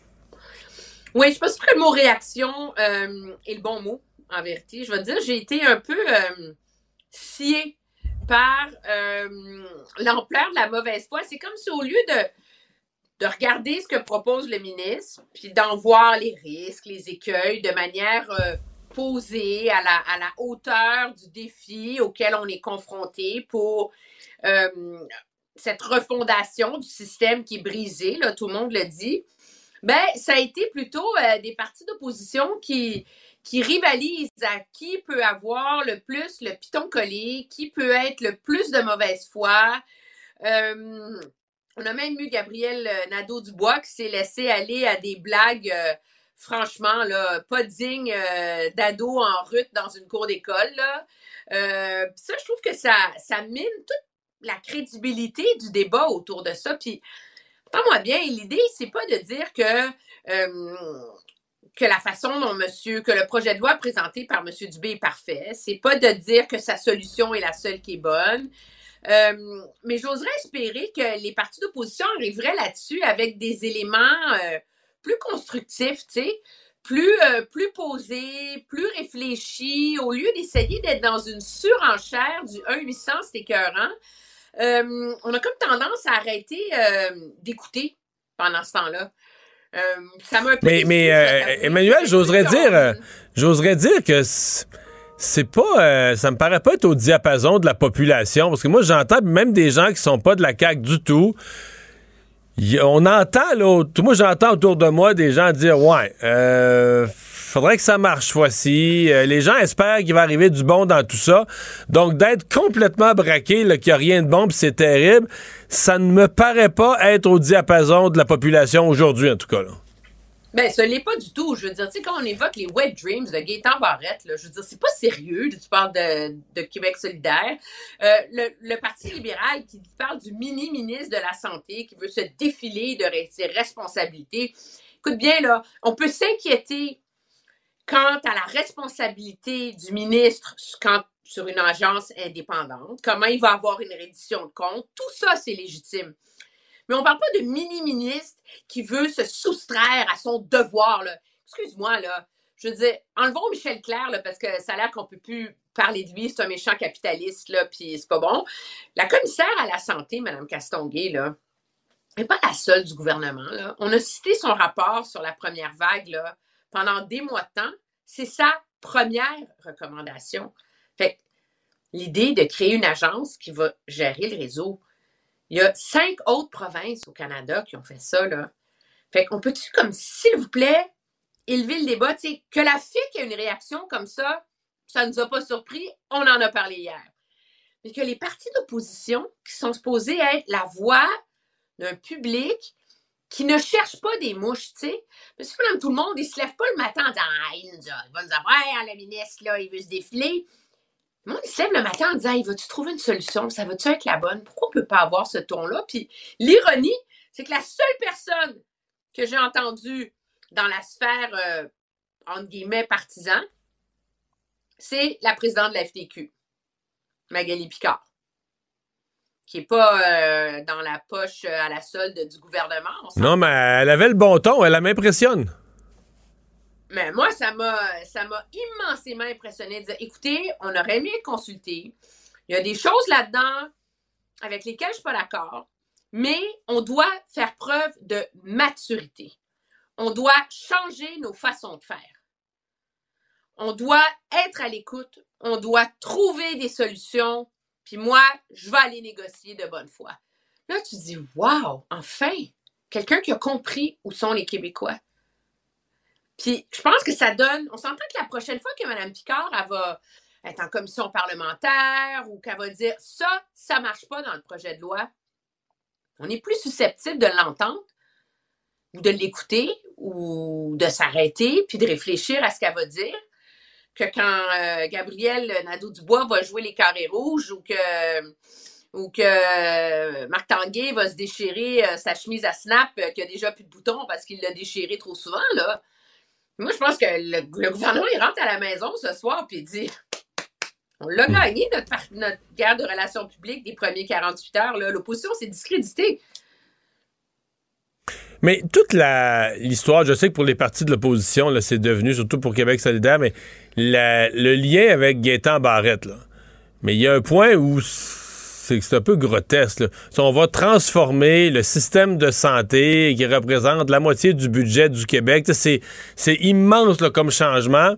Oui, je ne sais pas si le mot réaction euh, est le bon mot, en vérité. Je vais te dire, j'ai été un peu euh, sciée par euh, l'ampleur de la mauvaise foi. C'est comme si au lieu de de regarder ce que propose le ministre, puis d'en voir les risques, les écueils de manière euh, posée, à la, à la hauteur du défi auquel on est confronté pour euh, cette refondation du système qui est brisé, là, tout le monde le dit, ben, ça a été plutôt euh, des partis d'opposition qui, qui rivalisent à qui peut avoir le plus le piton collé, qui peut être le plus de mauvaise foi. Euh, On a même eu Gabriel Nadeau-Dubois qui s'est laissé aller à des blagues, euh, franchement, là, pas dignes euh, d'ado en rut dans une cour d'école. Là. Euh, ça, je trouve que ça, ça mine toute la crédibilité du débat autour de ça. Puis, entends-moi bien, l'idée, c'est pas de dire que, euh, que la façon dont monsieur, que le projet de loi présenté par M. Dubé est parfait. C'est pas de dire que sa solution est la seule qui est bonne. Euh, mais j'oserais espérer que les partis d'opposition arriveraient là-dessus avec des éléments euh, plus constructifs, tu sais, plus, euh, plus posés, plus réfléchis, au lieu d'essayer d'être dans une surenchère du un huit cents, c'est écœurant. Euh, on a comme tendance à arrêter euh, d'écouter pendant ce temps-là. Euh, ça m'a un peu mais mais euh, Emmanuel, j'oserais dire, euh, j'oserais dire que... C'est... C'est pas, euh, ça me paraît pas être au diapason de la population, parce que moi j'entends même des gens qui sont pas de la C A Q du tout. Y, on entend là, moi j'entends autour de moi des gens dire ouais, euh, faudrait que ça marche fois-ci. Euh, les gens espèrent qu'il va arriver du bon dans tout ça. Donc d'être complètement braqué, là, qu'il n'y a rien de bon, puis c'est terrible, ça ne me paraît pas être au diapason de la population aujourd'hui en tout cas là. Ben, ce n'est pas du tout. Je veux dire, tu sais, quand on évoque les wet dreams de Gaétan Barrette, là, je veux dire, c'est pas sérieux. Tu parles de, de Québec solidaire. Euh, le, le Parti libéral qui parle du mini-ministre de la Santé qui veut se défiler de ses responsabilités. Écoute bien, là, on peut s'inquiéter quant à la responsabilité du ministre quand, sur une agence indépendante, comment il va avoir une reddition de comptes. Tout ça, c'est légitime. Mais on parle pas de mini-ministre qui veut se soustraire à son devoir, là. Excuse-moi, là. Je veux dire, enlevons Michel Clerc, là, parce que ça a l'air qu'on peut plus parler de lui, c'est un méchant capitaliste, là, puis c'est pas bon. La commissaire à la santé, Mme Castonguay, là, n'est pas la seule du gouvernement, là. On a cité son rapport sur la première vague, là, pendant des mois de temps. C'est sa première recommandation. Fait que l'idée de créer une agence qui va gérer le réseau, il y a cinq autres provinces au Canada qui ont fait ça, là. Fait qu'on peut-tu, comme, s'il vous plaît, élever le débat, tu sais, que la F I C ait une réaction comme ça, ça ne nous a pas surpris, on en a parlé hier. Mais que les partis d'opposition, qui sont supposés être la voix d'un public qui ne cherche pas des mouches, tu sais. Monsieur, madame, tout le monde, il se lève pas le matin en disant « Ah, il, nous a, il va nous avoir, hein, le ministre, là, il veut se défiler. » Le monde, il se lève le matin en disant « Il va-tu trouver une solution? Ça va-tu être la bonne? Pourquoi on peut pas avoir ce ton-là? » Puis l'ironie, c'est que la seule personne que j'ai entendue dans la sphère, euh, entre guillemets, partisan, c'est la présidente de la F T Q, Magali Picard, qui n'est pas euh, dans la poche euh, à la solde du gouvernement. Non, mais elle avait le bon ton, elle m'impressionne. Mais moi, ça m'a, ça m'a immensément impressionné de dire, écoutez, on aurait aimé consulter. Il y a des choses là-dedans avec lesquelles je ne suis pas d'accord, mais on doit faire preuve de maturité. On doit changer nos façons de faire. On doit être à l'écoute. On doit trouver des solutions. Puis moi, je vais aller négocier de bonne foi. Là, tu dis, wow, enfin, quelqu'un qui a compris où sont les Québécois. Puis je pense que ça donne... On s'entend que la prochaine fois que Mme Picard, elle va être en commission parlementaire ou qu'elle va dire, ça, ça marche pas dans le projet de loi, on est plus susceptible de l'entendre ou de l'écouter ou de s'arrêter puis de réfléchir à ce qu'elle va dire que quand euh, Gabriel Nadeau-Dubois va jouer les carrés rouges ou que, ou que euh, Marc Tanguay va se déchirer euh, sa chemise à snap euh, qui a déjà plus de boutons parce qu'il l'a déchiré trop souvent, là. Moi, je pense que le, le gouvernement, il rentre à la maison ce soir puis il dit on l'a gagné, notre, notre guerre de relations publiques des premiers quarante-huit heures. Là. L'opposition s'est discréditée. Mais toute la, l'histoire, je sais que pour les partis de l'opposition, là, c'est devenu, surtout pour Québec solidaire, mais la, le lien avec Gaétan Barrette, là. Mais il y a un point où c'est, c'est un peu grotesque, là. Si on va transformer le système de santé qui représente la moitié du budget du Québec, c'est, c'est immense là, comme changement.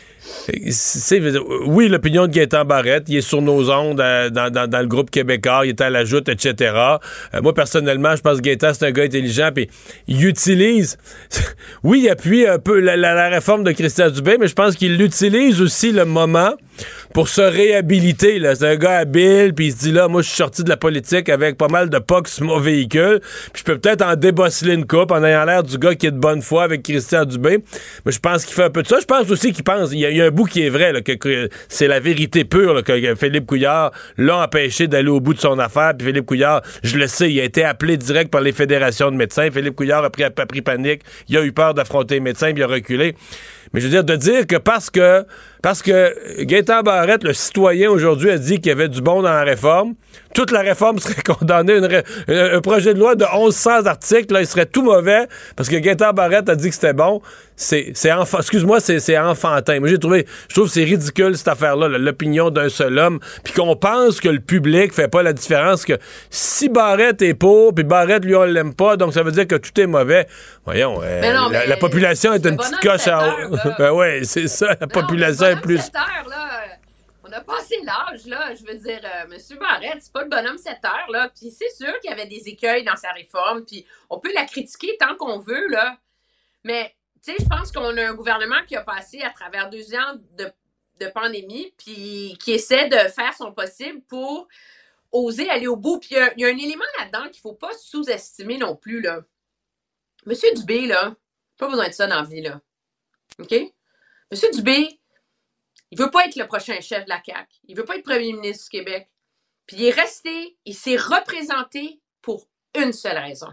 C'est, oui, l'opinion de Gaétan Barrette, il est sur nos ondes euh, dans, dans, dans le groupe québécois, il est à la joute, et cetera. Euh, moi, personnellement, je pense que Gaétan, c'est un gars intelligent, puis il utilise... oui, il appuie un peu la, la, la réforme de Christian Dubé, mais je pense qu'il utilise aussi le moment pour se réhabiliter. Là. C'est un gars habile, puis il se dit, là, moi, je suis sorti de la politique avec pas mal de pocs sur mon véhicule, puis je peux peut-être en débosseler une coupe en ayant l'air du gars qui est de bonne foi avec Christian Dubé. Mais je pense qu'il fait un peu de ça. Je pense aussi qu'il pense... Il y a, il y a un bout qui est vrai, là, que, que c'est la vérité pure, là, que Philippe Couillard l'a empêché d'aller au bout de son affaire. Puis Philippe Couillard, je le sais, il a été appelé direct par les fédérations de médecins. Philippe Couillard a pris, a pris panique. Il a eu peur d'affronter les médecins, puis il a reculé. Mais je veux dire, de dire que parce que parce que Gaétan Barrette, le citoyen, aujourd'hui, a dit qu'il y avait du bon dans la réforme, toute la réforme serait condamnée. Une ré, un, un projet de loi de mille cent articles, là, il serait tout mauvais parce que Gaétan Barrette a dit que c'était bon. C'est, c'est enfant, excuse-moi, c'est, c'est enfantin. Moi, j'ai trouvé, je trouve que c'est ridicule, cette affaire-là, là, l'opinion d'un seul homme, puis qu'on pense que le public fait pas la différence, que si Barrette est pour, puis Barrette, lui, on l'aime pas, donc ça veut dire que tout est mauvais. Voyons, euh, non, la, la population est une petite coche à haut. Ben ouais, c'est ça, la mais population non, est plus... sept heures, là, on a passé l'âge, là, je veux dire, euh, M. Barrette, c'est pas le bonhomme sept heures, là, puis c'est sûr qu'il y avait des écueils dans sa réforme, puis on peut la critiquer tant qu'on veut, là, mais... Tu sais, je pense qu'on a un gouvernement qui a passé à travers deux ans de, de pandémie puis qui essaie de faire son possible pour oser aller au bout. Puis il y, y a un élément là-dedans qu'il ne faut pas sous-estimer non plus, là. Monsieur Dubé, là, pas besoin de ça dans la vie, là. OK? Monsieur Dubé, il veut pas être le prochain chef de la C A Q. Il veut pas être premier ministre du Québec. Puis il est resté, il s'est représenté pour une seule raison.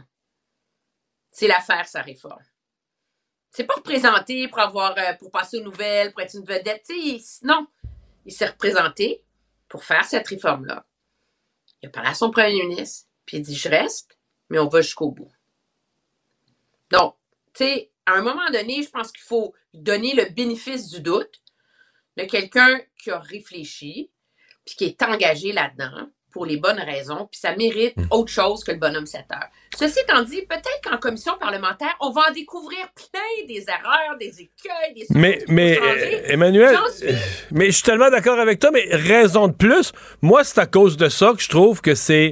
C'est la faire, sa réforme. C'est pas représenté pour avoir euh, pour passer aux nouvelles, pour être une vedette. Il, non. Il s'est représenté pour faire cette réforme-là. Il a parlé à son premier ministre, puis il dit « Je reste mais on va jusqu'au bout. Donc, tu sais, à un moment donné, je pense qu'il faut donner le bénéfice du doute de quelqu'un qui a réfléchi puis qui est engagé là-dedans pour les bonnes raisons, puis ça mérite autre chose que le bonhomme sept heures. Ceci étant dit, peut-être qu'en commission parlementaire, on va en découvrir plein des erreurs, des écueils, des... Mais, mais euh, Emmanuel, suis... mais je suis tellement d'accord avec toi, mais raison de plus, moi, c'est à cause de ça que je trouve que c'est...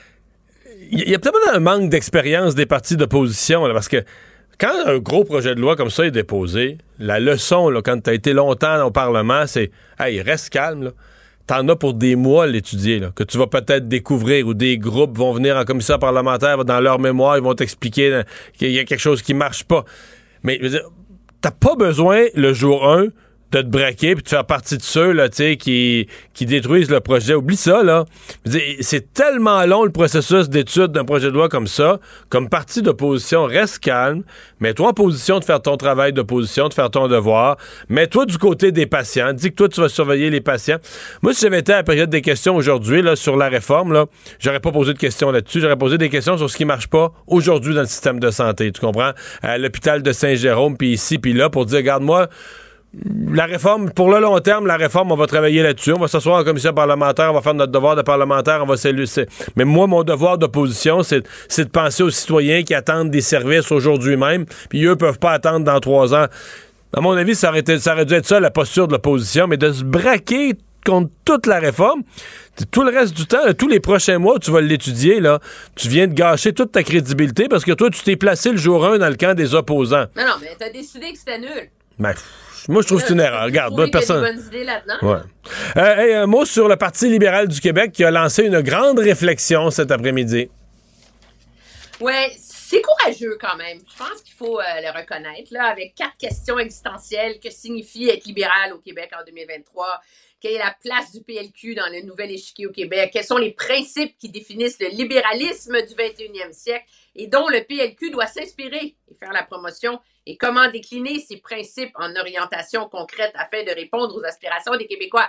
Il y a peut-être un manque d'expérience des partis d'opposition, là, parce que quand un gros projet de loi comme ça est déposé, la leçon, là, quand tu as été longtemps au Parlement, c'est « Hey, reste calme, là. » T'en as pour des mois à l'étudier, là, que tu vas peut-être découvrir, ou des groupes vont venir en commission parlementaire, dans leur mémoire, ils vont t'expliquer là, qu'il y a quelque chose qui marche pas. Mais je veux dire, t'as pas besoin, le jour un, de te braquer puis de faire partie de ceux là, qui, qui détruisent le projet. Oublie ça, là. C'est tellement long, le processus d'étude d'un projet de loi comme ça. Comme parti d'opposition, reste calme. Mets-toi en position de faire ton travail d'opposition, de faire ton devoir. Mets-toi du côté des patients. Dis que toi, tu vas surveiller les patients. Moi, si j'avais été à la période des questions aujourd'hui là, sur la réforme, là, j'aurais pas posé de questions là-dessus. J'aurais posé des questions sur ce qui marche pas aujourd'hui dans le système de santé. Tu comprends? À l'hôpital de Saint-Jérôme, puis ici, puis là, pour dire, regarde-moi, la réforme, pour le long terme, la réforme, on va travailler là-dessus. On va s'asseoir en commission parlementaire, on va faire notre devoir de parlementaire, on va s'élucider. Mais moi, mon devoir d'opposition, c'est, c'est de penser aux citoyens qui attendent des services aujourd'hui même, puis eux peuvent pas attendre dans trois ans. À mon avis, ça aurait, été, ça aurait dû être ça, la posture de l'opposition, mais de se braquer contre toute la réforme, tout le reste du temps, là, tous les prochains mois, tu vas l'étudier, là, tu viens de gâcher toute ta crédibilité parce que toi, tu t'es placé le jour un dans le camp des opposants. Non, non, mais t'as décidé que c'était nul. Ben, moi, je trouve que c'est une erreur. Regarde, moi, personne. Il y a des bonnes idées là-dedans. Ouais. Euh, hey, un mot sur le Parti libéral du Québec qui a lancé une grande réflexion cet après-midi. Oui, c'est courageux quand même. Je pense qu'il faut euh, le reconnaître, là, avec quatre questions existentielles. Que signifie être libéral au Québec en deux mille vingt-trois? Quelle est la place du P L Q dans le nouvel échiquier au Québec? Quels sont les principes qui définissent le libéralisme du vingt et unième siècle et dont le P L Q doit s'inspirer et faire la promotion? Et comment décliner ces principes en orientation concrète afin de répondre aux aspirations des Québécois?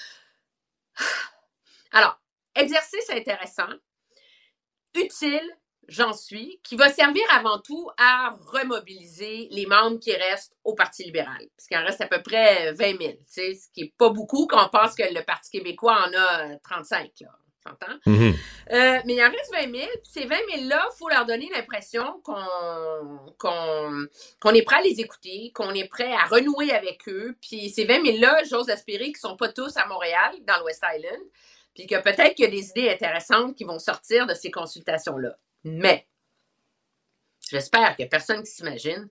Alors, exercice intéressant, utile, j'en suis, qui va servir avant tout à remobiliser les membres qui restent au Parti libéral. Parce qu'il en reste à peu près vingt mille, tu sais, ce qui n'est pas beaucoup quand on pense que le Parti québécois en a trente-cinq, là. Mm-hmm. Euh, mais il en reste vingt mille. Puis ces vingt mille-là, il faut leur donner l'impression qu'on, qu'on, qu'on est prêt à les écouter, qu'on est prêt à renouer avec eux. Puis ces vingt mille-là, j'ose espérer qu'ils ne sont pas tous à Montréal, dans l'West Island, puis que peut-être qu'il y a des idées intéressantes qui vont sortir de ces consultations-là. Mais j'espère qu'il n'y a personne qui s'imagine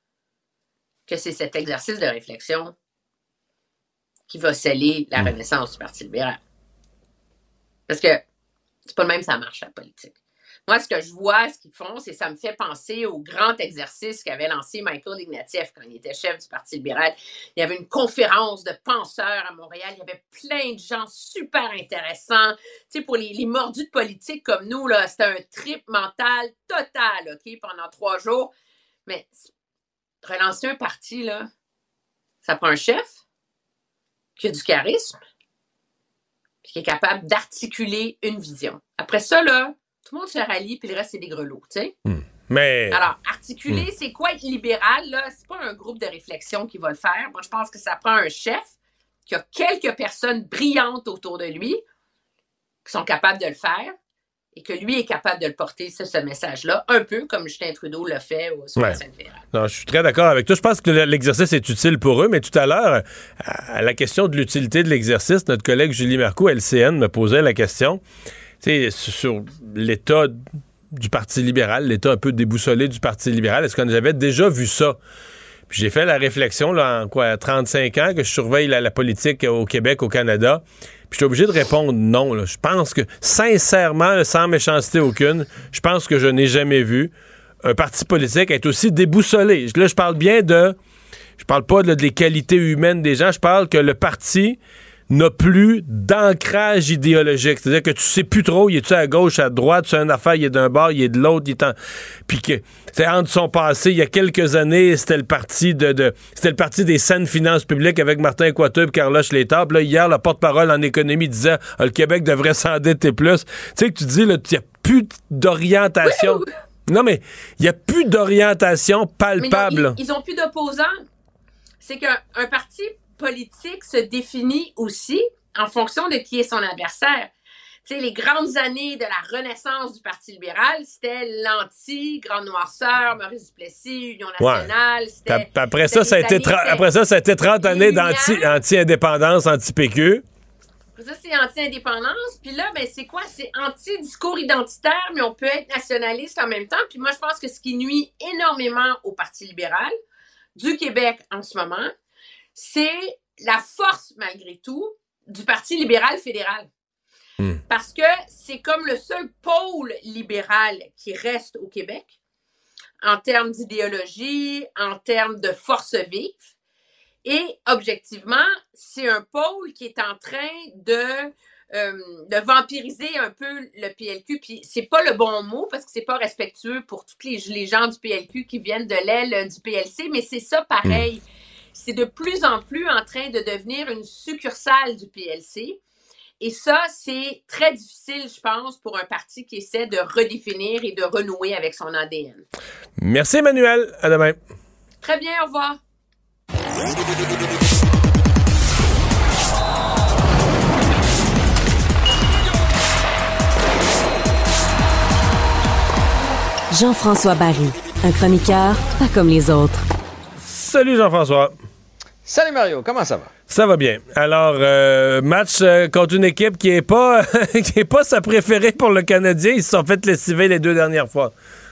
que c'est cet exercice de réflexion qui va sceller la renaissance du Parti libéral. Parce que c'est pas le même, ça marche, la politique. Moi, ce que je vois, ce qu'ils font, c'est que ça me fait penser au grand exercice qu'avait lancé Michael Ignatieff quand il était chef du Parti libéral. Il y avait une conférence de penseurs à Montréal. Il y avait plein de gens super intéressants. Tu sais, pour les, les mordus de politique comme nous, là, c'était un trip mental total, OK, pendant trois jours. Mais relancer un parti, là, ça prend un chef qui a du charisme, qui est capable d'articuler une vision. Après ça, là, tout le monde se rallie, puis le reste, c'est des grelots, tu sais. Mmh. Mais... Alors, articuler, mmh. c'est quoi être libéral, là? C'est pas un groupe de réflexion qui va le faire. Moi, je pense que ça prend un chef qui a quelques personnes brillantes autour de lui qui sont capables de le faire et que lui est capable de le porter, ce, ce message-là, un peu comme Justin Trudeau l'a fait sur ouais. la scène fédérale. Non, je suis très d'accord avec toi. Je pense que l'exercice est utile pour eux, mais tout à l'heure, à la question de l'utilité de l'exercice, notre collègue Julie Marcoux, L C N, me posait la question, tu sais, sur l'état du Parti libéral, l'état un peu déboussolé du Parti libéral. Est-ce qu'on avait déjà vu ça? Puis j'ai fait la réflexion, là, en quoi, trente-cinq ans, que je surveille la, la politique au Québec, au Canada. Puis je suis obligé de répondre non. Là. Je pense que, sincèrement, là, sans méchanceté aucune, je pense que je n'ai jamais vu un parti politique être aussi déboussolé. Là, je parle bien de... Je parle pas de, de les qualités humaines des gens. Je parle que le parti n'a plus d'ancrage idéologique. C'est-à-dire que tu sais plus trop, il est-tu à gauche, à droite, tu as une affaire, il est d'un bord, il est de l'autre, il est en... Puis que, c'est entre son passé, il y a quelques années, c'était le parti de, de c'était le parti des saines finances publiques avec Martin Coiteux et Carlos Létard. Puis là, hier, le porte-parole en économie disait ah, le Québec devrait s'endetter plus. Tu sais que tu dis, là, il n'y a plus d'orientation. Oui, oui. Non, mais il n'y a plus d'orientation palpable. Non, ils, ils ont plus d'opposants. C'est qu'un un parti politique se définit aussi en fonction de qui est son adversaire. Tu sais, les grandes années de la renaissance du Parti libéral, c'était l'anti-Grande Noirceur, Maurice Duplessis, Union nationale. Ouais. C'était, après, ça, ça a été tra- après ça, ça a été trente années d'anti- anti-indépendance, anti-P Q. Ça, c'est anti-indépendance. Puis là, ben, c'est quoi? C'est anti-discours identitaire, mais on peut être nationaliste en même temps. Puis moi, je pense que ce qui nuit énormément au Parti libéral du Québec en ce moment, c'est la force, malgré tout, du Parti libéral fédéral. Mmh. Parce que c'est comme le seul pôle libéral qui reste au Québec en termes d'idéologie, en termes de force vive. Et objectivement, c'est un pôle qui est en train de, euh, de vampiriser un peu le P L Q. Puis c'est pas le bon mot parce que c'est pas respectueux pour tous les, les gens du P L Q qui viennent de l'aile du P L C, mais c'est ça pareil. Mmh. C'est de plus en plus en train de devenir une succursale du P L C. Et ça, c'est très difficile, je pense, pour un parti qui essaie de redéfinir et de renouer avec son A D N. Merci, Emmanuel. À demain. Très bien, au revoir. Jean-François Barry, un chroniqueur pas comme les autres. Salut Jean-François. Salut Mario, comment ça va? Ça va bien. Alors, euh, match euh, contre une équipe qui est pas qui est pas sa préférée pour le Canadien. Ils se sont fait lessiver les deux dernières fois.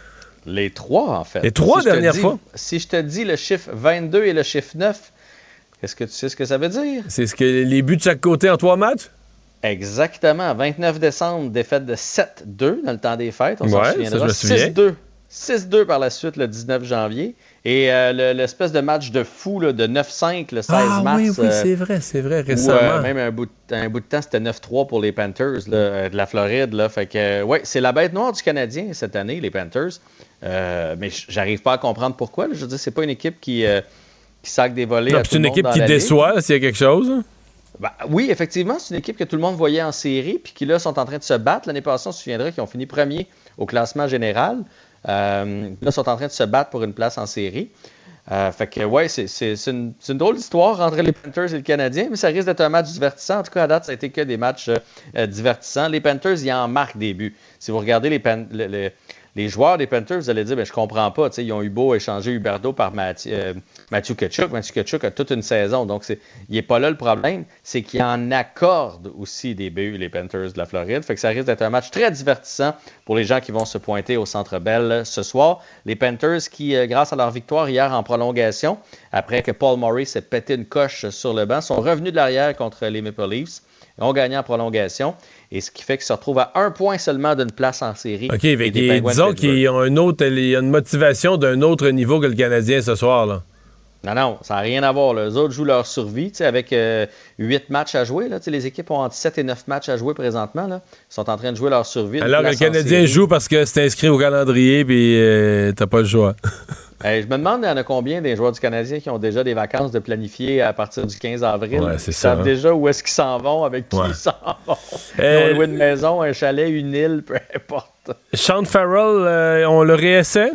Les trois, en fait. Les trois si dernières dis, fois? Si je te dis le chiffre vingt-deux et le chiffre neuf, est-ce que tu sais ce que ça veut dire? C'est ce que les buts de chaque côté en trois matchs? Exactement. vingt-neuf décembre, défaite de sept deux dans le temps des fêtes. On ouais, s'en souviendra. Ça, je me souviens. six deux. six deux par la suite, le dix-neuf janvier. Et euh, le, l'espèce de match de fou là, de neuf cinq le seize ah, mars. Oui, oui, euh, c'est vrai, c'est vrai, récemment. Où, euh, même un bout, de, un bout de temps, c'était neuf trois pour les Panthers là, de la Floride. Là. Fait que, euh, ouais, c'est la bête noire du Canadien cette année, les Panthers. Euh, mais j'arrive pas à comprendre pourquoi. Là. Je veux dire, c'est pas une équipe qui, euh, qui sac des volets. Non, à tout c'est une le monde équipe qui déçoit, s'il y a quelque chose. Ben, oui, effectivement, c'est une équipe que tout le monde voyait en série, puis qui là sont en train de se battre. L'année passée, on se souviendra qu'ils ont fini premier au classement général. Euh, là, sont en train de se battre pour une place en série. Euh, fait que, ouais, c'est, c'est, c'est, une, c'est une drôle d'histoire entre les Panthers et le Canadien, mais ça risque d'être un match divertissant. En tout cas, à date, ça a été que des matchs euh, divertissants. Les Panthers, ils en marquent des buts. Si vous regardez les, pan- le, le, les joueurs des Panthers, vous allez dire, ben, je comprends pas. Ils ont eu beau échanger Huberdeau par Mathieu, euh, Matthew Tkachuk. Matthew Tkachuk a toute une saison, donc c'est, il n'est pas là le problème. C'est qu'ils en accordent aussi des buts, les Panthers de la Floride. Fait que ça risque d'être un match très divertissant pour les gens qui vont se pointer au Centre Bell ce soir. Les Panthers qui, grâce à leur victoire hier en prolongation, après que Paul Murray s'est pété une coche sur le banc, sont revenus de l'arrière contre les Maple Leafs, ont gagné en prolongation, et ce qui fait qu'ils se retrouvent à un point seulement d'une place en série. OK, et et disons qu'ils ont un autre, il y a une motivation d'un autre niveau que le Canadien ce soir, là. Non, non, ça n'a rien à voir. Là. Les autres jouent leur survie avec euh, huit matchs à jouer. Là. Les équipes ont entre sept et neuf matchs à jouer présentement. Là. Ils sont en train de jouer leur survie. Alors le Canadien joue parce que c'est inscrit au calendrier et euh, t'as pas le choix. Hey, je me demande, il y en a combien des joueurs du Canadien qui ont déjà des vacances de planifier à partir du quinze avril? Ouais, c'est ils ça, savent hein? déjà où est-ce qu'ils s'en vont, avec qui ouais. ils s'en vont. Euh... Ils ont loué une maison, un chalet, une île, peu importe. Sean Farrell, euh, on le réessaie?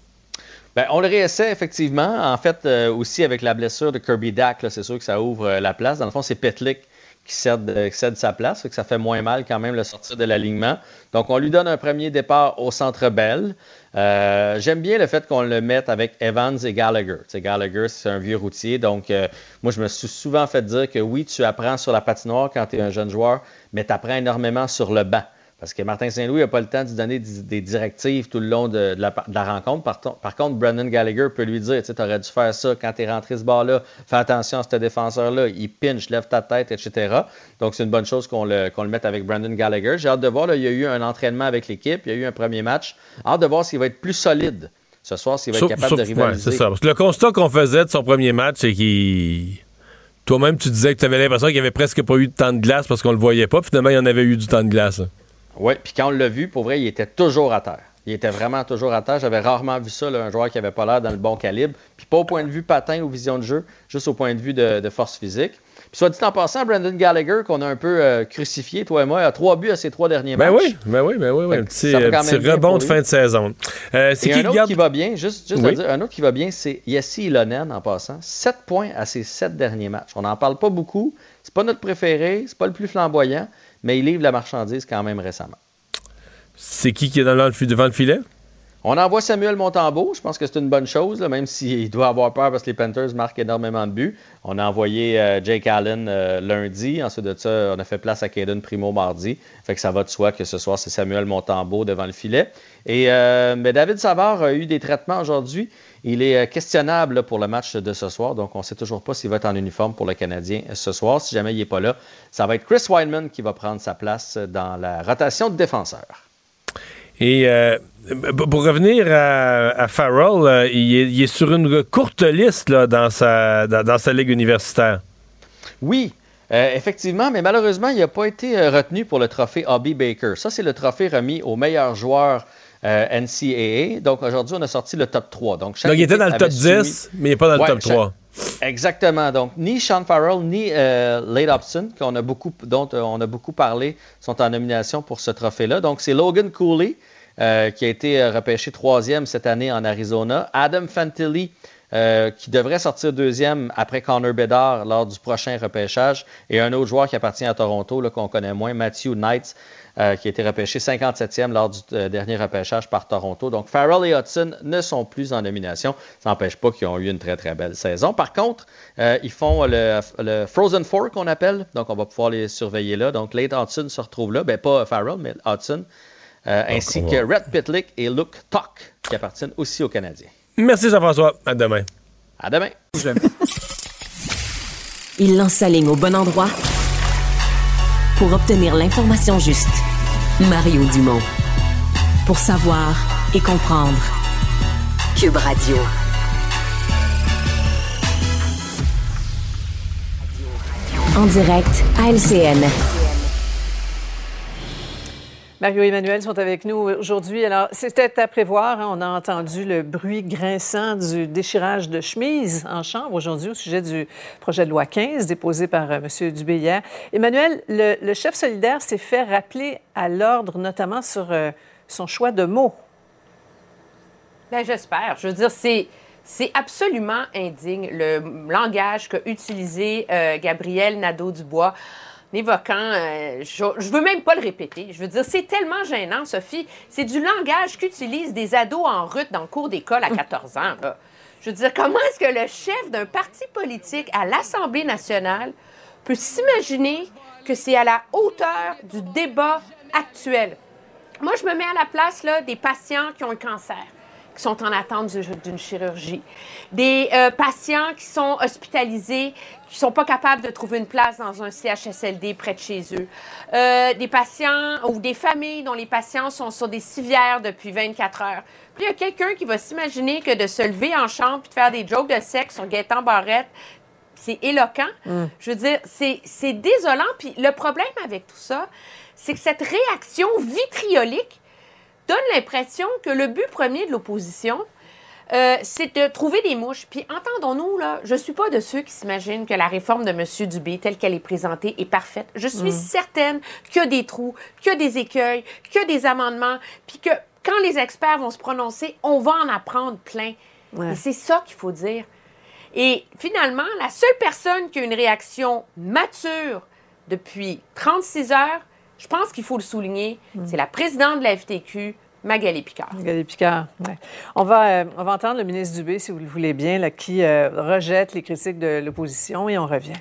Ben, on le réessaie, effectivement. En fait, euh, aussi avec la blessure de Kirby Dach, là, c'est sûr que ça ouvre euh, la place. Dans le fond, c'est Pitlick qui cède, euh, qui cède sa place, fait que ça fait moins mal quand même le sortir de l'alignement. Donc, on lui donne un premier départ au Centre Bell. Euh, j'aime bien le fait qu'on le mette avec Evans et Gallagher. T'sais, Gallagher, c'est un vieux routier. Donc, euh, moi, je me suis souvent fait dire que oui, tu apprends sur la patinoire quand tu es un jeune joueur, mais tu apprends énormément sur le banc. Parce que Martin Saint-Louis n'a pas le temps de lui donner des directives tout le long de, de, la, de la rencontre. Par, par contre, Brendan Gallagher peut lui dire, tu aurais dû faire ça quand tu es rentré ce bar-là. Fais attention à ce défenseur-là. Il pinche, lève ta tête, et cetera. Donc, c'est une bonne chose qu'on le, qu'on le mette avec Brendan Gallagher. J'ai hâte de voir. Là, il y a eu un entraînement avec l'équipe. Il y a eu un premier match. Hâte de voir s'il va être plus solide ce soir, s'il va être sauf, capable sauf, de rivaliser. Ouais, c'est ça. Parce que le constat qu'on faisait de son premier match, c'est qu'il Toi-même, tu disais que tu avais l'impression qu'il n'y avait presque pas eu de temps de glace parce qu'on le voyait pas. Finalement, il y en avait eu du temps de glace. Oui, puis quand on l'a vu, pour vrai, il était toujours à terre. Il était vraiment toujours à terre. J'avais rarement vu ça, là, un joueur qui n'avait pas l'air dans le bon calibre. Puis pas au point de vue patin ou vision de jeu, juste au point de vue de, de force physique. Puis soit dit en passant, Brendan Gallagher, qu'on a un peu euh, crucifié, toi et moi, a trois buts à ses trois derniers ben matchs. Oui, ben oui, ben oui, oui. Un petit, euh, petit rebond de fin de saison. Euh, c'est et qui un autre garde... qui va bien, juste, juste oui. à dire, un autre qui va bien, c'est Jesse Ilonen en passant. Sept points à ses sept derniers matchs. On n'en parle pas beaucoup. C'est pas notre préféré, c'est pas le plus flamboyant, mais il livre la marchandise quand même récemment. C'est qui qui est dans le, devant le filet? On envoie Samuel Montembeault. Je pense que c'est une bonne chose, là, même s'il doit avoir peur parce que les Panthers marquent énormément de buts. On a envoyé euh, Jake Allen euh, lundi. Ensuite de ça, on a fait place à Caden Primo mardi. Fait que ça va de soi que ce soir, c'est Samuel Montembeault devant le filet. Et euh, mais David Savard a eu des traitements aujourd'hui. Il est questionnable là, pour le match de ce soir. Donc, on ne sait toujours pas s'il va être en uniforme pour le Canadien ce soir. Si jamais il n'est pas là, ça va être Chris Wideman qui va prendre sa place dans la rotation de défenseurs. Et euh, pour revenir à, à Farrell, euh, il, est, il est sur une courte liste là, dans, sa, dans, dans sa ligue universitaire. Oui, euh, effectivement, mais malheureusement, il n'a pas été euh, retenu pour le trophée Hobby Baker. Ça, c'est le trophée remis aux meilleurs joueurs euh, N C A A. Donc, aujourd'hui, on a sorti le top trois. Donc, chaque Donc il était dans le top soumis... dix, mais il n'est pas dans le ouais, top chaque... trois. Exactement. Donc, ni Sean Farrell, ni euh, Late Hobson, qu'on a beaucoup, dont euh, on a beaucoup parlé, sont en nomination pour ce trophée-là. Donc, c'est Logan Cooley, euh, qui a été repêché troisième cette année en Arizona. Adam Fantilli, euh, qui devrait sortir deuxième après Connor Bedard lors du prochain repêchage. Et un autre joueur qui appartient à Toronto, là, qu'on connaît moins, Matthew Knights, euh, qui a été repêché cinquante-septième lors du euh, dernier repêchage par Toronto. Donc, Farrell et Hudson ne sont plus en nomination. Ça n'empêche pas qu'ils ont eu une très, très belle saison. Par contre, euh, ils font le, le Frozen Four qu'on appelle. Donc, on va pouvoir les surveiller là. Donc, Late Hudson se retrouve là. Ben, pas Farrell, mais Hudson. Euh, Donc, ainsi que Rhett Pitlick et Luke Tuck, qui appartiennent aussi aux Canadiens. Merci Jean-François. À demain. À demain. Il lance sa ligne au bon endroit pour obtenir l'information juste. Mario Dumont. Pour savoir et comprendre. Cube Radio. En direct à L C N. Mario et Emmanuel sont avec nous aujourd'hui. Alors, c'était à prévoir. Hein? On a entendu le bruit grinçant du déchirage de chemise en chambre aujourd'hui au sujet du projet de loi quinze déposé par euh, M. Dubé hier. Emmanuel, le, le chef solidaire s'est fait rappeler à l'ordre, notamment sur euh, son choix de mots. Bien, j'espère. Je veux dire, c'est... C'est absolument indigne, le langage qu'a utilisé euh, Gabriel Nadeau-Dubois, en évoquant... Euh, je ne veux même pas le répéter. Je veux dire, c'est tellement gênant, Sophie. C'est du langage qu'utilisent des ados en rut dans le cours d'école à quatorze ans. Là. Je veux dire, comment est-ce que le chef d'un parti politique à l'Assemblée nationale peut s'imaginer que c'est à la hauteur du débat actuel? Moi, je me mets à la place là, des patients qui ont un cancer, qui sont en attente d'une chirurgie, des euh, patients qui sont hospitalisés, qui ne sont pas capables de trouver une place dans un C H S L D près de chez eux, euh, des patients ou des familles dont les patients sont sur des civières depuis vingt-quatre heures. Puis il y a quelqu'un qui va s'imaginer que de se lever en chambre et de faire des jokes de sexe sur Gaétan Barrette, c'est éloquent. Mm. Je veux dire, c'est, c'est désolant. Puis le problème avec tout ça, c'est que cette réaction vitriolique donne l'impression que le but premier de l'opposition, euh, c'est de trouver des mouches. Puis entendons-nous, là, je ne suis pas de ceux qui s'imaginent que la réforme de M. Dubé, telle qu'elle est présentée, est parfaite. Je suis mmh. certaine qu'il y a des trous, qu'il y a des écueils, qu'il y a des amendements, puis que quand les experts vont se prononcer, on va en apprendre plein. Ouais. Et c'est ça qu'il faut dire. Et finalement, la seule personne qui a une réaction mature depuis trente-six heures, je pense qu'il faut le souligner, mmh. c'est la présidente de la F T Q, Magali Picard. Magali Picard, oui. On va, euh, on va entendre le ministre Dubé, si vous le voulez bien, là, qui euh, rejette les critiques de l'opposition et on revient.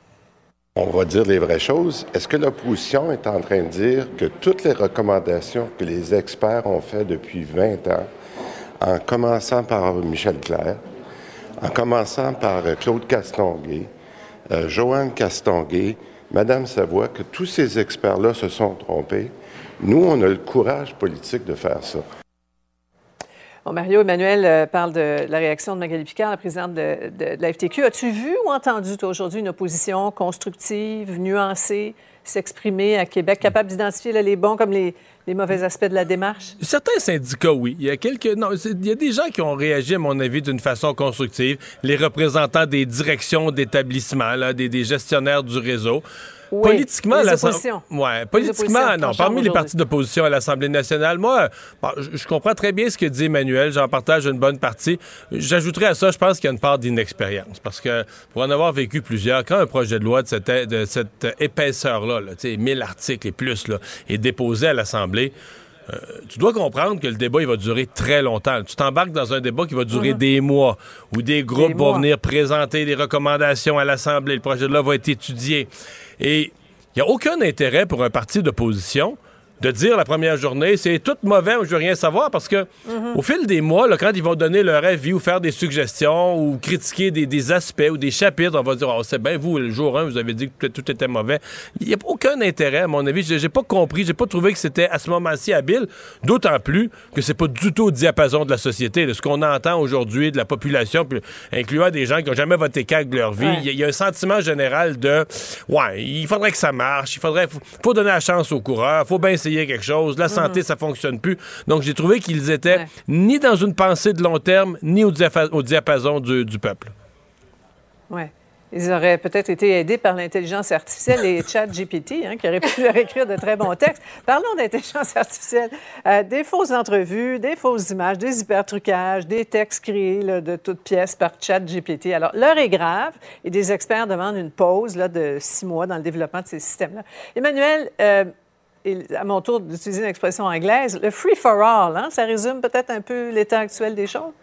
On va dire les vraies choses. Est-ce que l'opposition est en train de dire que toutes les recommandations que les experts ont faites depuis vingt ans, en commençant par Michel Clerc, en commençant par Claude Castonguay, euh, Joanne Castonguay, Madame Savoie, que tous ces experts-là se sont trompés? Nous, on a le courage politique de faire ça. Bon, Mario Emmanuel euh, parle de la réaction de Magali Picard, la présidente de, de, de la F T Q. As-tu vu ou entendu, toi, aujourd'hui, une opposition constructive, nuancée, s'exprimer à Québec, capable d'identifier là, les bons comme les, les mauvais aspects de la démarche? Certains syndicats, oui. Il y a quelques... Non, il y a des gens qui ont réagi, à mon avis, d'une façon constructive. Les représentants des directions d'établissements, là, des, des gestionnaires du réseau. Oui, politiquement, les oppositions. Ouais, politiquement, non. Parmi les partis d'opposition à l'Assemblée nationale, moi, bon, je, je comprends très bien ce que dit Emmanuel. J'en partage une bonne partie. J'ajouterais à ça, je pense qu'il y a une part d'inexpérience. Parce que pour en avoir vécu plusieurs, quand un projet de loi de cette, de cette épaisseur-là, là, tu sais, mille articles et plus, là, est déposé à l'Assemblée, Euh, tu dois comprendre que le débat, il va durer très longtemps. Tu t'embarques dans un débat qui va durer mm-hmm. des mois, où des groupes des vont mois. venir présenter des recommandations à l'Assemblée. Le projet de loi va être étudié. Et il n'y a aucun intérêt pour un parti d'opposition de dire la première journée, c'est tout mauvais, je veux rien savoir, parce que mm-hmm. au fil des mois, là, quand ils vont donner leur avis ou faire des suggestions ou critiquer des, des aspects ou des chapitres, on va dire, oh, c'est bien, vous, le jour un, vous avez dit que tout, tout était mauvais. Il n'y a aucun intérêt, à mon avis. J'ai, j'ai pas compris, j'ai pas trouvé que c'était à ce moment-ci habile, d'autant plus que c'est pas du tout au diapason de la société, de ce qu'on entend aujourd'hui de la population, puis, incluant des gens qui n'ont jamais voté C A Q de leur vie. Il ouais. y, y a un sentiment général de, ouais, il faudrait que ça marche, il faudrait, faut, faut donner la chance aux coureurs, faut bien essayer quelque chose. La santé, mm-hmm. ça fonctionne plus. Donc, j'ai trouvé qu'ils étaient ouais. ni dans une pensée de long terme, ni au, diapa- au diapason du, du peuple. Oui. Ils auraient peut-être été aidés par l'intelligence artificielle et ChatGPT, hein, qui auraient pu leur écrire de très bons textes. Parlons d'intelligence artificielle. Euh, des fausses entrevues, des fausses images, des hypertrucages, des textes créés là, de toutes pièces par ChatGPT. Alors, l'heure est grave et des experts demandent une pause là, de six mois dans le développement de ces systèmes-là. Emmanuel, euh, et à mon tour d'utiliser une expression anglaise, le free-for-all, hein, ça résume peut-être un peu l'état actuel des choses?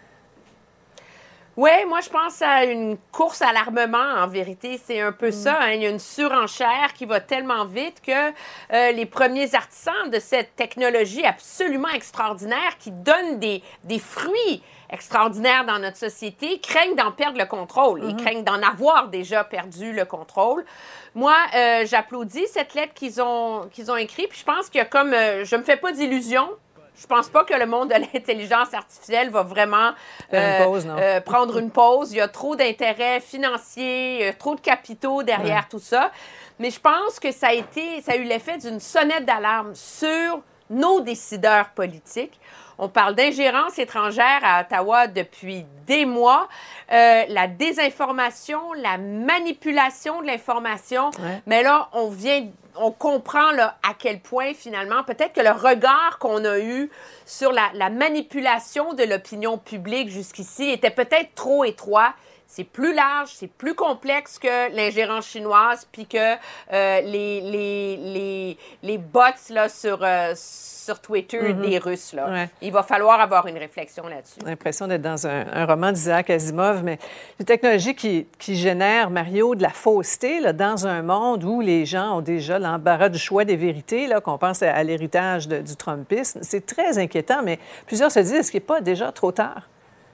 Oui, moi, je pense à une course à l'armement, en vérité. C'est un peu mm. ça. Hein. Il y a une surenchère qui va tellement vite que euh, les premiers artisans de cette technologie absolument extraordinaire qui donne des, des fruits extraordinaires dans notre société craignent d'en perdre le contrôle. Mm-hmm. Ils craignent d'en avoir déjà perdu le contrôle. Moi, euh, j'applaudis cette lettre qu'ils ont, qu'ils ont écrite. Puis je pense qu'il y a comme... Euh, je me fais pas d'illusions. Je pense pas que le monde de l'intelligence artificielle va vraiment euh, une pause, euh, prendre une pause. Il y a trop d'intérêts financiers, il y a trop de capitaux derrière ouais. tout ça. Mais je pense que ça a été, ça a eu l'effet d'une sonnette d'alarme sur nos décideurs politiques. On parle d'ingérence étrangère à Ottawa depuis des mois. Euh, la désinformation, la manipulation de l'information. Ouais. Mais là, on vient... on comprend là, à quel point, finalement, peut-être que le regard qu'on a eu sur la, la manipulation de l'opinion publique jusqu'ici était peut-être trop étroit. C'est plus large, c'est plus complexe que l'ingérence chinoise, puis que euh, les, les, les, les bots là, sur, euh, sur Twitter mm-hmm. des Russes. Là. Ouais. Il va falloir avoir une réflexion là-dessus. J'ai l'impression d'être dans un, un roman d'Isaac Asimov, mais une technologie qui, qui génère, Mario, de la fausseté là, dans un monde où les gens ont déjà l'embarras du choix des vérités, là, qu'on pense à, à l'héritage de, du Trumpisme. C'est très inquiétant, mais plusieurs se disent, est-ce qu'il n'est pas déjà trop tard?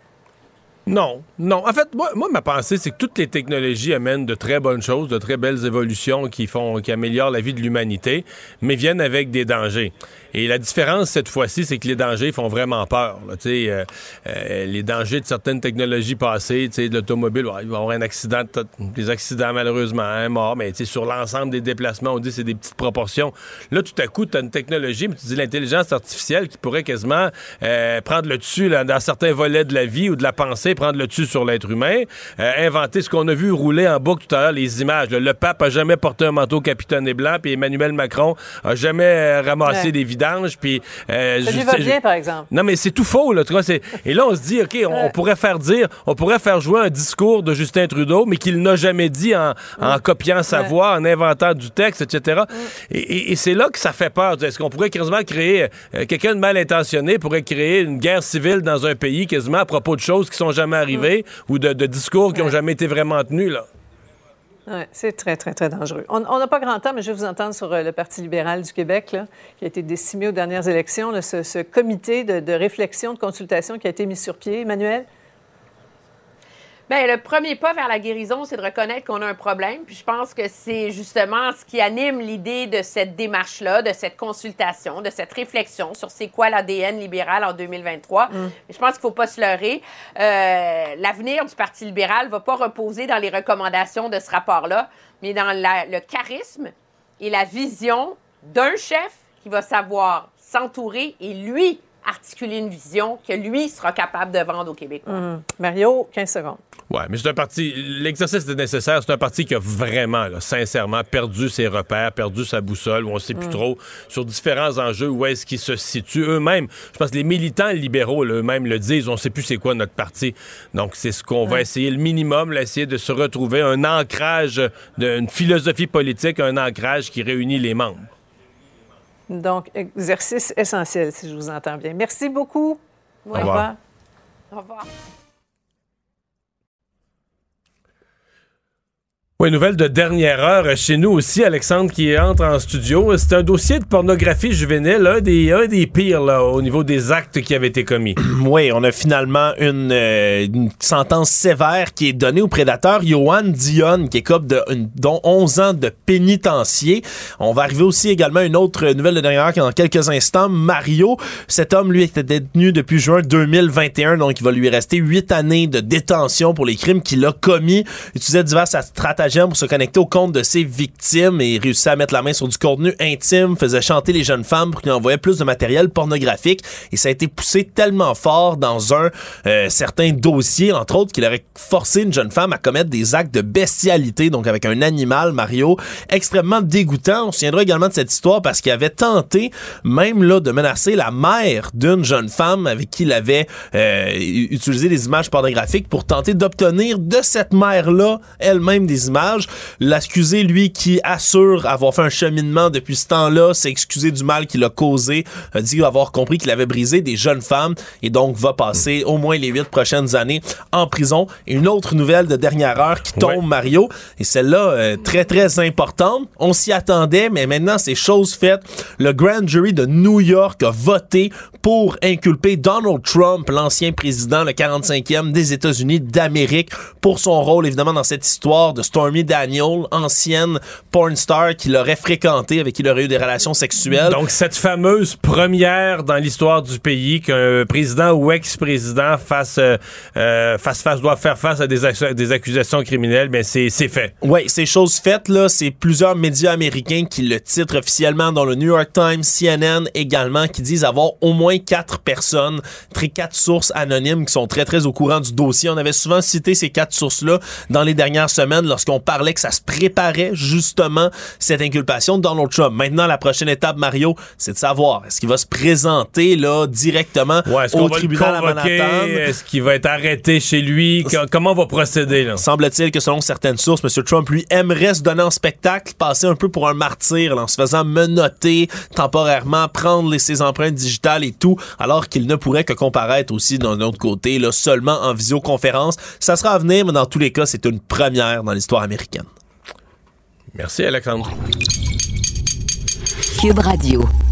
Non, non. En fait, moi, moi, ma pensée, c'est que toutes les technologies amènent de très bonnes choses, de très belles évolutions qui font, qui améliorent la vie de l'humanité, mais viennent avec des dangers. Et la différence, cette fois-ci, c'est que les dangers font vraiment peur. Là, euh, euh, les dangers de certaines technologies passées, de l'automobile, ouais, il va y avoir un accident, des accidents malheureusement, un mort, mais sur l'ensemble des déplacements, on dit que c'est des petites proportions. Là, tout à coup, tu as une technologie, mais tu dis l'intelligence artificielle qui pourrait quasiment euh, prendre le dessus là, dans certains volets de la vie ou de la pensée, prendre le dessus sur l'être humain, euh, inventer ce qu'on a vu rouler en boucle tout à l'heure, les images. Là, le pape a jamais porté un manteau capitonné blanc, puis Emmanuel Macron a jamais euh, ramassé ouais. des vidanges, puis... Euh, ça lui va bien, par exemple. Non, mais c'est tout faux, là, tu vois, c'est... Et là, on se dit, OK, on, ouais. on pourrait faire dire, on pourrait faire jouer un discours de Justin Trudeau, mais qu'il n'a jamais dit en, en ouais. copiant sa ouais. voix, en inventant du texte, et cetera. Ouais. Et, et, et c'est là que ça fait peur. Est-ce qu'on pourrait quasiment créer... Euh, quelqu'un de mal intentionné pourrait créer une guerre civile dans un pays quasiment à propos de choses qui sont jamais arrivées mmh. ou de, de discours qui n'ont ouais. jamais été vraiment tenus, là. Oui, c'est très, très, très dangereux. On n'a pas grand temps, mais je vais vous entendre sur euh, le Parti libéral du Québec, là, qui a été décimé aux dernières élections, là, ce, ce comité de, de réflexion, de consultation qui a été mis sur pied. Emmanuel? Bien, le premier pas vers la guérison, c'est de reconnaître qu'on a un problème. Puis je pense que c'est justement ce qui anime l'idée de cette démarche-là, de cette consultation, de cette réflexion sur c'est quoi l'A D N libéral en deux mille vingt-trois. Mm. Je pense qu'il ne faut pas se leurrer. Euh, l'avenir du Parti libéral ne va pas reposer dans les recommandations de ce rapport-là, mais dans la, le charisme et la vision d'un chef qui va savoir s'entourer et lui articuler une vision que lui sera capable de vendre aux Québécois. Mmh. Mario, quinze secondes. Oui, mais c'est un parti... L'exercice est nécessaire. C'est un parti qui a vraiment, là, sincèrement, perdu ses repères, perdu sa boussole, où on ne sait plus mmh. trop sur différents enjeux, où est-ce qu'ils se situent eux-mêmes. Je pense que les militants libéraux, là, eux-mêmes, le disent, on ne sait plus c'est quoi notre parti. Donc, c'est ce qu'on mmh. va essayer, le minimum, là, essayer de se retrouver, un ancrage, une philosophie politique, un ancrage qui réunit les membres. Donc, exercice essentiel, si je vous entends bien. Merci beaucoup. Au revoir. Au revoir. Au revoir. Oui, nouvelle de dernière heure chez nous aussi, Alexandre, qui entre en studio. C'est un dossier de pornographie juvénile, un des, un des pires là, au niveau des actes qui avaient été commis. Oui, on a finalement une, euh, une sentence sévère qui est donnée au prédateur Yohan Dionne, qui écope de, une, dont onze ans de pénitencier. On va arriver aussi également à une autre nouvelle de dernière heure dans quelques instants. Mario, cet homme, lui, était détenu depuis juin deux mille vingt et un, donc il va lui rester huit années de détention pour les crimes qu'il a commis. Il utilisait divers stratagèmes pour se connecter au compte de ses victimes et réussissait à mettre la main sur du contenu intime, faisait chanter les jeunes femmes pour qu'ils envoyaient plus de matériel pornographique. Et ça a été poussé tellement fort dans un euh, certain dossier, entre autres, qu'il aurait forcé une jeune femme à commettre des actes de bestialité, donc avec un animal, Mario, extrêmement dégoûtant. On se souviendra également de cette histoire parce qu'il avait tenté même là de menacer la mère d'une jeune femme avec qui il avait euh, utilisé des images pornographiques pour tenter d'obtenir de cette mère-là elle-même des images. L'accusé, lui, qui assure avoir fait un cheminement depuis ce temps-là, s'est excusé du mal qu'il a causé, a dit avoir compris qu'il avait brisé des jeunes femmes et donc va passer au moins les huit prochaines années en prison. Et une autre nouvelle de dernière heure qui tombe, ouais. Mario, et celle-là, euh, très, très importante. On s'y attendait, mais maintenant, c'est chose faite. Le grand jury de New York a voté pour inculper Donald Trump, l'ancien président, le quarante-cinquième des États-Unis d'Amérique, pour son rôle, évidemment, dans cette histoire de Stormy Daniels, ancienne porn star qu'il aurait fréquenté, avec qui il aurait eu des relations sexuelles. Donc, cette fameuse première dans l'histoire du pays qu'un président ou ex-président fasse, euh, fasse face, doit faire face à des, ac- des accusations criminelles, bien, c'est, c'est fait. Oui, c'est chose faite, là. C'est plusieurs médias américains qui le titrent officiellement, dans le New York Times, C N N également, qui disent avoir au moins quatre personnes, très quatre sources anonymes qui sont très, très au courant du dossier. On avait souvent cité ces quatre sources-là dans les dernières semaines lorsqu'on parlait que ça se préparait justement cette inculpation de Donald Trump. Maintenant, la prochaine étape, Mario, c'est de savoir est-ce qu'il va se présenter là directement ouais, est-ce au qu'on tribunal va le convoquer? à Manhattan? Est-ce qu'il va être arrêté chez lui? Comment on va procéder là? Semble-t-il que selon certaines sources, M. Trump, lui, aimerait se donner en spectacle, passer un peu pour un martyr là, en se faisant menotter temporairement, prendre les, ses empreintes digitales et tout, alors qu'il ne pourrait que comparaître aussi d'un autre côté, là, seulement en visioconférence. Ça sera à venir, mais dans tous les cas, c'est une première dans l'histoire américaine. Merci, Alexandre. Cube Radio.